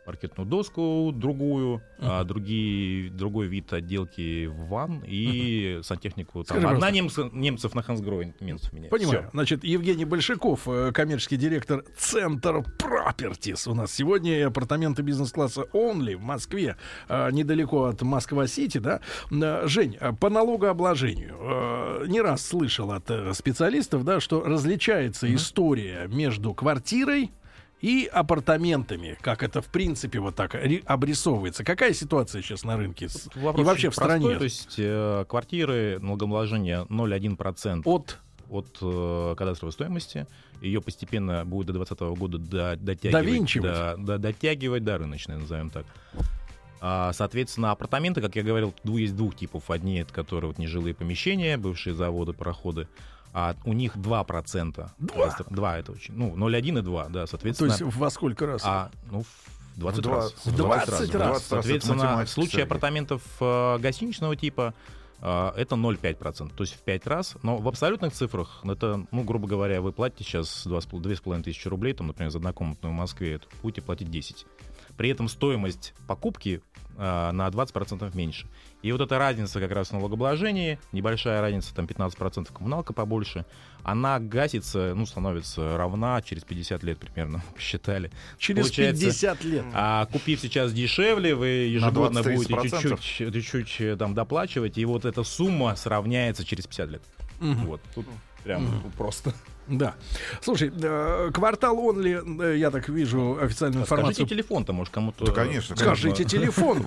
O: паркетную доску другую, другой вид отделки в ванн и сантехнику. Там одна немцев на Хансгроен меняет.
B: Понимаю. Всё. Значит, Евгений Большаков, коммерческий директор Центр Properties у нас сегодня, и апартаменты бизнес-класса Only в Москве, недалеко от Москва-Сити, да. Жень, по налогообложению не раз слышал от специалистов, да, что различается история между квартирой и апартаментами, как это в принципе вот так обрисовывается. Какая ситуация сейчас на рынке и вообще в стране?
O: То есть квартиры, налогообложение 0,1% от кадастровой стоимости. Ее постепенно будет до 2020 года дотягивать до рыночной, назовем так. Соответственно, апартаменты, как я говорил, есть двух типов. Одни, это которые вот нежилые помещения, бывшие заводы, пароходы. А у них 2%. 2 это очень. 0,1 и 2, да, соответственно.
B: То есть во сколько раз?
O: В 20 раз.
B: В 20 раз.
O: Соответственно, в случае апартаментов гостиничного типа это 0,5%, то есть в 5 раз. Но в абсолютных цифрах это, грубо говоря, вы платите сейчас 2500 рублей, там, например, за однокомнатную в Москве, будете платить 10. При этом стоимость покупки на 20% меньше. И вот эта разница как раз в налогообложении, небольшая разница, там 15%, коммуналка побольше, она гасится, становится равна через 50 лет примерно, посчитали.
B: Через 50 лет.
O: А купив сейчас дешевле, вы ежегодно будете чуть-чуть там доплачивать, и вот эта сумма сравняется через 50 лет. Вот, тут прям просто...
B: Да. Слушай, квартал Only, я так вижу официальную информацию.
O: Скажите телефон-то, может, кому-то...
N: Да, конечно.
B: Скажите телефон.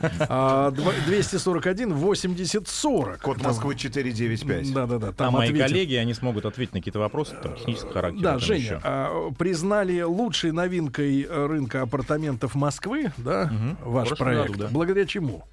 B: 241-80-40.
N: Код Москвы 495.
B: Да-да-да.
O: Там мои коллеги, они смогут ответить на какие-то вопросы там, технического характера.
B: Да, Женя, признали лучшей новинкой рынка апартаментов Москвы, да, ваш проект. Году, да. Благодаря чему?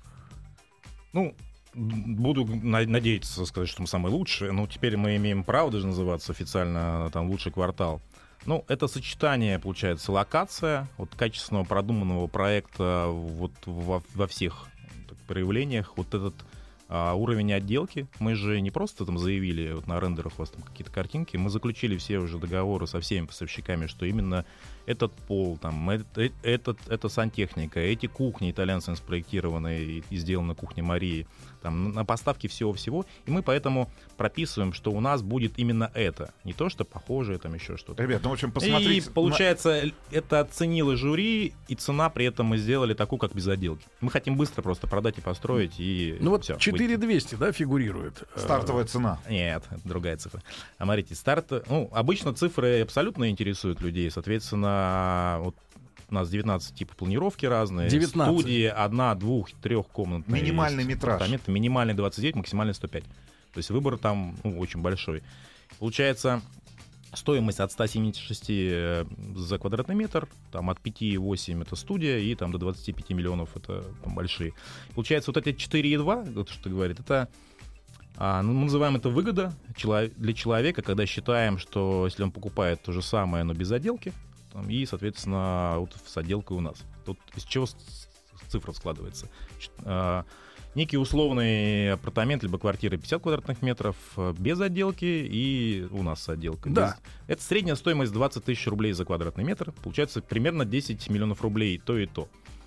O: Буду надеяться сказать, что мы самые лучшие, но теперь мы имеем право даже называться официально там лучший квартал. Это сочетание, получается, локация, качественного продуманного проекта во всех проявлениях, этот уровень отделки. Мы же не просто там заявили на рендерах у вас там какие-то картинки, мы заключили все уже договоры со всеми поставщиками, что именно этот пол, там, это сантехника, эти кухни итальянцами спроектированные и сделаны кухня Марии, там, на поставке всего-всего, и мы поэтому прописываем, что у нас будет именно это, не то, что похожее, там еще что-то.
N: Ребят, в общем, посмотрите.
O: И получается, это оценило жюри, и цена при этом мы сделали такую, как без отделки. Мы хотим быстро просто продать и построить, и все.
B: 4200, да, фигурирует?
N: Стартовая цена.
O: Нет, это другая цифра. Смотрите, обычно цифры абсолютно интересуют людей, соответственно, у нас 19 типов планировки разные.
B: 19.
O: Студии 1, 2, 3 комнатные.
N: Минимальный метраж.
O: Минимальный 29, максимальный 105. То есть выбор там очень большой. Получается, стоимость от 176 за квадратный метр, там от 5,8 это студия, и там до 25 миллионов это там, большие. Получается, вот эти 4,2, вот что ты говоришь, это... мы называем это выгода для человека, когда считаем, что если он покупает то же самое, но без отделки, и, соответственно, с отделкой у нас. Тут из чего цифра складывается? Некий условный апартамент либо квартира 50 квадратных метров без отделки и у нас с отделкой.
B: Да.
O: Это средняя стоимость 20 тысяч рублей за квадратный метр. Получается примерно 10 миллионов рублей то и то.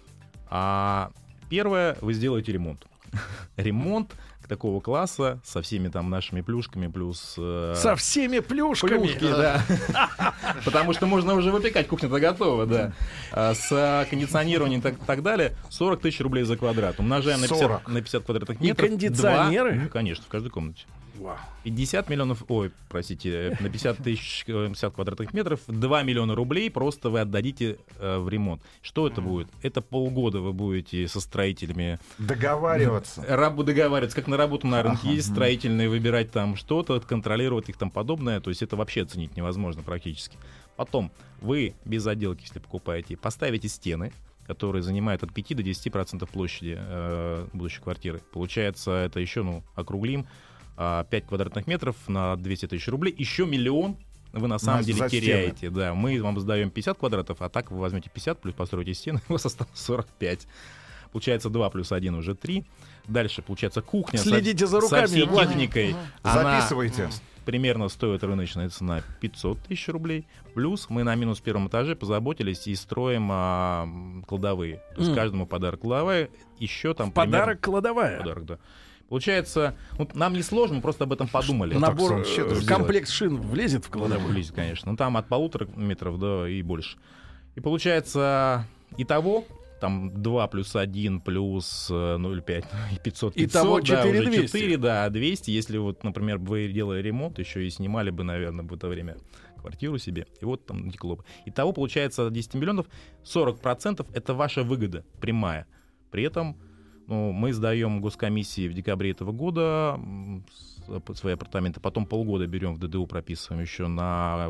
O: Первое, вы сделаете ремонт. Ремонт такого класса со всеми там нашими плюшками плюс...
B: Со всеми плюшками?
O: Плюшки, да. Потому что можно уже выпекать, кухня-то готова, да. С кондиционированием и так далее 40 тысяч рублей за квадрат. Умножаем на 50 квадратных метров.
B: И кондиционеры?
O: Конечно, в каждой комнате. 50 миллионов, на 50 тысяч 50 квадратных метров 2 миллиона рублей просто вы отдадите в ремонт. Что это будет? Это полгода вы будете со строителями
N: договариваться,
O: как на работу на рынке есть строительные, выбирать там что-то, контролировать их там подобное, то есть это вообще оценить невозможно практически. Потом вы без отделки, если покупаете, поставите стены, которые занимают от 5 до 10% площади будущей квартиры. Получается, это еще, округлим, 5 квадратных метров на 200 тысяч рублей, еще миллион вы на самом деле теряете. Да, мы вам сдаем 50 квадратов, а так вы возьмете 50, плюс построите стены, у вас осталось 45. Получается 2 плюс 1 уже 3. Дальше, получается, кухня
B: следите за руками,
O: со всей техникой.
N: Записывайте.
O: примерно стоит рыночная цена 500 тысяч рублей. Плюс мы на минус первом этаже позаботились и строим кладовые. То есть каждому подарок кладовая, еще там
B: подарок кладовая.
O: Подарок, да. Получается, нам не сложно, мы просто об этом подумали.
B: Набор, комплект шин влезет в кладовую?
O: Влезет, конечно. Ну, там от 1,5 метров до и больше. И получается, итого, там 2 плюс 1 плюс 0,5 и 500.
B: Итого 4200.
O: 4, да, 200. Если вот, например, вы делали ремонт, еще и снимали бы, наверное, в это время квартиру себе, и вот там натекло бы. Итого, получается, от 10 миллионов 40% это ваша выгода прямая. При этом мы сдаем госкомиссии в декабре этого года свои апартаменты, потом полгода берем в ДДУ, прописываем еще на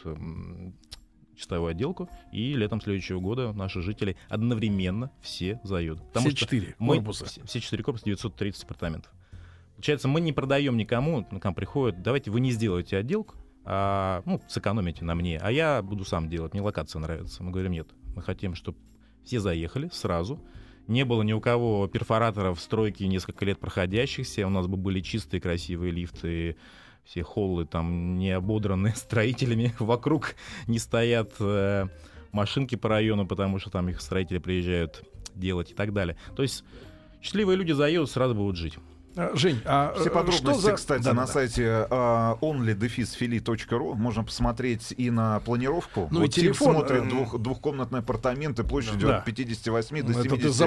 O: чистовую отделку, и летом следующего года наши жители одновременно все заедут.
B: Все 4 корпуса.
O: Все 4 корпуса, 930 апартаментов. Получается, мы не продаем никому, к нам приходят, давайте вы не сделаете отделку, сэкономите на мне, а я буду сам делать, мне локация нравится. Мы говорим, нет, мы хотим, чтобы все заехали сразу, не было ни у кого перфораторов в стройке несколько лет проходящихся, у нас бы были чистые красивые лифты, все холлы там не ободранные строителями, вокруг не стоят машинки по району, потому что там их строители приезжают делать и так далее. То есть счастливые люди заедут, сразу будут жить.
B: Жень,
N: все подробности, кстати, на сайте onlydefisfili.ru можно посмотреть и на планировку.
B: Ну, вот и телефон.
N: Смотрит двухкомнатные апартаменты площадью от 58 до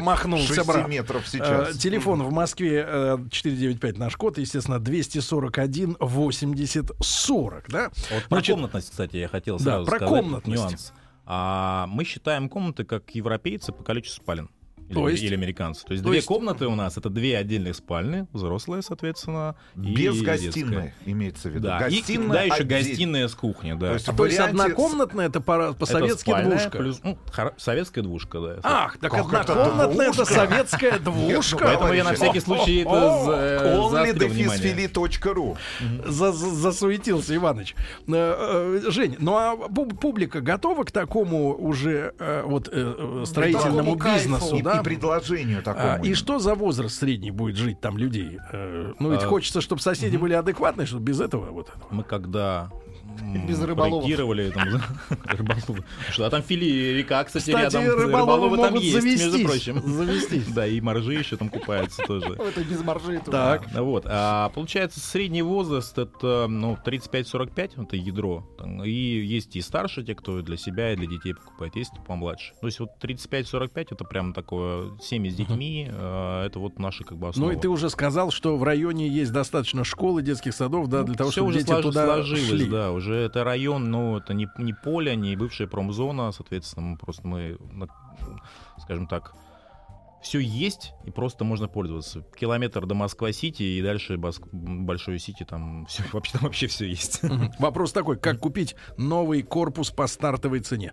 N: 76 метров сейчас.
B: Телефон в Москве 495 наш код, естественно, 241 80 40, да?
O: Вот про комнатность, кстати, я хотел сразу сказать нюанс. Мы считаем комнаты как европейцы по количеству спален. Или американцы. То есть 2 комнаты у нас — это 2 отдельных спальни, взрослые, соответственно.
N: Без гостиной, имеется в виду.
O: Да, еще гостиная с кухней. Да.
B: То есть однокомнатная — это по-советски двушка.
O: Плюс, советская двушка, да.
B: Ах, так однокомнатная — это советская двушка.
O: Поэтому я на всякий случай это
N: onlydefisfili.ru
B: засуетился Иваныч. Жень, ну а публика готова к такому уже строительному бизнесу, да?
N: И предложению такому.
B: И что за возраст средний будет жить там людей? Ну ведь хочется, чтобы соседи были адекватные, чтобы без этого вот этого.
O: Мы когда
C: без рыболовов.
O: Проектировали рыболовы. А там Фили река, кстати, рядом.
B: Рыболовы там есть,
O: между прочим.
B: Завестись.
O: Да, и моржи еще там купаются тоже.
C: Это без моржей.
B: Так.
O: Вот. Получается, средний возраст — это 35-45, это ядро. И есть и старше, те, кто для себя и для детей покупает, есть помладше. То есть вот 35-45 это прям такое семьи с детьми, это вот наши как бы основы.
B: Ну и ты уже сказал, что в районе есть достаточно школ и детских садов, да, для того, чтобы дети туда шли.
O: Да, уже это район, это не поле, не бывшая промзона, соответственно, мы, скажем так, все есть, и просто можно пользоваться. Километр до Москва-Сити и дальше Большой Сити, там вообще все есть.
B: Вопрос такой, как купить новый корпус по стартовой цене?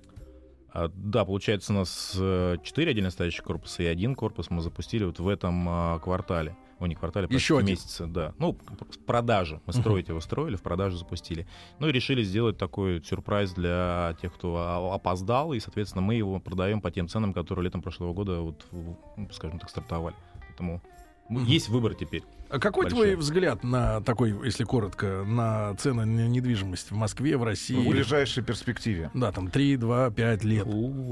O: Да, получается, у нас 4 отдельно стоящих корпуса и 1 корпус мы запустили вот в этом квартале. Не квартале,
B: еще один
O: месяца, да. Продажи. Мы строить его строили, в продажу запустили. Ну и решили сделать такой сюрприз для тех, кто опоздал, и, соответственно, мы его продаем по тем ценам, которые летом прошлого года, скажем так, стартовали. Поэтому есть выбор теперь.
B: А какой твой взгляд на такой, если коротко, на цены на недвижимость в Москве, в России?
N: В ближайшей перспективе.
B: Да, 3, 2, 5 лет.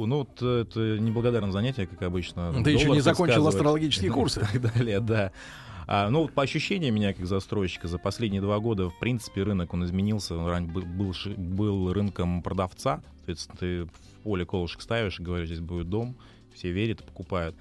O: Это неблагодарное занятие, как обычно.
B: Ты еще не закончил астрологические курсы.
O: И так далее, да. По ощущениям меня, как застройщика, за последние 2 года, в принципе, рынок, он изменился. Он раньше был рынком продавца. Соответственно, ты в поле колышек ставишь и говоришь, здесь будет дом. Все верят, покупают.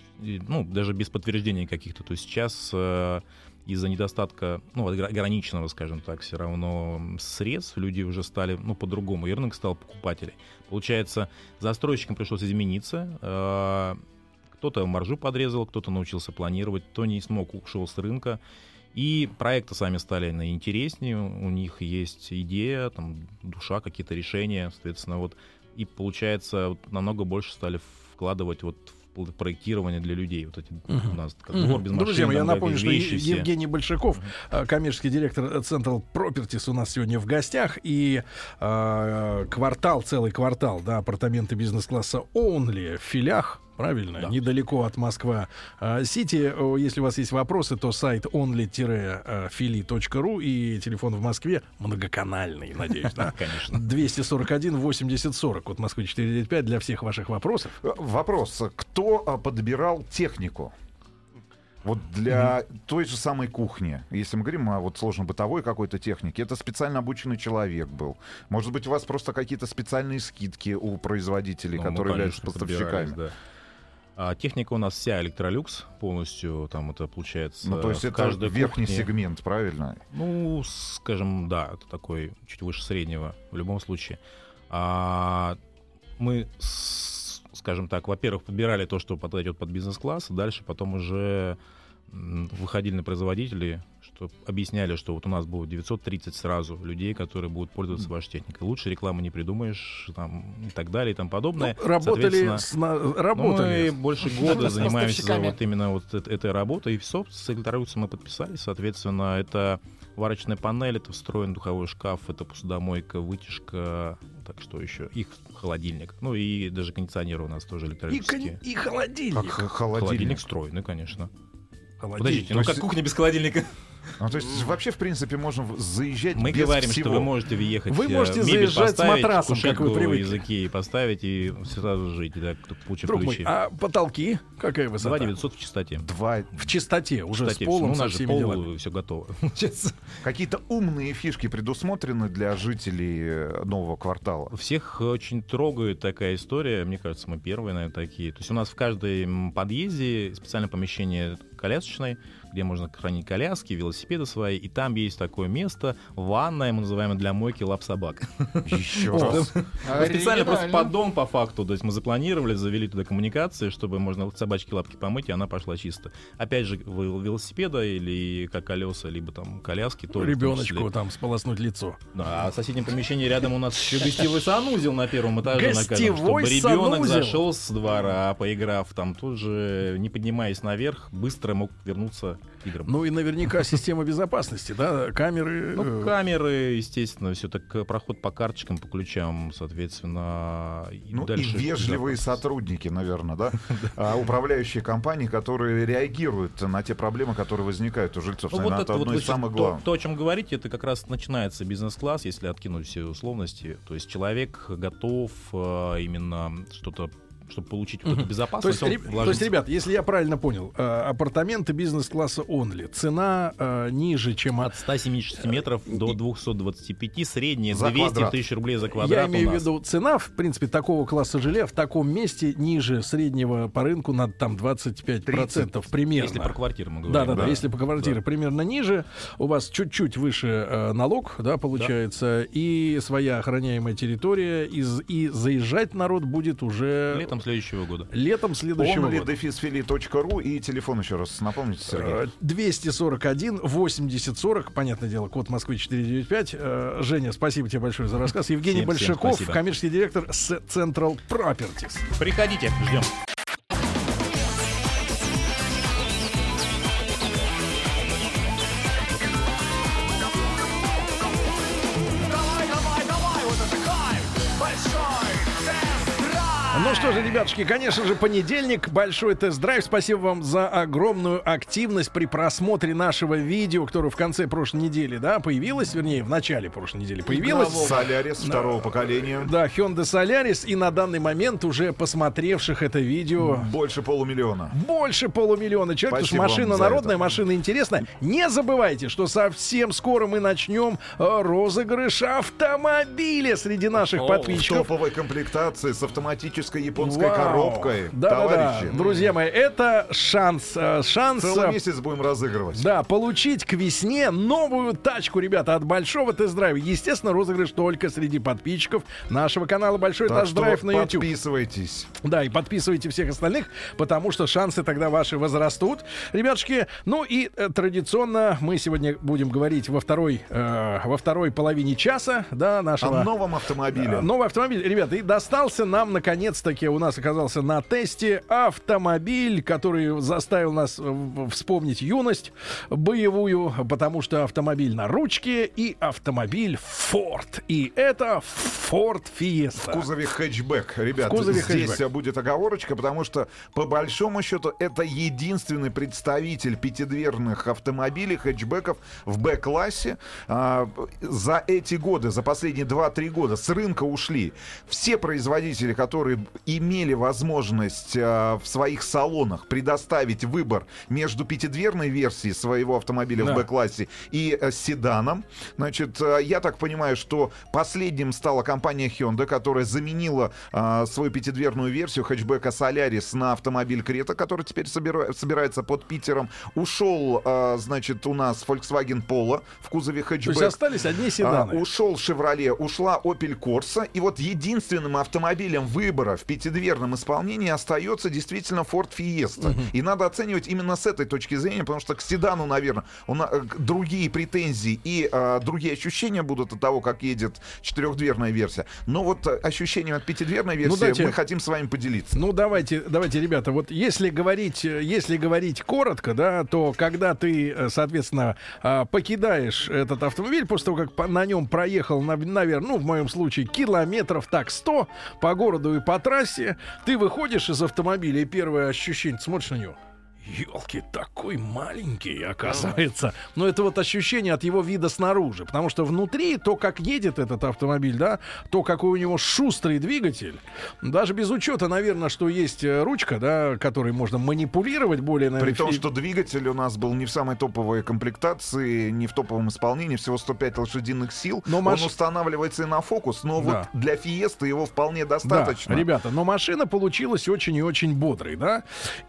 O: Даже без подтверждения каких-то. То есть сейчас из-за недостатка, ограниченного, скажем так, все равно средств, люди уже стали, по-другому, и рынок стал покупателей. Получается, застройщикам пришлось измениться. Кто-то маржу подрезал, кто-то научился планировать, кто не смог, ушел с рынка. И проекты сами стали интереснее, у них есть идея, душа, какие-то решения, соответственно, и получается, намного больше стали вкладывать в проектирования для людей. Вот эти у нас двор без машин.
B: Друзья мои, я напомню, что
O: вещи
B: Евгений Большаков, коммерческий директор Central Properties, у нас сегодня в гостях. И целый квартал, да, апартаменты бизнес-класса Only в Филях. Правильно, да. Недалеко от Москва-Сити. Если у вас есть вопросы, то сайт only-fili.ru и телефон в Москве многоканальный, надеюсь, да?
O: Конечно.
B: 241-80-40 от Москвы 495 для всех ваших вопросов.
N: Вопрос. Кто подбирал технику? Вот для той же самой кухни, если мы говорим о вот сложно-бытовой какой-то технике, это специально обученный человек был. Может быть, у вас просто какие-то специальные скидки у производителей, которые являются поставщиками. Да.
O: Техника у нас вся Electrolux полностью, там это получается...
N: Ну, то есть это верхний сегмент, правильно?
O: Ну, скажем, да, это такой чуть выше среднего в любом случае. Мы, скажем так, во-первых, подбирали то, что подойдет под бизнес-класс, дальше потом уже выходили на производителей, что объясняли, что вот у нас будет 930 сразу людей, которые будут пользоваться вашей техникой. Лучше рекламы не придумаешь, там, и так далее, и тому подобное.
B: Ну, работали.
O: Мы больше года занимаемся вот именно вот этой работой, и все, с Electrolux мы подписали, соответственно, это варочная панель, это встроенный духовой шкаф, это посудомойка, вытяжка, так что еще, их холодильник, ну и даже кондиционеры у нас тоже электролюксовские.
B: И холодильник.
N: Как
O: холодильник встроенный, конечно.
B: Подождите,
O: ну как кухня без холодильника?
N: Ну, то есть вообще, в принципе, можно заезжать
O: Мы
N: без
O: говорим,
N: всего.
O: что вы можете въехать,
B: вы можете заезжать с матрасом, как вы привыкли.
O: Из Икеи поставить и сразу жить, да, получив
B: Друг
O: ключи.
B: Мой, а потолки? Какая высота?
O: 2900 в чистоте.
B: В чистоте, уже с полом, со всеми делами.
O: Все готово.
N: Какие-то умные фишки предусмотрены для жителей нового квартала?
O: Всех очень трогает такая история. Мне кажется, мы первые, наверное, такие. То есть у нас в каждом подъезде специальное помещение колясочное, где можно хранить коляски, велосипеды свои, и там есть такое место, ванная, мы называем, для мойки лап собак.
N: Еще раз.
O: Специально просто поддон по факту, то есть мы запланировали, завели туда коммуникации, чтобы можно собачки лапки помыть, и она пошла чисто. Опять же, велосипеда или как колеса, либо там коляски.
B: Ребеночку там сполоснуть лицо.
O: Да, а в соседнем помещении рядом у нас еще гостевой санузел на первом этаже,
B: чтобы
O: ребенок зашел с двора, поиграв там тоже, не поднимаясь наверх, быстро мог вернуться к играм.
B: Ну и наверняка система безопасности, да, камеры.
O: Ну, камеры, естественно, все так, проход по карточкам, по ключам, соответственно.
N: Ну и вежливые сотрудники, наверное, да, управляющие компании, которые реагируют на те проблемы, которые возникают у жильцов. Наверное, это одно из самых главных.
O: То, о чем говорите, это как раз начинается бизнес-класс, если откинуть все условности. То есть человек готов именно что-то, чтобы получить вот эту безопасность.
B: То есть, ребят, если я правильно понял, апартаменты бизнес-класса Only, цена ниже, чем
O: от 170 метров до 225, средняя 200 тысяч рублей за квадрат.
B: Я имею в виду, цена, в принципе, такого класса жилья в таком месте ниже среднего по рынку на там 25% примерно.
O: Если про квартиру мы говорим.
B: Да, если по квартире примерно ниже, у вас чуть-чуть выше налог, да, получается, и своя охраняемая территория, и заезжать народ будет уже...
O: Летом следующего года.
B: Летом следующего года.
N: only-fili.ru и телефон еще раз напомните, Сергей.
B: 241-80-40, понятное дело, код Москвы 495. Женя, спасибо тебе большое за рассказ. Евгений Большаков, коммерческий директор с Central Properties.
O: Приходите, ждем.
B: Ну что же, ребятушки, конечно же, понедельник, большой тест-драйв. Спасибо вам за огромную активность при просмотре нашего видео, которое в конце прошлой недели, да, появилось, вернее, в начале прошлой недели появилось.
N: Solaris второго поколения.
B: Да, Hyundai Solaris, и на данный момент уже посмотревших это видео...
N: Больше полумиллиона.
B: Больше полумиллиона человек, потому что машина народная, машина интересная. Не забывайте, что совсем скоро мы начнем розыгрыш автомобиля среди наших подписчиков.
N: В топовой комплектации с автоматической японской коробкой.
B: Да. Друзья мои, это шанс.
N: Целый месяц будем разыгрывать.
B: Да, получить к весне новую тачку, ребята, от большого тест-драйва. Естественно, розыгрыш только среди подписчиков нашего канала Большой тест-драйв на YouTube.
N: Подписывайтесь.
B: Да, и подписывайте всех остальных, потому что шансы тогда ваши возрастут. Ребятушки, ну и традиционно мы сегодня будем говорить во второй половине часа, да, нашего...
N: О новом автомобиле.
B: Новый автомобиль, ребята, и достался нам наконец-то наконец-таки у нас оказался на тесте автомобиль, который заставил нас вспомнить юность боевую, потому что автомобиль на ручке и автомобиль Ford. И это Ford Fiesta.
N: В кузове хэтчбэк. Ребят,
B: кузове
N: здесь
B: хэтчбэк.
N: будет оговорочка, потому что, по большому счету, это единственный представитель пятидверных автомобилей, хэтчбеков в Б-классе. За эти годы, за последние 2-3 года с рынка ушли все производители, которые имели возможность в своих салонах предоставить выбор между пятидверной версией своего автомобиля в Б-классе и седаном. Значит, я так понимаю, что последним стала компания Hyundai, которая заменила свою пятидверную версию хэтчбека Solaris на автомобиль Creta, который теперь собирается под Питером. Ушел, значит, у нас Volkswagen Polo в кузове хэтчбэк.
B: То есть остались одни седаны.
N: Ушел Chevrolet, ушла Opel Corsa. И вот единственным автомобилем выбора в пятидверном исполнении остается действительно Ford Fiesta. И надо оценивать именно с этой точки зрения, потому что к седану, наверное, другие претензии и другие ощущения будут от того, как едет четырехдверная версия. Но вот ощущения от пятидверной версии мы хотим с вами поделиться.
B: Ну, давайте, ребята, вот если говорить коротко, да, то когда ты, соответственно, покидаешь этот автомобиль, после того, как на нем проехал, наверное, ну, в моем случае, километров так 100 по городу и по трассе, ты выходишь из автомобиля, и первое ощущение, смотришь на него. Ёлки, такой маленький, оказывается. Но это вот ощущение от его вида снаружи. Потому что внутри, то, как едет этот автомобиль, да, то, какой у него шустрый двигатель, даже без учета, наверное, что есть ручка, да, которой можно манипулировать более...
N: При том, что двигатель у нас был не в самой топовой комплектации, не в топовом исполнении, всего 105 лошадиных сил. Но он устанавливается и на фокус, но вот для Фиесты его вполне достаточно.
B: Да, ребята, но машина получилась очень и очень бодрой, да.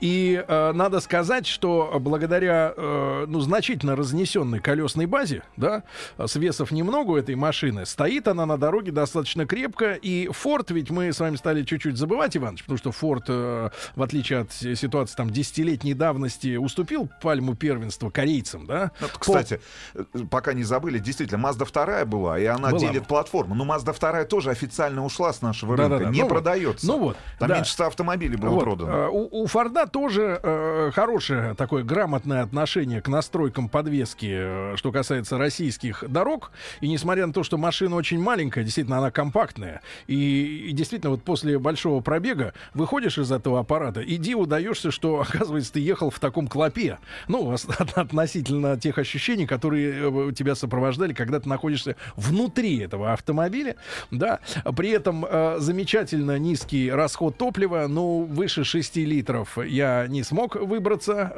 B: И надо сказать, что благодаря значительно разнесенной колесной базе, да, с весов немного у этой машины, стоит она на дороге достаточно крепко. И Ford, ведь мы с вами стали чуть-чуть забывать, Иваныч, потому что Ford, в отличие от ситуации там 10-летней давности, уступил пальму первенства корейцам, да.
N: Кстати, пока не забыли, действительно, Mazda 2 была, и она делит платформу. Но Mazda 2 тоже официально ушла с нашего рынка, не продается. Там меньше 100 автомобилей было продано.
B: У Форда тоже хорошее такое грамотное отношение к настройкам подвески, что касается российских дорог. И несмотря на то, что машина очень маленькая, действительно, она компактная. И действительно, вот после большого пробега выходишь из этого аппарата, и диву даешься, что, оказывается, ты ехал в таком клопе. Ну, относительно тех ощущений, которые тебя сопровождали, когда ты находишься внутри этого автомобиля. Да. При этом замечательно низкий расход топлива. Ну, выше 6 литров я не смог выбраться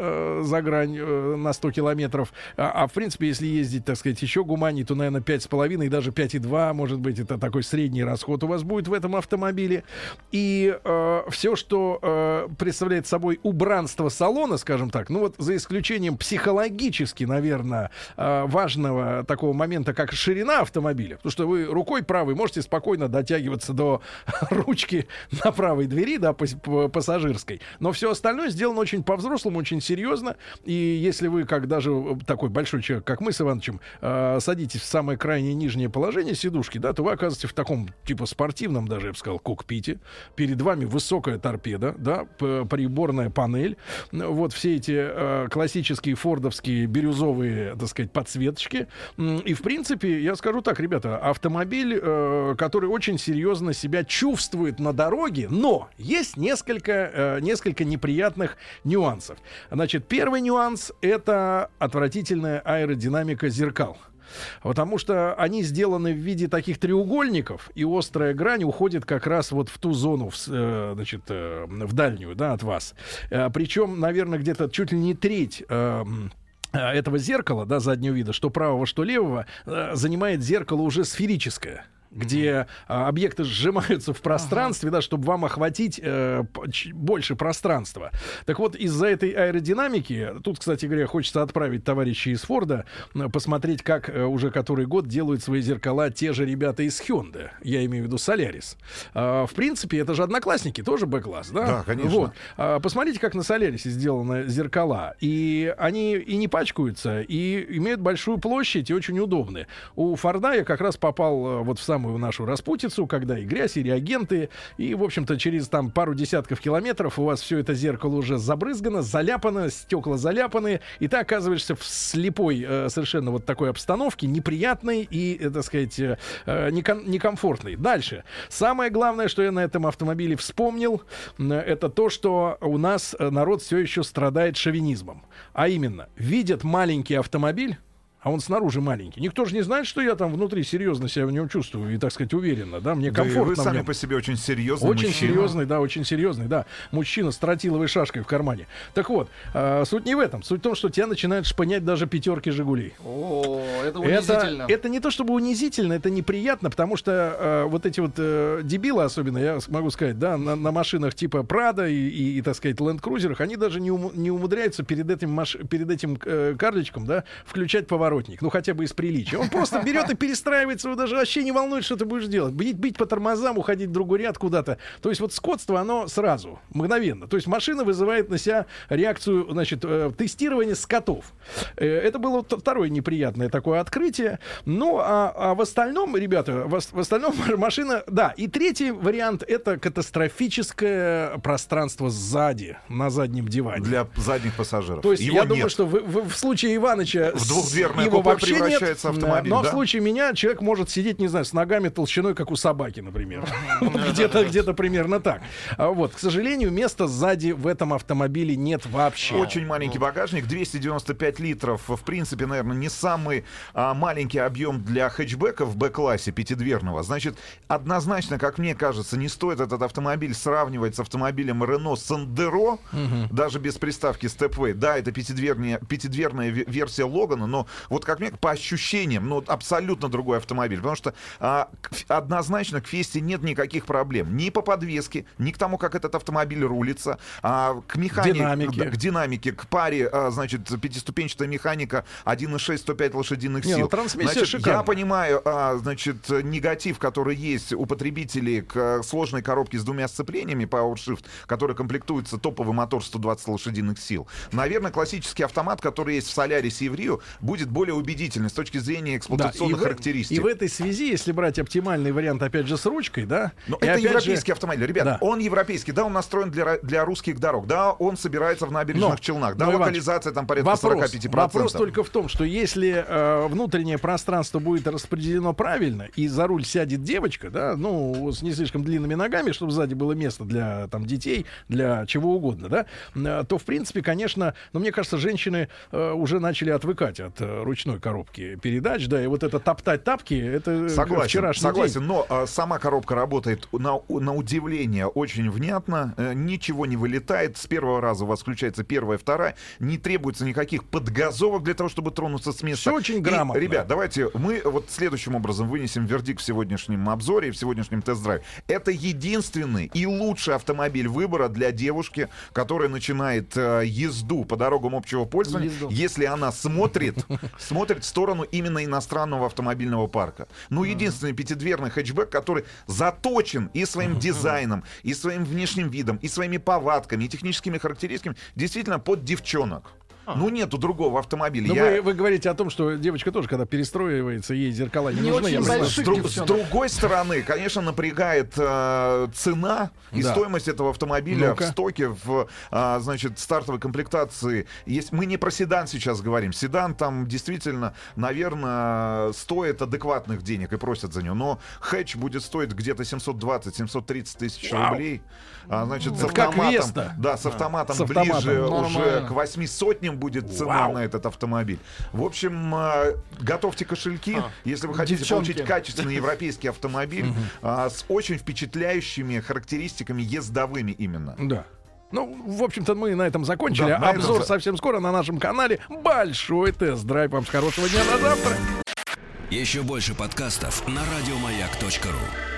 B: за грань на 100 километров. В принципе, если ездить, так сказать, еще гуманнее, то, наверное, 5,5 и даже 5,2, может быть, это такой средний расход у вас будет в этом автомобиле. И все, что представляет собой убранство салона, скажем так, ну вот за исключением психологически, наверное, важного такого момента, как ширина автомобиля, потому что вы рукой правой можете спокойно дотягиваться до ручки на правой двери, да, пассажирской, но все остальное сделано очень по-взрослому, очень серьезно. И если вы, как даже такой большой человек, как мы с Ивановичем, садитесь в самое крайнее нижнее положение сидушки, да, то вы оказываетесь в таком, типа, спортивном, даже, я бы сказал, кокпите. Перед вами высокая торпеда, да, приборная панель. Вот все эти классические фордовские бирюзовые, так сказать, подсветочки. И, в принципе, я скажу так, ребята, автомобиль, который очень серьезно себя чувствует на дороге, но есть несколько неприятных нюансов. Значит, первый нюанс — это отвратительная аэродинамика зеркал. Потому что они сделаны в виде таких треугольников, и острая грань уходит как раз вот в ту зону, значит, в дальнюю, да, от вас. Причем, наверное, где-то чуть ли не треть этого зеркала, да, заднего вида, что правого, что левого, занимает зеркало уже сферическое, где объекты сжимаются в пространстве, да, чтобы вам охватить больше пространства. Так вот, из-за этой аэродинамики, тут, кстати говоря, хочется отправить товарищей из Форда посмотреть, как уже который год делают свои зеркала те же ребята из Hyundai. Я имею в виду Solaris. В принципе, это же одноклассники, тоже Б-класс, да?
N: Да, конечно.
B: Вот. Посмотрите, как на Solaris сделаны зеркала. И они и не пачкаются, и имеют большую площадь, и очень удобны. У Форда я как раз попал вот в самый самую нашу распутицу, когда и грязь, и реагенты, и, в общем-то, через там пару десятков километров у вас все это зеркало уже забрызгано, заляпано, стекла заляпаны, и ты оказываешься в слепой совершенно вот такой обстановке, неприятной и, так сказать, некомфортной. Дальше. Самое главное, что я на этом автомобиле вспомнил, это то, что у нас народ все еще страдает шовинизмом. А именно, видят маленький автомобиль, а он снаружи маленький. Никто же не знает, что я там внутри серьезно себя в нем чувствую и, так сказать, уверенно, да, мне комфортно.
N: Вы сами по себе очень серьезный
B: мужчина. Очень серьезный, да. Мужчина с тротиловой шашкой в кармане. Так вот, суть не в этом. Суть в том, что тебя начинают шпынять даже пятерки «Жигулей».
C: О, это унизительно.
B: Это не то чтобы унизительно, это неприятно, потому что вот эти вот дебилы, особенно, я могу сказать, да, на машинах типа Прада и, так сказать, ленд-крузерах, они даже не умудряются перед этим карличком, да, включать поворотник. Ну, хотя бы из приличия. Он просто берет и перестраивается, его даже вообще не волнует, что ты будешь делать. Бить по тормозам, уходить в другой ряд куда-то. То есть вот скотство, оно сразу, мгновенно. То есть машина вызывает на себя реакцию, значит, тестирования скотов. Это было второе неприятное такое открытие. Ну, а в остальном, ребята, в остальном машина... Да, и третий вариант — это катастрофическое пространство сзади, на заднем диване.
N: Для задних пассажиров.
B: То есть я думаю, что в случае Иваныча...
N: В двухдверное
B: его
N: купе
B: вообще
N: превращается
B: нет,
N: автомобиль.
B: но
N: да?
B: в случае меня человек может сидеть, не знаю, с ногами толщиной, как у собаки, например. Где-то примерно так. Вот, к сожалению, места сзади в этом автомобиле нет вообще.
N: Очень маленький багажник, 295 литров. В принципе, наверное, не самый маленький объем для хэтчбека в Б-классе пятидверного. Значит, однозначно, как мне кажется, не стоит этот автомобиль сравнивать с автомобилем Renault Sandero, даже без приставки Stepway. Да, это пятидверная версия Логана, но вот как мне по ощущениям, ну, абсолютно другой автомобиль. Потому что однозначно к Фесте нет никаких проблем. Ни по подвеске, ни к тому, как этот автомобиль рулится, к механике, к динамике, к паре, значит, пятиступенчатая механика 1.6, 105 лошадиных сил. Значит, я понимаю, значит, негатив, который есть у потребителей к сложной коробке с двумя сцеплениями PowerShift, который комплектуется топовый мотор 120 лошадиных сил. Наверное, классический автомат, который есть в Солярисе и в Рио, будет более убедительный с точки зрения эксплуатационных характеристик.
B: И в этой связи, если брать оптимальный вариант, опять же, с ручкой, да?
N: Но это европейский автомобиль, ребят. Да. Он европейский, да, он настроен для русских дорог, да, он собирается в набережных Челнах, да, локализация там порядка 45%.
B: Вопрос только в том, что если внутреннее пространство будет распределено правильно, и за руль сядет девочка, да, ну, с не слишком длинными ногами, чтобы сзади было место для там детей, для чего угодно, да, то, в принципе, конечно, но мне кажется, женщины уже начали отвыкать от ручной коробки передач, да, и вот это топтать тапки, это вчерашний день.
N: Но сама коробка работает на удивление очень внятно, ничего не вылетает, с первого раза у вас включается первая, вторая, не требуется никаких подгазовок для того, чтобы тронуться с места.
B: Все очень грамотно.
N: Ребят, давайте мы вот следующим образом вынесем вердикт в сегодняшнем обзоре и в сегодняшнем тест-драйве. Это единственный и лучший автомобиль выбора для девушки, которая начинает езду по дорогам общего пользования, если она смотрит в сторону именно иностранного автомобильного парка. Ну, единственный пятидверный хэтчбэк, который заточен и своим дизайном, и своим внешним видом, и своими повадками, и техническими характеристиками действительно под девчонок. Ну, нету другого автомобиля.
B: Но вы говорите о том, что девочка тоже, когда перестроивается, ей зеркала не нужны.
N: С другой стороны, конечно, напрягает цена и стоимость этого автомобиля в стоке, в значит, стартовой комплектации. Мы не про седан сейчас говорим. Седан там действительно, наверное, стоит адекватных денег и просят за него. Но хэтч будет стоить где-то 720-730 тысяч рублей. Значит, с автоматом, с автоматом ближе уже к 800 будет цена на этот автомобиль. В общем, готовьте кошельки, если вы хотите получить качественный европейский автомобиль с очень впечатляющими характеристиками ездовыми именно.
B: Да. Ну, в общем-то, мы на этом закончили. Да, обзор совсем скоро на нашем канале. Большой тест-драйв. Вам хорошего дня, до завтра.
A: Еще больше подкастов на радиомаяк.ру.